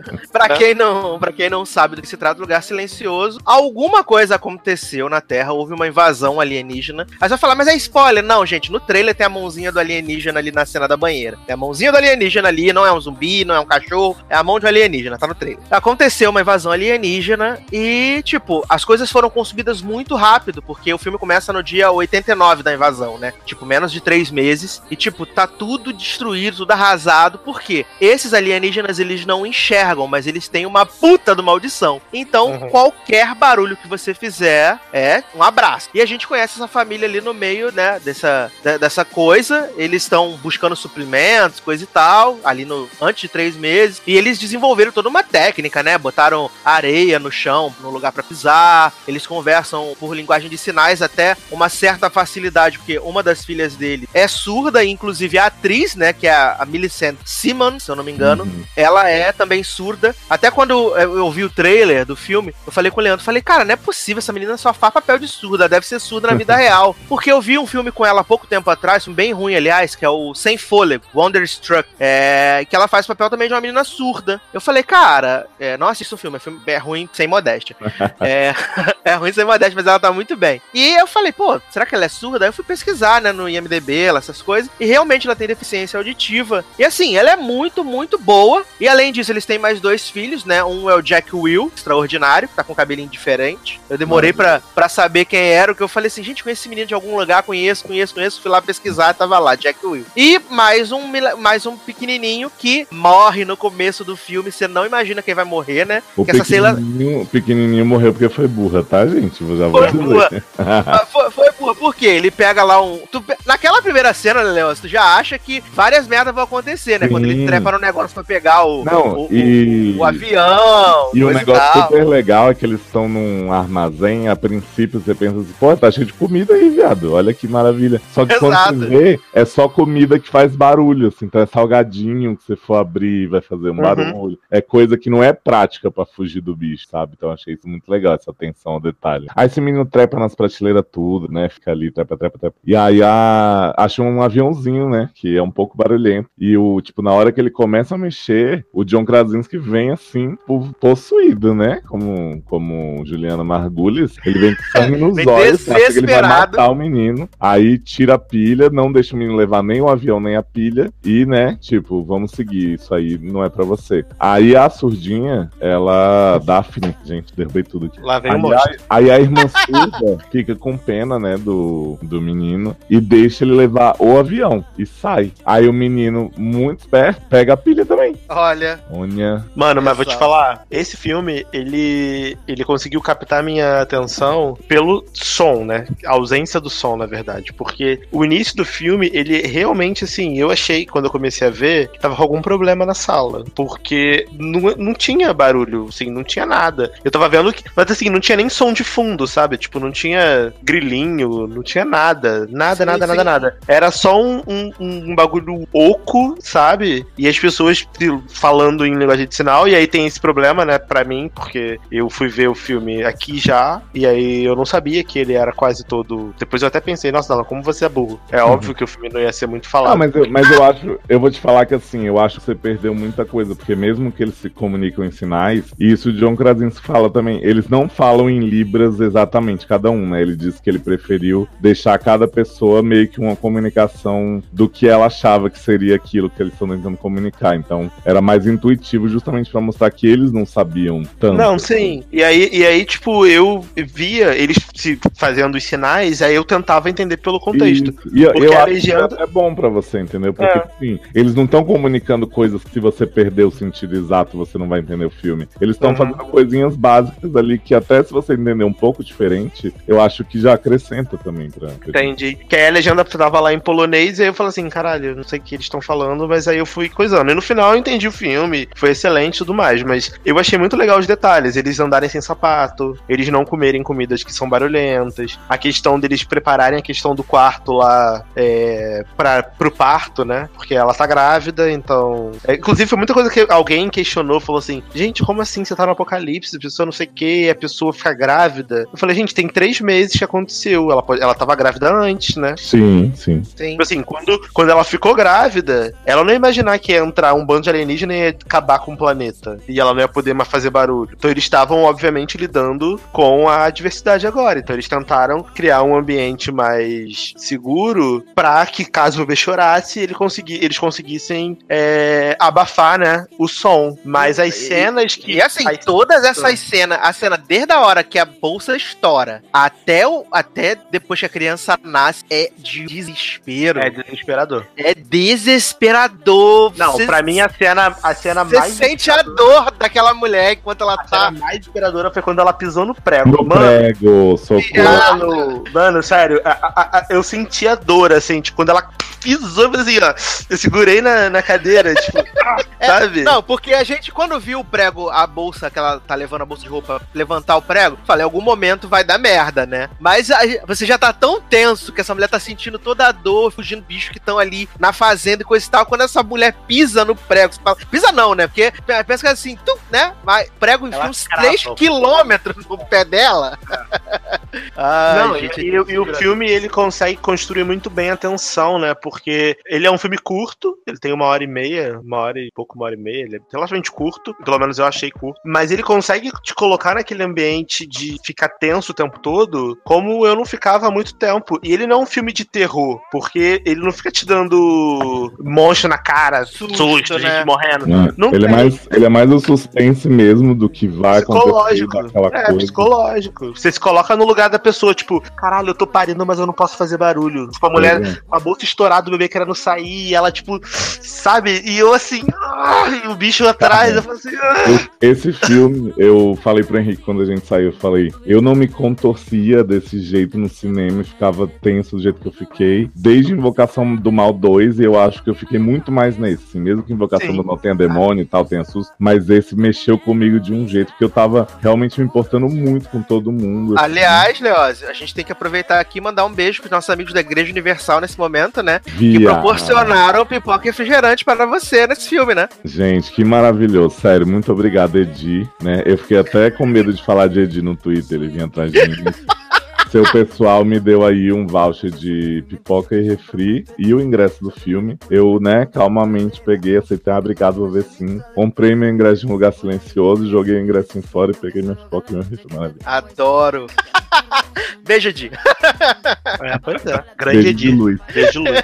Pra quem não sabe do que se trata, Lugar Silencioso, alguma coisa aconteceu na Terra, houve uma invasão alienígena. Aí você vai falar, mas é spoiler? Não, gente, no trailer tem a mãozinha do alienígena ali na cena da banheira. Tem a mãozinha do alienígena ali, não é um zumbi, não é um cachorro, é a mão de um alienígena, tá no trailer. Aconteceu uma invasão alienígena e, tipo, as coisas foram consumidas muito rápido, porque o filme começa no dia 89 da invasão, né? Tipo, menos de 3 meses. E, tipo, tá tudo destruído, tudo arrasado. Por quê? Esses alienígenas, eles não enxergam, mas eles têm uma puta de maldição. Então, qualquer barulho que você fizer é um abraço. E a gente conhece essa família ali no meio, né, dessa coisa. Eles estão buscando suprimentos, coisa e tal, ali antes de 3 meses. E eles desenvolveram toda uma técnica, né? Botaram areia no chão, no lugar pra pisar. Eles conversam por linguagem de sinais até uma certa facilidade, porque uma das filhas dele é surda, e inclusive a atriz, né, que é a Millicent Simmonds, se eu não me engano, ela é também surda. Até quando eu vi o trailer do filme, eu falei com o Leandro, falei, cara, não é possível, essa menina só faz papel de surda, deve ser surda na vida real. Porque eu vi um filme com ela há pouco tempo atrás, um bem ruim, aliás, que é o Sem Fôlego, Wonderstruck, que ela faz papel também de uma menina surda. Eu falei, cara, não assista o filme é ruim sem modéstia. É ruim sem modéstia, mas ela tá muito bem. E eu falei, pô, será que ela é surda? Aí eu fui pesquisar, né, no IMDb, essas coisas, e realmente ela tem deficiência auditiva. E assim, ela é muito, muito boa. E além disso, eles têm mais 2 filhos, né? Um é o Jack Will, extraordinário, que tá com um cabelinho diferente. Eu demorei pra saber quem era, que eu falei assim, gente, conheço esse menino de algum lugar, conheço. Fui lá pesquisar, tava lá, Jack Will. E mais um pequenininho que morre no começo do filme, você não imagina quem vai morrer, né? O que essa pequenininho morreu porque foi burra, tá, gente? Já vou Foi dizer. burra. Foi burra, por quê? Ele pega lá naquela primeira cena, Léo, tu já acha que várias merdas vão acontecer, né? Sim. Quando ele trepa no negócio pra pegar o avião. E o negócio super legal é que eles estão num armazém, a princípio você pensa assim, pô, tá cheio de comida aí, viado, olha que maravilha. Só que quando você vê, é só comida que faz barulho, assim, então é salgadinho que você for abrir vai fazer um barulho. É coisa que não é prática pra fugir do bicho, sabe? Então eu achei isso muito legal, essa atenção ao detalhe. Aí esse menino trepa nas prateleiras tudo, né? Fica ali, trepa. E aí acha um aviãozinho, né? Que é um pouco barulhento. E na hora que ele começa a mexer, o John Krasinski vem assim, possuído, né? Como Juliana Margulies, ele vem com sangue nos olhos, acha que ele vai matar o menino. Aí tira a pilha, não deixa o menino levar nem o avião, nem a pilha. E, né, vamos seguir, isso aí não é pra você. Aí a surdinha, ela dá fim. Gente, derrubei tudo aqui. Lá vem o monstro. Aí a irmã surda fica com pena, né, do menino e deixa ele levar o avião e sai. Aí o menino, muito esperto, pega a pilha também. Olha. Mano, mas vou te falar, esse filme, ele conseguiu captar minha atenção pelo som, né? A ausência do som, na verdade. Porque o início do filme, ele realmente, assim, eu achei, quando eu comecei a ver, que tava com algum problema na sala. Porque não tinha barulho, assim, não tinha nada. Eu tava vendo que, mas assim, não tinha nem som de fundo, sabe? Tipo, não tinha grilinho, não tinha nada. Nada. Era só um bagulho oco, sabe? E as pessoas falando em linguagem de sinal, e aí tem esse problema, né, pra mim, porque eu fui ver o filme aqui já, e aí eu não sabia que ele era quase todo... Depois eu até pensei, nossa, Dala, como você é burro. É óbvio que o filme não ia ser muito falado. Mas eu vou te falar que assim, eu acho que você perdeu muita coisa, porque mesmo que eles se comunicam em sinais, e isso o John Krasinski fala também, eles não falam em libras exatamente, cada um, né? Ele disse que ele preferiu deixar cada pessoa meio que uma comunicação do que ela achava que seria aquilo que eles estão tentando comunicar. Então, era mais intuitivo justamente pra mostrar que eles não sabiam tanto. Não, sim. E aí, tipo, eu via eles se fazendo os sinais, aí eu tentava entender pelo contexto. E eu acho que é bom pra você, entendeu? Porque, assim, eles não estão comunicando coisas que se você perder o sentido exato, você não vai entender o filme. Eles estão fazendo coisinhas básicas ali que até se você entender um pouco diferente, eu acho que já acrescenta também pra... Entendi. Que aí a legenda tava lá em polonês, e aí eu falei assim, caralho, eu não sei o que eles estão falando, mas aí eu fui coisando. E no final eu entendi o filme, foi excelente e tudo mais, mas eu achei muito legal os detalhes, eles andarem sem sapato, eles não comerem comidas que são barulhentas, a questão deles prepararem a questão do quarto lá pro parto, né? Porque ela tá grávida, então... inclusive foi muita coisa que alguém questionou, falou assim, gente, como assim você tá no apocalipse, a pessoa não sei o que, a pessoa fica grávida? Eu falei, gente, tem 3 meses que aconteceu, ela tava grávida antes, né? Sim. Tipo assim, quando ela ficou grávida, ela não ia imaginar que ia entrar um bando de alienígena e ia acabar com o planeta, e ela não ia poder mais fazer barulho. Então eles estavam, obviamente, lidando com a adversidade agora, então eles tentaram criar um ambiente mais seguro pra que, caso o bebê chorasse, eles conseguissem abafar, né, o som. Mas as cenas que... E assim, todas essas cenas, a cena desde a hora que a bolsa estoura até depois que a criança nasce, é de desespero. É desesperador. É desesperador. Não, pra mim a cena mais... Você sente a dor daquela mulher enquanto ela tá... A cena mais desesperadora foi quando ela pisou no prego. Mano, sério, eu senti a dor, assim, tipo, quando ela pisou, assim, ó, eu segurei na cadeira, tipo, sabe? Não, porque a gente, quando viu o prego, a bolsa, que ela tá levando a bolsa de roupa, levantar o prego, falei, em algum momento vai dar merda, né? Mas você já tá tão tenso que essa mulher tá sentindo toda a dor, fugindo bichos que estão ali na fazenda e coisa e tal, quando essa mulher pisa no prego, você fala, pisa não, né? Porque pensa que é assim, né? Mas prego enfia uns 3 quilômetros no pé dela. Não, gente, e o filme, ele consegue construir muito bem a tensão, né? Porque ele é um filme curto, ele tem 1h30, 1h30, ele é relativamente curto, pelo menos eu achei curto, mas ele consegue te colocar naquele ambiente de ficar tenso o tempo todo, como eu não ficava há muito tempo. E ele não é um filme de terror, porque ele não fica te dando monstro na cara, susto, né? Gente morrendo. Não ele é mais o suspense mesmo do que vai acontecer. Psicológico. Você se coloca no lugar desesperada da pessoa, tipo, caralho, eu tô parindo, mas eu não posso fazer barulho. Tipo, a mulher com a bolsa estourada, o bebê querendo sair, e ela, tipo, sabe? E eu assim, e o bicho atrás, eu falei assim. Esse filme, eu falei pro Henrique quando a gente saiu, eu falei, eu não me contorcia desse jeito no cinema, ficava tenso do jeito que eu fiquei. Desde Invocação do Mal 2, eu acho que eu fiquei muito mais nesse, assim, mesmo que Invocação do Mal tenha demônio e tal, tenha susto, mas esse mexeu comigo de um jeito que eu tava realmente me importando muito com todo mundo. Assim. Aliás, Leózio, a gente tem que aproveitar aqui e mandar um beijo pros nossos amigos da Igreja Universal nesse momento, né? Que proporcionaram pipoca e refrigerante para você nesse filme, né? Gente, que maravilhoso, sério, muito obrigado, Edi, né? Eu fiquei até com medo de falar de Edi no Twitter, ele vinha atrás de mim. Seu pessoal me deu aí um voucher de pipoca e refri e o ingresso do filme. Eu, né, calmamente peguei, aceitei, obrigado, vou ver sim. Comprei meu ingresso de um lugar silencioso, joguei o ingresso fora e peguei minha pipoca e meu refri. Maravilha. Adoro. Beijo, Edi. Pois é. Grande Edi. Beijo, Luiz.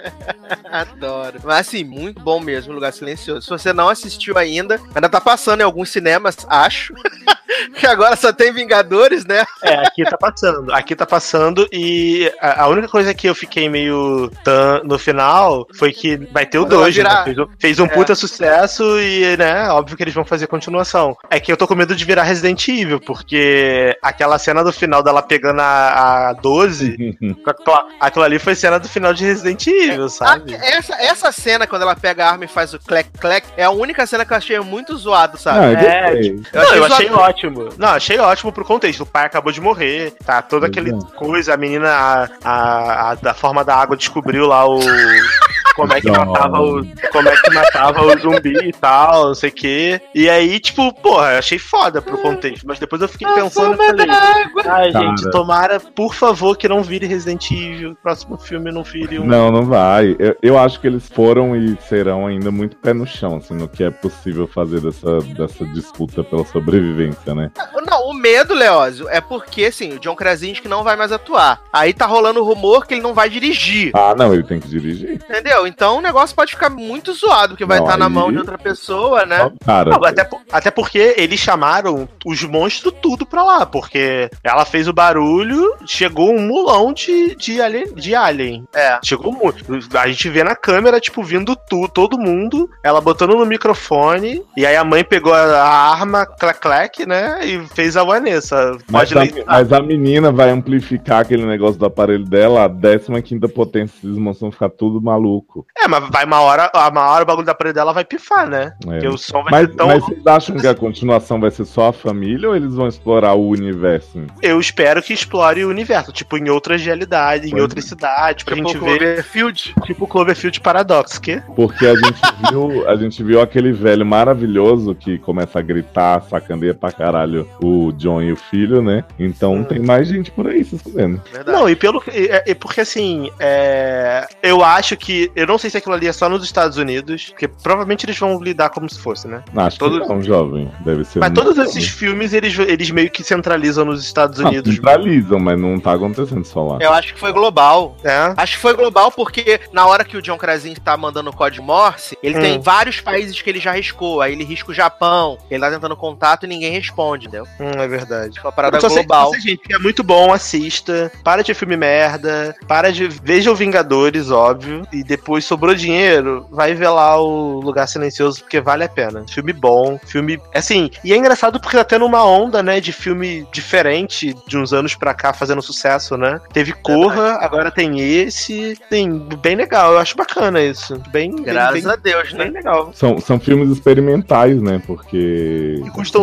Adoro. Mas assim, muito bom mesmo, Lugar Silencioso. Se você não assistiu ainda tá passando em alguns cinemas, acho. Que agora só tem Vingadores, né? Aqui tá passando. Aqui tá passando e a única coisa que eu fiquei meio no final foi que vai ter o 2, né? Fez um puta sucesso e, né, óbvio que eles vão fazer continuação. É que eu tô com medo de virar Resident Evil, porque aquela cena do final dela pegando a 12, aquilo ali foi cena do final de Resident Evil, sabe? Essa cena, quando ela pega a arma e faz o clec-clec, é a única cena que eu achei muito zoado, sabe? Eu achei ótimo. Não, achei ótimo pro contexto. O pai acabou de morrer, tá? Toda aquela coisa, a menina, da forma da água descobriu lá como é que matava o zumbi e tal, não sei o quê. E aí, tipo, porra, eu achei foda pro contexto. Mas depois eu fiquei pensando e falei, gente, tomara, por favor, que não vire Resident Evil. O próximo filme não vire um. Não vai. Eu acho que eles foram e serão ainda muito pé no chão, assim, no que é possível fazer dessa disputa pela sobrevivência, né? Não, o medo, Leózio, é porque, assim, o John Krasinski não vai mais atuar. Aí tá rolando o rumor que ele não vai dirigir. Ah, não, ele tem que dirigir. Entendeu? Então o negócio pode ficar muito zoado, porque vai estar na mão de outra pessoa, né? Cara, não, até porque eles chamaram os monstros tudo pra lá, porque ela fez o barulho, chegou um mulão de alien. Chegou muito. A gente vê na câmera, tipo, vindo todo mundo, ela botando no microfone, e aí a mãe pegou a arma, clac, né? E fez a Vanessa. Mas a menina vai amplificar aquele negócio do aparelho dela, a 15ª potência, esses monstros vão ficar tudo maluco. Mas vai uma hora o bagulho da aparelho dela vai pifar, né? Porque o som vai ser tão... Mas vocês acham que a continuação vai ser só a família ou eles vão explorar o universo? Eu espero que explore o universo, tipo, em outras realidades, em outras cidades, pra gente ver... Tipo Cloverfield Paradox, que? Porque a gente viu aquele velho maravilhoso que começa a gritar, sacandeia pra caralho o John e o filho, né? Então tem mais gente por aí se escondendo. Não, porque assim, eu acho que, eu não sei se aquilo ali é só nos Estados Unidos, porque provavelmente eles vão lidar como se fosse, né? Acho que não, jovem, deve ser. Mas todos esses filmes, eles meio que centralizam nos Estados Unidos. Centralizam, mas não tá acontecendo só lá. Eu acho que foi global. Acho que foi global porque na hora que o John Krasinski tá mandando o código Morse, ele tem vários países que ele já riscou, aí ele risca o Japão, ele tá tentando contato e ninguém responde, entendeu? É verdade. Foi uma parada global. Gente, é muito bom, assista, para de filme merda, veja o Vingadores, óbvio, e depois sobrou dinheiro, vai ver lá o Lugar Silencioso, porque vale a pena. Filme bom, filme, assim, e é engraçado porque tá tendo uma onda, né, de filme diferente de uns anos pra cá, fazendo sucesso, né? Teve Corra, agora tem esse, bem legal, eu acho bacana isso. Graças a Deus, né? Bem legal. São filmes experimentais, né, porque... E custam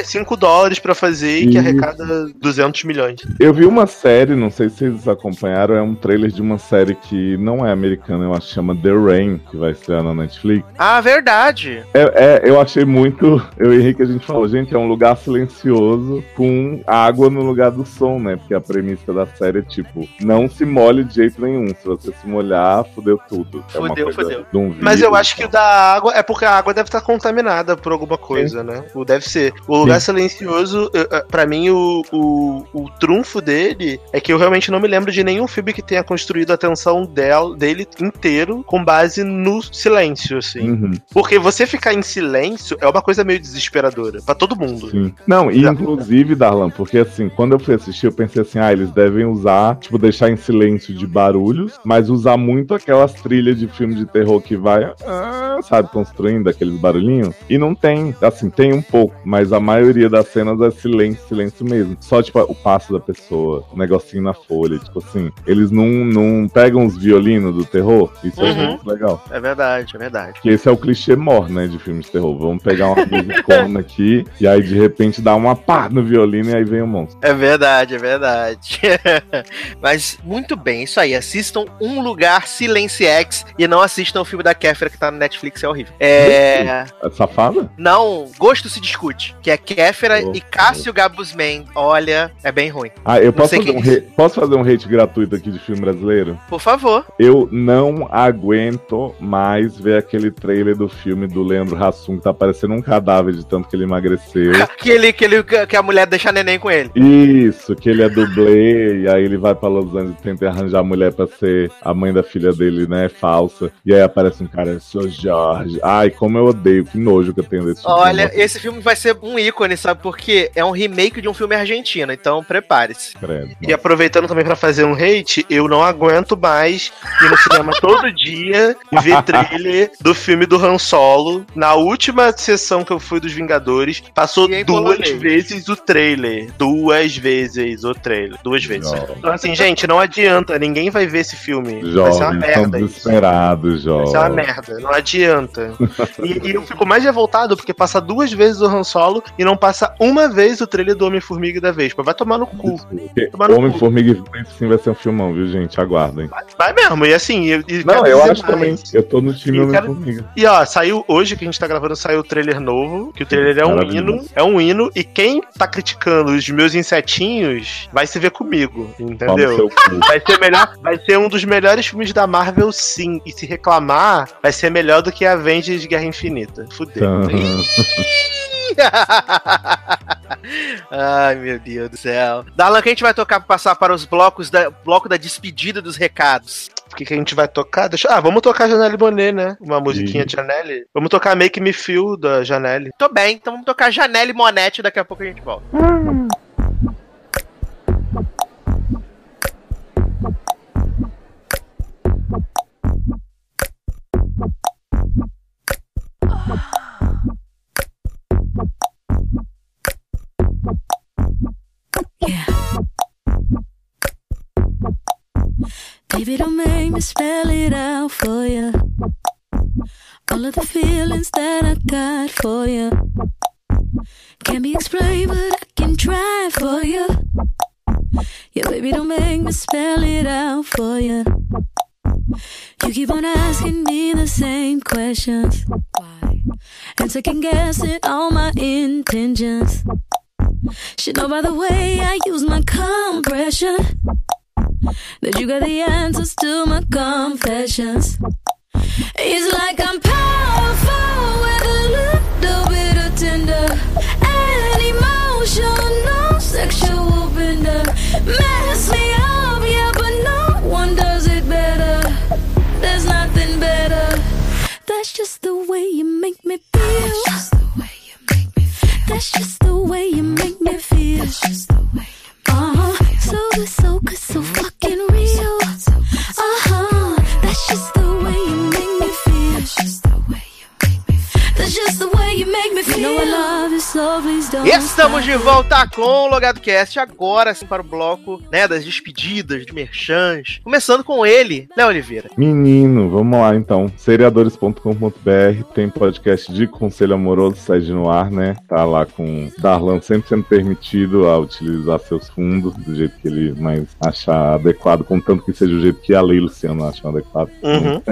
$5 pra fazer e que arrecada 200 milhões. Eu vi uma série, não sei se vocês acompanharam, é um trailer de uma série que não é americana, eu acho que chama The Rain, que vai estrear na Netflix. Ah, verdade. Eu achei muito... Eu e o Henrique, a gente falou, gente, é um lugar silencioso com água no lugar do som, né? Porque a premissa da série é tipo, não se molhe de jeito nenhum. Se você se molhar, fudeu tudo. Fudeu. Mas eu acho que o da água é porque a água deve estar contaminada por alguma coisa, né? Deve ser. O Lugar Silencioso, pra mim, o trunfo dele é que eu realmente não me lembro de nenhum filme que tenha construído a tensão dele inteiro roteiro com base no silêncio, assim. Porque você ficar em silêncio é uma coisa meio desesperadora pra todo mundo. Sim. Não, e inclusive, Darlan, porque assim, quando eu fui assistir, eu pensei assim, eles devem usar, tipo, deixar em silêncio de barulhos, mas usar muito aquelas trilhas de filme de terror que vai, sabe, construindo aqueles barulhinhos. E não tem, assim, tem um pouco, mas a maioria das cenas é silêncio mesmo. Só, tipo, o passo da pessoa, o negocinho na folha, tipo assim, eles não pegam os violinos do terror. Isso é muito legal. É verdade, é verdade. Porque esse é o clichê mor, né, de filme de terror. Vamos pegar uma musicona aqui, e aí de repente dá uma pá no violino e aí vem o monstro. É verdade, é verdade. Mas muito bem, isso aí. Assistam Um Lugar Silenciex e não assistam o filme da Kéfera que tá no Netflix, é horrível. É safada? Não, Gosto se Discute, que é Kéfera e Cássio Gabusman. Olha, é bem ruim. Eu posso fazer um hate gratuito aqui de filme brasileiro? Por favor. Eu não aguento mais ver aquele trailer do filme do Leandro Hassum, que tá parecendo um cadáver de tanto que ele emagreceu. que a mulher deixa neném com ele. Isso, que ele é dublê, e aí ele vai pra Los Angeles e tenta arranjar a mulher pra ser a mãe da filha dele, né, falsa. E aí aparece um cara, sou Jorge. Ai, como eu odeio, que nojo que eu tenho desse filme. Olha, esse filme vai ser um ícone, sabe? Porque é um remake de um filme argentino, então prepare-se. E aproveitando também pra fazer um hate, eu não aguento mais ir no cinema todo dia e ver trailer do filme do Han Solo. Na última sessão que eu fui dos Vingadores, passou 2 vezes o trailer. 2 vezes o trailer. 2 vezes. Então assim, gente, não adianta, ninguém vai ver esse filme. Vai ser uma merda. Desesperados, vai ser uma merda, não adianta. E eu fico mais revoltado porque passa 2 vezes o Han Solo e não passa uma vez o trailer do Homem-Formiga e da Vespa. Vai tomar no cu. Homem-Formiga sim vai ser um filmão, viu, gente? Aguardem. Vai mesmo, e assim... Não, eu acho também. Eu tô no time Homem-Formiga. E ó, saiu hoje, que a gente tá gravando, saiu o trailer novo, que o trailer é um hino. É um hino, e quem tá criticando os meus insetinhos vai se ver comigo, entendeu? Vai ser melhor, vai ser um dos melhores filmes da Marvel, sim. E se reclamar, vai ser melhor do que Avengers Guerra Infinita. Fudeu. Ai, meu Deus do céu. Darlan, que a gente vai tocar pra passar para os bloco da despedida dos recados? O que a gente vai tocar? Vamos tocar Janelle Monáe, né? Uma musiquinha de Janelle. Vamos tocar Make Me Feel da Janelle. Tô bem, então vamos tocar Janelle Monáe, daqui a pouco a gente volta. Baby, don't make me spell it out for you. All of the feelings that I got for you can't be explained, but I can try for you. Yeah, baby, don't make me spell it out for you. You keep on asking me the same questions. Why? And second guessing all my intentions. Should know by the way I use my compression that you got the answers to my confessions. It's like I'm powerful with a little bit of tender and emotional, sexual bender. Mess me up, yeah, but no one does it better. There's nothing better. That's just the way you make me feel. That's just the way you make me feel. That's just the way you make me feel. That's just the way you make me feel. So good, so fucking real. That's just the way you make me feel. That's just the way you make me feel. That's just the way you make me feel. You know I love you, so please don't. Estamos de volta com o LogadoCast, agora sim para o bloco, né, das despedidas, de merchans. Começando com ele, Léo Oliveira. Menino, vamos lá então. Seriadores.com.br tem podcast de conselho amoroso, sai no ar, né? Tá lá com Darlan sempre sendo permitido a utilizar seus fundos do jeito que ele mais achar adequado, contanto que seja o jeito que a Lei Luciano acha adequado.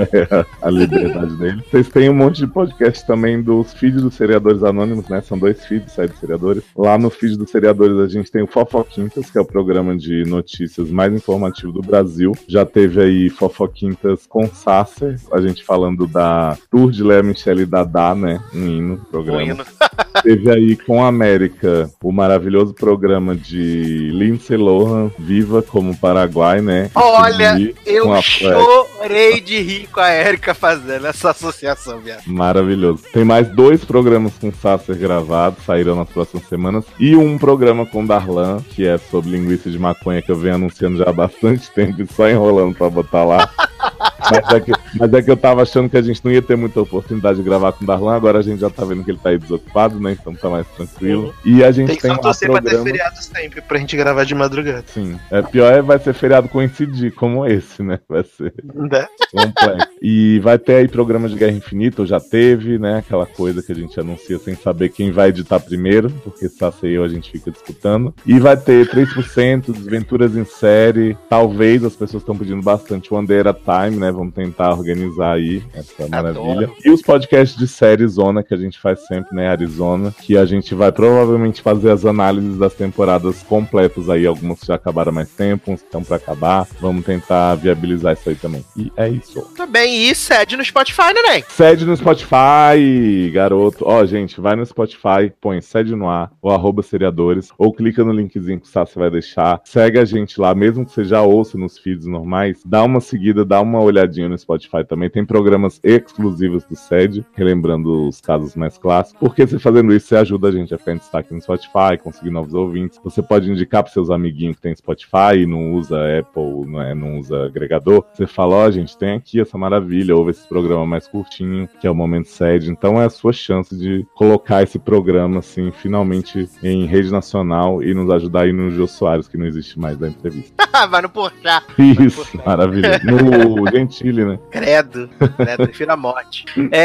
A liberdade dele. Vocês têm um monte de podcast também dos feeds dos Seriadores Anônimos, né? São 2 feeds. feed, site dos Seriadores. Lá no feed dos Seriadores a gente tem o Fofoquintas, que é o programa de notícias mais informativo do Brasil. Já teve aí Fofoquintas com Sasser, a gente falando da tour de Léa Michele e Dadá, né? Um hino, programa. Teve aí com a América o maravilhoso programa de Lindsay Lohan, Viva como Paraguai, né? Olha, eu chorei de rir com a Erika fazendo essa associação, viado. Maravilhoso. Tem mais 2 programas com Sasser gravados, sairão nas próximas semanas. E um programa com Darlan, que é sobre linguiça de maconha, que eu venho anunciando já há bastante tempo e só enrolando pra botar lá. Mas é que eu tava achando que a gente não ia ter muita oportunidade de gravar com o Darlan, agora a gente já tá vendo que ele tá aí desocupado, né? Então tá mais tranquilo. E a gente tem que só torcer pra ter feriado sempre, pra gente gravar de madrugada. Sim. Pior vai ser feriado coincidir, como esse, né? Vai ser complexo. E vai ter aí programa de Guerra Infinita, ou já teve, né? Aquela coisa que a gente anuncia sem saber quem vai editar primeiro, porque Sassi e eu a gente fica disputando. E vai ter 3%, Desventuras em Série, talvez, as pessoas estão pedindo bastante One Day at a Time, né? Vamos tentar organizar aí essa maravilha. Adoro. E os podcasts de série Zona, que a gente faz sempre, né? Arizona, que a gente vai provavelmente fazer as análises das temporadas completas aí, algumas já acabaram há mais tempo, uns estão pra acabar. Vamos tentar viabilizar isso aí também. E é isso. Tá bem, e sede no Spotify, né? Sede no Spotify, garoto. Ó, gente, vai no Spotify, põe Sede no Ar, ou @seriadores, ou clica no linkzinho que o Sassi vai deixar. Segue a gente lá, mesmo que você já ouça nos feeds normais, dá uma seguida, dá uma olhadinha no Spotify também. Tem programas exclusivos do Sede, relembrando os casos mais clássicos. Porque você fazendo isso, você ajuda a gente a ficar em destaque no Spotify, conseguir novos ouvintes. Você pode indicar pros seus amiguinhos que tem Spotify e não usa Apple, não usa agregador. Você fala, ó, gente, tem aqui essa maravilha, ouve esse programa mais curtinho, que é o Momento Sede. Então é a sua chance de colocar esse programa, assim, finalmente em rede nacional e nos ajudar aí no Jô Soares, que não existe mais da entrevista. Vai no Porchat. Isso, maravilhoso. No Gentili, né? Credo, prefiro a morte.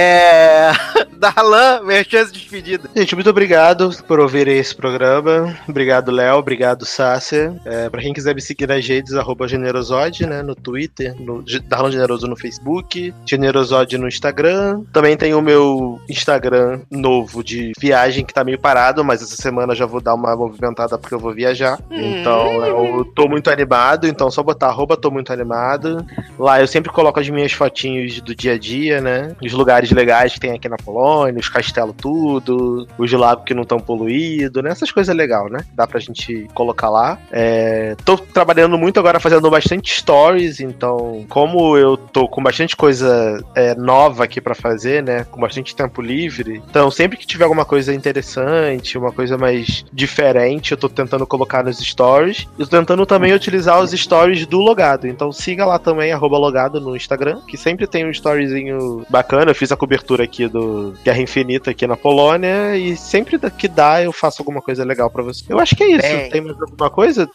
Darlan, minha chance de despedida. Gente, muito obrigado por ouvirem esse programa. Obrigado, Léo. Obrigado, Sácia. Pra quem quiser me seguir nas redes, @generosode, né? No Twitter, no Darlan Generoso no Facebook, Generosode no Instagram. Também tem o meu Instagram novo de viagem, que tá meio parado, mas essa semana já vou dar uma movimentada porque eu vou viajar. Então, eu tô muito animado, então só botar @tô muito animado. Lá eu sempre coloco as minhas fotinhos do dia a dia, né? Os lugares legais que tem aqui na Polônia, os castelos tudo, os lagos que não estão poluídos, né? Essas coisas legais, né? Dá pra gente colocar lá. Tô trabalhando muito agora, fazendo bastante stories, então como eu tô com bastante coisa nova aqui pra fazer, né? Com bastante tempo livre, então sempre que tiver alguma coisa interessante, uma coisa mais diferente, eu tô tentando colocar nos stories. Eu tô tentando também utilizar os stories do Logado, então siga lá também, @logado no Instagram, que sempre tem um storyzinho bacana. Eu fiz a cobertura aqui do Guerra Infinita aqui na Polônia e sempre que dá eu faço alguma coisa legal pra você. Eu acho que é isso. Tem mais alguma coisa?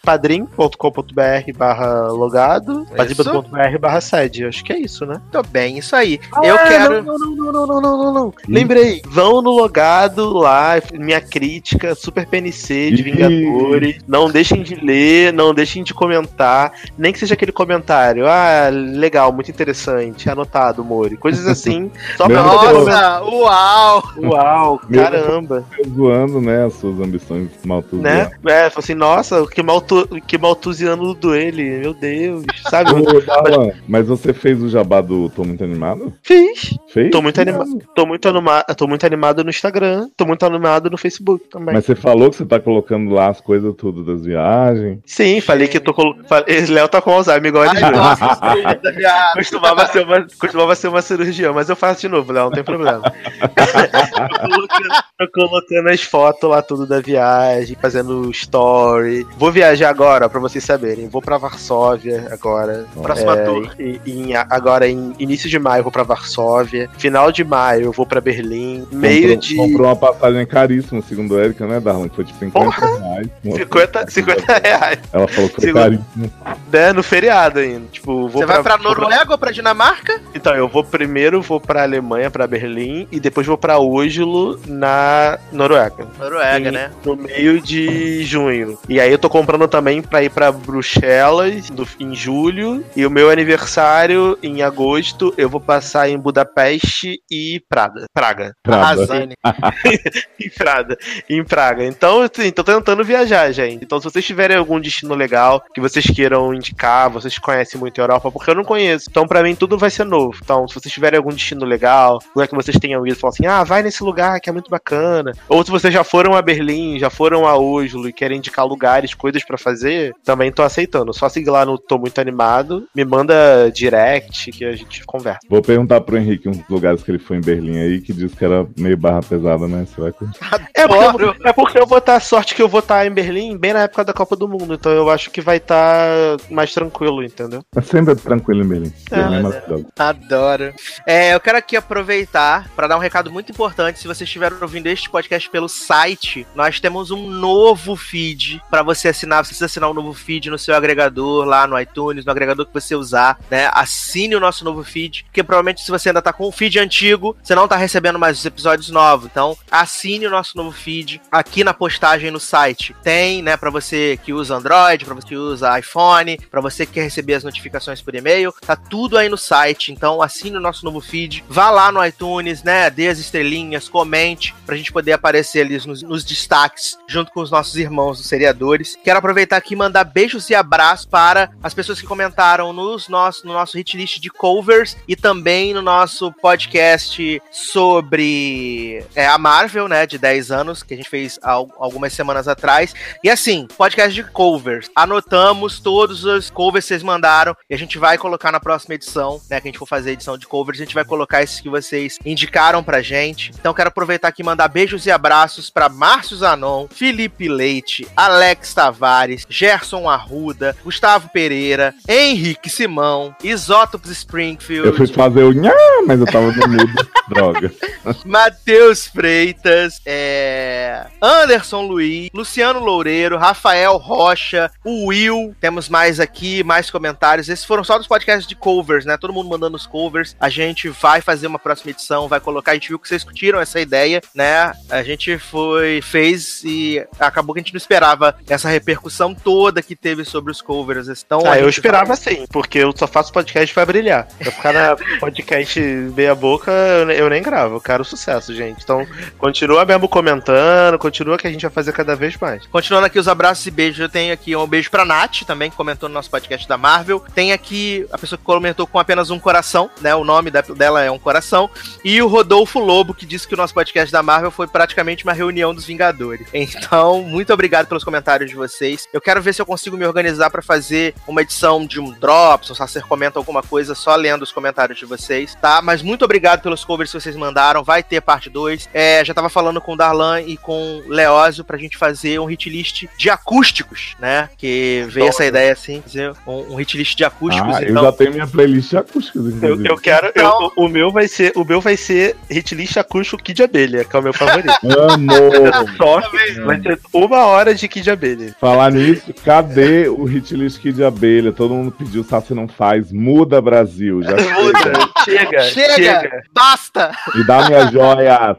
padrim.com.br/logado, padrim.com.br/sede. Acho que é isso, né? Tô bem, isso aí. Eu quero... Não. Lembrei. Vão no Logado lá, minha crítica super PNC de Vingadores. Não deixem de ler, não deixem de comentar, nem que seja aquele comentário, legal, muito interessante, anotado, Mori, coisas assim, só pra Nossa, uau, caramba. Zoando, né, as suas ambições maltusianas. Né? Assim, nossa, que maltusiano do ele, meu Deus, sabe? Mas você fez o jabá do Tô Muito Animado? Fiz. Fez? Tô muito animado no Instagram, tô muito animado no Facebook também. Mas você falou que você tá colocando lá as coisas tudo das viagens? Sim, falei que eu tô colocando. Léo tá com Alzheimer igual ele. Costumava ser uma cirurgia, mas eu faço de novo, Léo, não tem problema. tô colocando as fotos lá tudo da viagem, fazendo story. Vou viajar agora, pra vocês saberem. Vou pra Varsóvia agora. Próxima tour. Agora em início de maio eu vou pra Varsóvia. Final de maio eu vou pra Berlim. Comprou uma passagem caríssima, segundo a Erika, né, Darlan? Que foi de 50 reais. 50 reais. Ela falou que foi caríssimo. No feriado ainda. Tipo, vou Você vai pra Noruega? Noruega ou pra Dinamarca? Então, eu vou primeiro pra Alemanha, pra Berlim, e depois vou pra Oslo, na Noruega. Noruega, né? No meio de junho. E aí eu tô comprando também pra ir pra Bruxelas em julho, e o meu aniversário, em agosto, eu vou passar em Budapeste e Praga. Arrasane. Em Praga. Então, assim, tô tentando viajar, gente. Então, se vocês tiverem algum destino legal que vocês queiram indicar, vocês conhecem muito a Europa, porque eu não conheço. Então, pra mim, tudo vai ser novo. Então, se vocês tiverem algum destino legal, lugar que vocês tenham ido, falam assim, vai nesse lugar que é muito bacana. Ou se vocês já foram a Berlim, já foram a Oslo e querem indicar lugares, coisas pra fazer, também tô aceitando. Só seguir lá no Tô Muito Animado, me manda direct que a gente conversa. Vou perguntar pro Henrique uns lugares que ele foi em Berlim aí, que disse que era meio barra pesada, né? Você vai curtir. É porque eu vou estar, sorte que eu vou estar em Berlim bem na época da Copa do Mundo, então eu acho que vai estar mais tranquilo, entendeu? Mas sempre é tranquilo em Berlim. Berlim é maravilhoso. Adoro. Eu quero aqui aproveitar para dar um recado muito importante. Se vocês estiveram ouvindo este podcast pelo site, nós temos um novo feed para você assinar. Você precisa assinar um novo feed no seu agregador, lá no iTunes, no agregador que você usar, né? Assine o nosso novo feed, porque provavelmente se você ainda tá com o feed antigo, você não tá recebendo mais os episódios novos. Então, assine o nosso novo feed aqui na postagem no site. Tem, né, para você que usa Android, para você que usa iPhone, para você que quer receber as notificações por e-mail, tá tudo aí no site. Então, assine o nosso novo feed, vá lá no iTunes, né, dê as estrelinhas, comente, pra gente poder aparecer ali nos destaques, junto com os nossos irmãos dos seriadores. Quero aproveitar aqui e mandar beijos e abraços para as pessoas que comentaram no nosso hit list de covers e também no nosso podcast sobre a Marvel, né, de 10 anos, que a gente fez algumas semanas atrás. E assim, podcast de covers. Anotamos todos os covers que vocês mandaram e a gente vai colocar na próxima edição, né, que a gente for fazer a edição de covers, a gente vai colocar esses que vocês indicaram pra gente. Então quero aproveitar aqui e mandar beijos e abraços pra Márcio Zanon, Felipe Leite, Alex Tavares, Gerson Arruda, Gustavo Pereira, Henrique Simão, Isótopos Springfield. Eu fui fazer o nhá, mas eu tava no mudo. Droga. Matheus Freitas, Anderson Luiz, Luciano Loureiro, Rafael Rocha, o Will. Temos mais aqui, mais comentários. Esses foram só dos podcasts de covers, né? Todo mundo mandando os covers. A gente vai fazer uma próxima edição, vai colocar. A gente viu que vocês curtiram essa ideia, né? A gente fez e acabou que a gente não esperava essa repercussão toda que teve sobre os covers. Então, eu esperava sim, porque eu só faço podcast pra brilhar. Pra ficar na podcast meia boca, eu nem gravo. Eu quero sucesso, gente. Então, continua mesmo comentando, continua que a gente vai fazer cada vez mais. Continuando aqui os abraços e beijos, eu tenho aqui um beijo pra Nath, também, que comentou no nosso podcast da Marvel. Tem aqui a pessoa que comentou com apenas um coração, né? O nome dela é um coração. E o Rodolfo Lobo, que disse que o nosso podcast da Marvel foi praticamente uma reunião dos Vingadores. Então, muito obrigado pelos comentários de vocês. Eu quero ver se eu consigo me organizar pra fazer uma edição de um Drops, ou se você comenta alguma coisa só lendo os comentários de vocês, tá? Mas muito obrigado pelos covers que vocês mandaram. Vai ter parte 2. Já tava falando com o Darlan e com o Leózio pra gente fazer um hit list de acústicos, né? Que veio essa ideia assim, fazer um hit list de acústicos. Então... Eu já tenho minha playlist de acústicos. Eu quero. Então... O meu vai ser hit list acústico Kid Abelha, que é o meu favorito. Amor! Só vai ser 1 hora de Kid Abelha. Falar nisso, cadê o hit list Kid Abelha? Todo mundo pediu, Sassi não faz. Muda, Brasil. Já chega! Basta! Me dá minha joia!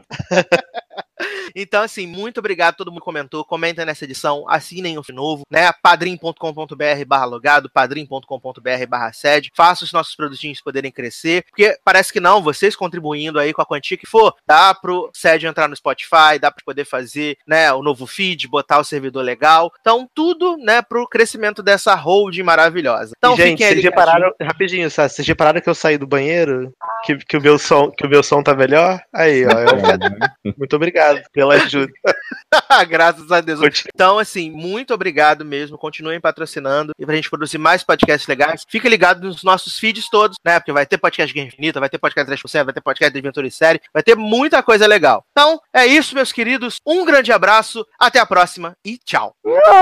Então, assim, muito obrigado, todo mundo comentou, comentem nessa edição, assinem o novo, né, padrim.com.br/logado, padrim.com.br/sede, faça os nossos produtinhos poderem crescer, porque parece que não, vocês contribuindo aí com a quantia que for, dá pro sede entrar no Spotify, dá pra poder fazer, né, o novo feed, botar o servidor legal, então tudo, né, pro crescimento dessa holding maravilhosa. Então, e, gente, vocês repararam, rapidinho, sabe, vocês repararam que eu saí do banheiro? Que o meu som tá melhor? Aí, ó, muito obrigado pela ajuda. Graças a Deus. Então, assim, muito obrigado mesmo. Continuem patrocinando e pra gente produzir mais podcasts legais. Fica ligado nos nossos feeds todos, né? Porque vai ter podcast Guerra Infinita, vai ter podcast 3%, vai ter podcast de Aventura e Série, vai ter muita coisa legal. Então, é isso, meus queridos. Um grande abraço, até a próxima e tchau.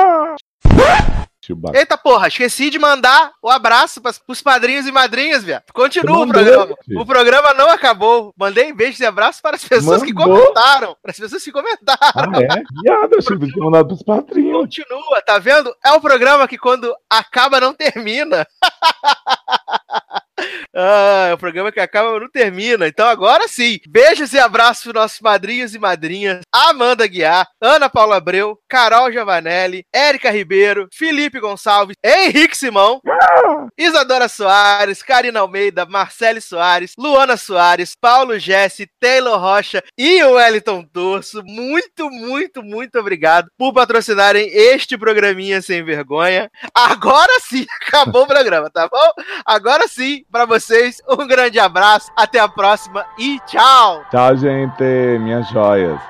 Eita porra, esqueci de mandar o abraço pros padrinhos e madrinhas, viado. Continua o programa. O programa não acabou. Mandei beijos e abraços para as pessoas que comentaram. Para as pessoas que comentaram. Viado, eu achei que tinha mandado pros padrinhos. Continua, tá vendo? É um programa que quando acaba não termina. É o programa que acaba, mas não termina. Então agora sim, beijos e abraços para nossos madrinhos e madrinhas: Amanda Guiar, Ana Paula Abreu, Carol Giovanelli, Érica Ribeiro, Felipe Gonçalves, Henrique Simão, Isadora Soares, Karina Almeida, Marcele Soares, Luana Soares, Paulo Jesse, Taylor Rocha e o Wellington Torso. Muito, muito, muito obrigado por patrocinarem este programinha sem vergonha. Agora sim, acabou o programa, tá bom? Agora sim, pra vocês, um grande abraço, até a próxima e tchau! Tchau, gente, minhas joias.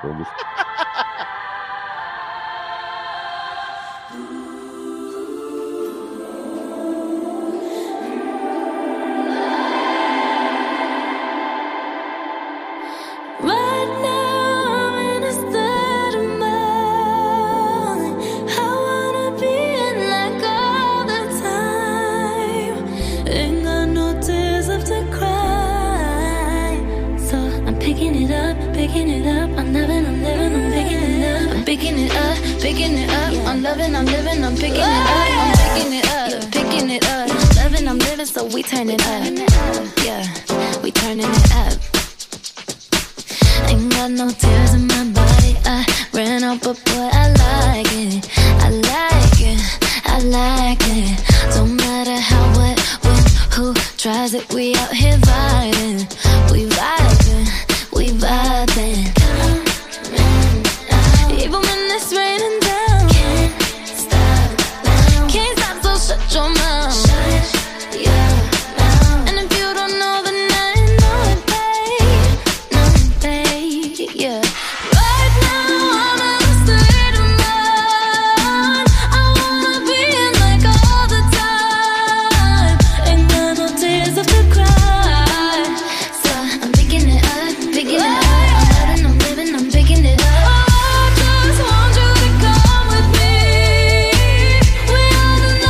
I'm living, I'm picking it up. I'm picking it up, picking it up. Loving, I'm living, so we turn it up. Yeah, we turning it up. Ain't got no tears in my body. I ran out, but boy, I like it. I like it, I like it. Don't matter how, what, when, who tries it. We out here vibing. We vibing, we vibing. Even when it's raining down. Shut your mouth. Shut your mouth. And if you don't know, then I know it, babe. Know it, babe. Yeah. Right now I'm in a state of mind. I wanna be in like all the time. Ain't got no tears left to cry. So I'm picking it up, picking it up. I'm living, I'm picking it up. I just want you to come with me. We are the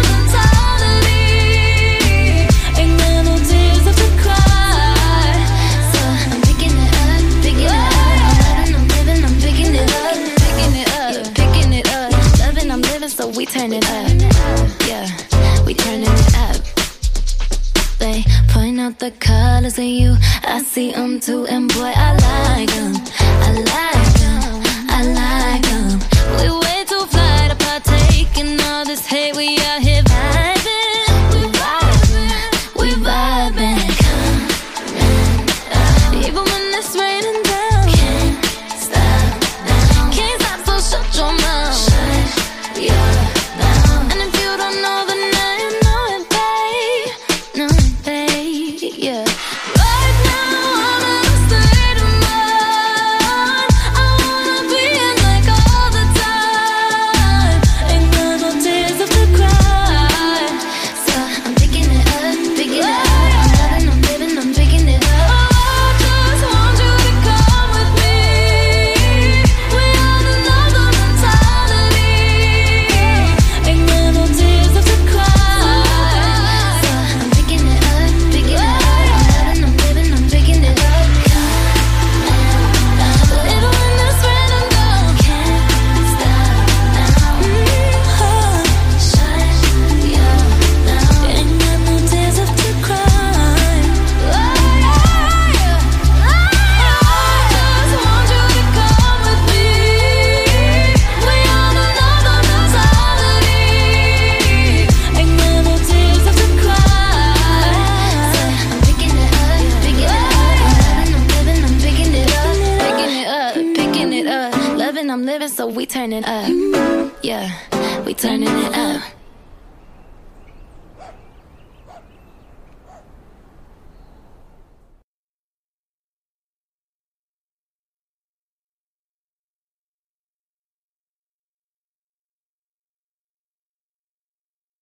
so we turn it up, yeah, we turning it up. They point out the colors in you, I see them too, and boy, I like them, I like them, I like them. We way too fly to partake in all this hate, we out here vibing, we vibing, we vibing. Even when it's raining down, can't stop, so shut your mouth. Yeah. And if you don't know, then I know it, babe. Know it, babe. Yeah. Right now I'm in a state of mind. I wanna be in like all the time. Ain't got no tears left to cry. So I'm picking it up, picking it up. I'm living, I'm picking it up. I just want you to come with me. We are another mentality. Ain't got no tears left to cry. So I'm picking it up, picking it up. I'm living, I'm picking it up. Even when it's raining down, can't stop now. Shut your mouth. Ain't got no tears left to cry. I just want you to come with me. We on another mentality. Ain't got no tears left to cry. So I'm picking it up, picking it up. I'm living, I'm picking it up, picking it up, picking it up. Loving, I'm living, so we turn it up. Yeah, we turning it up.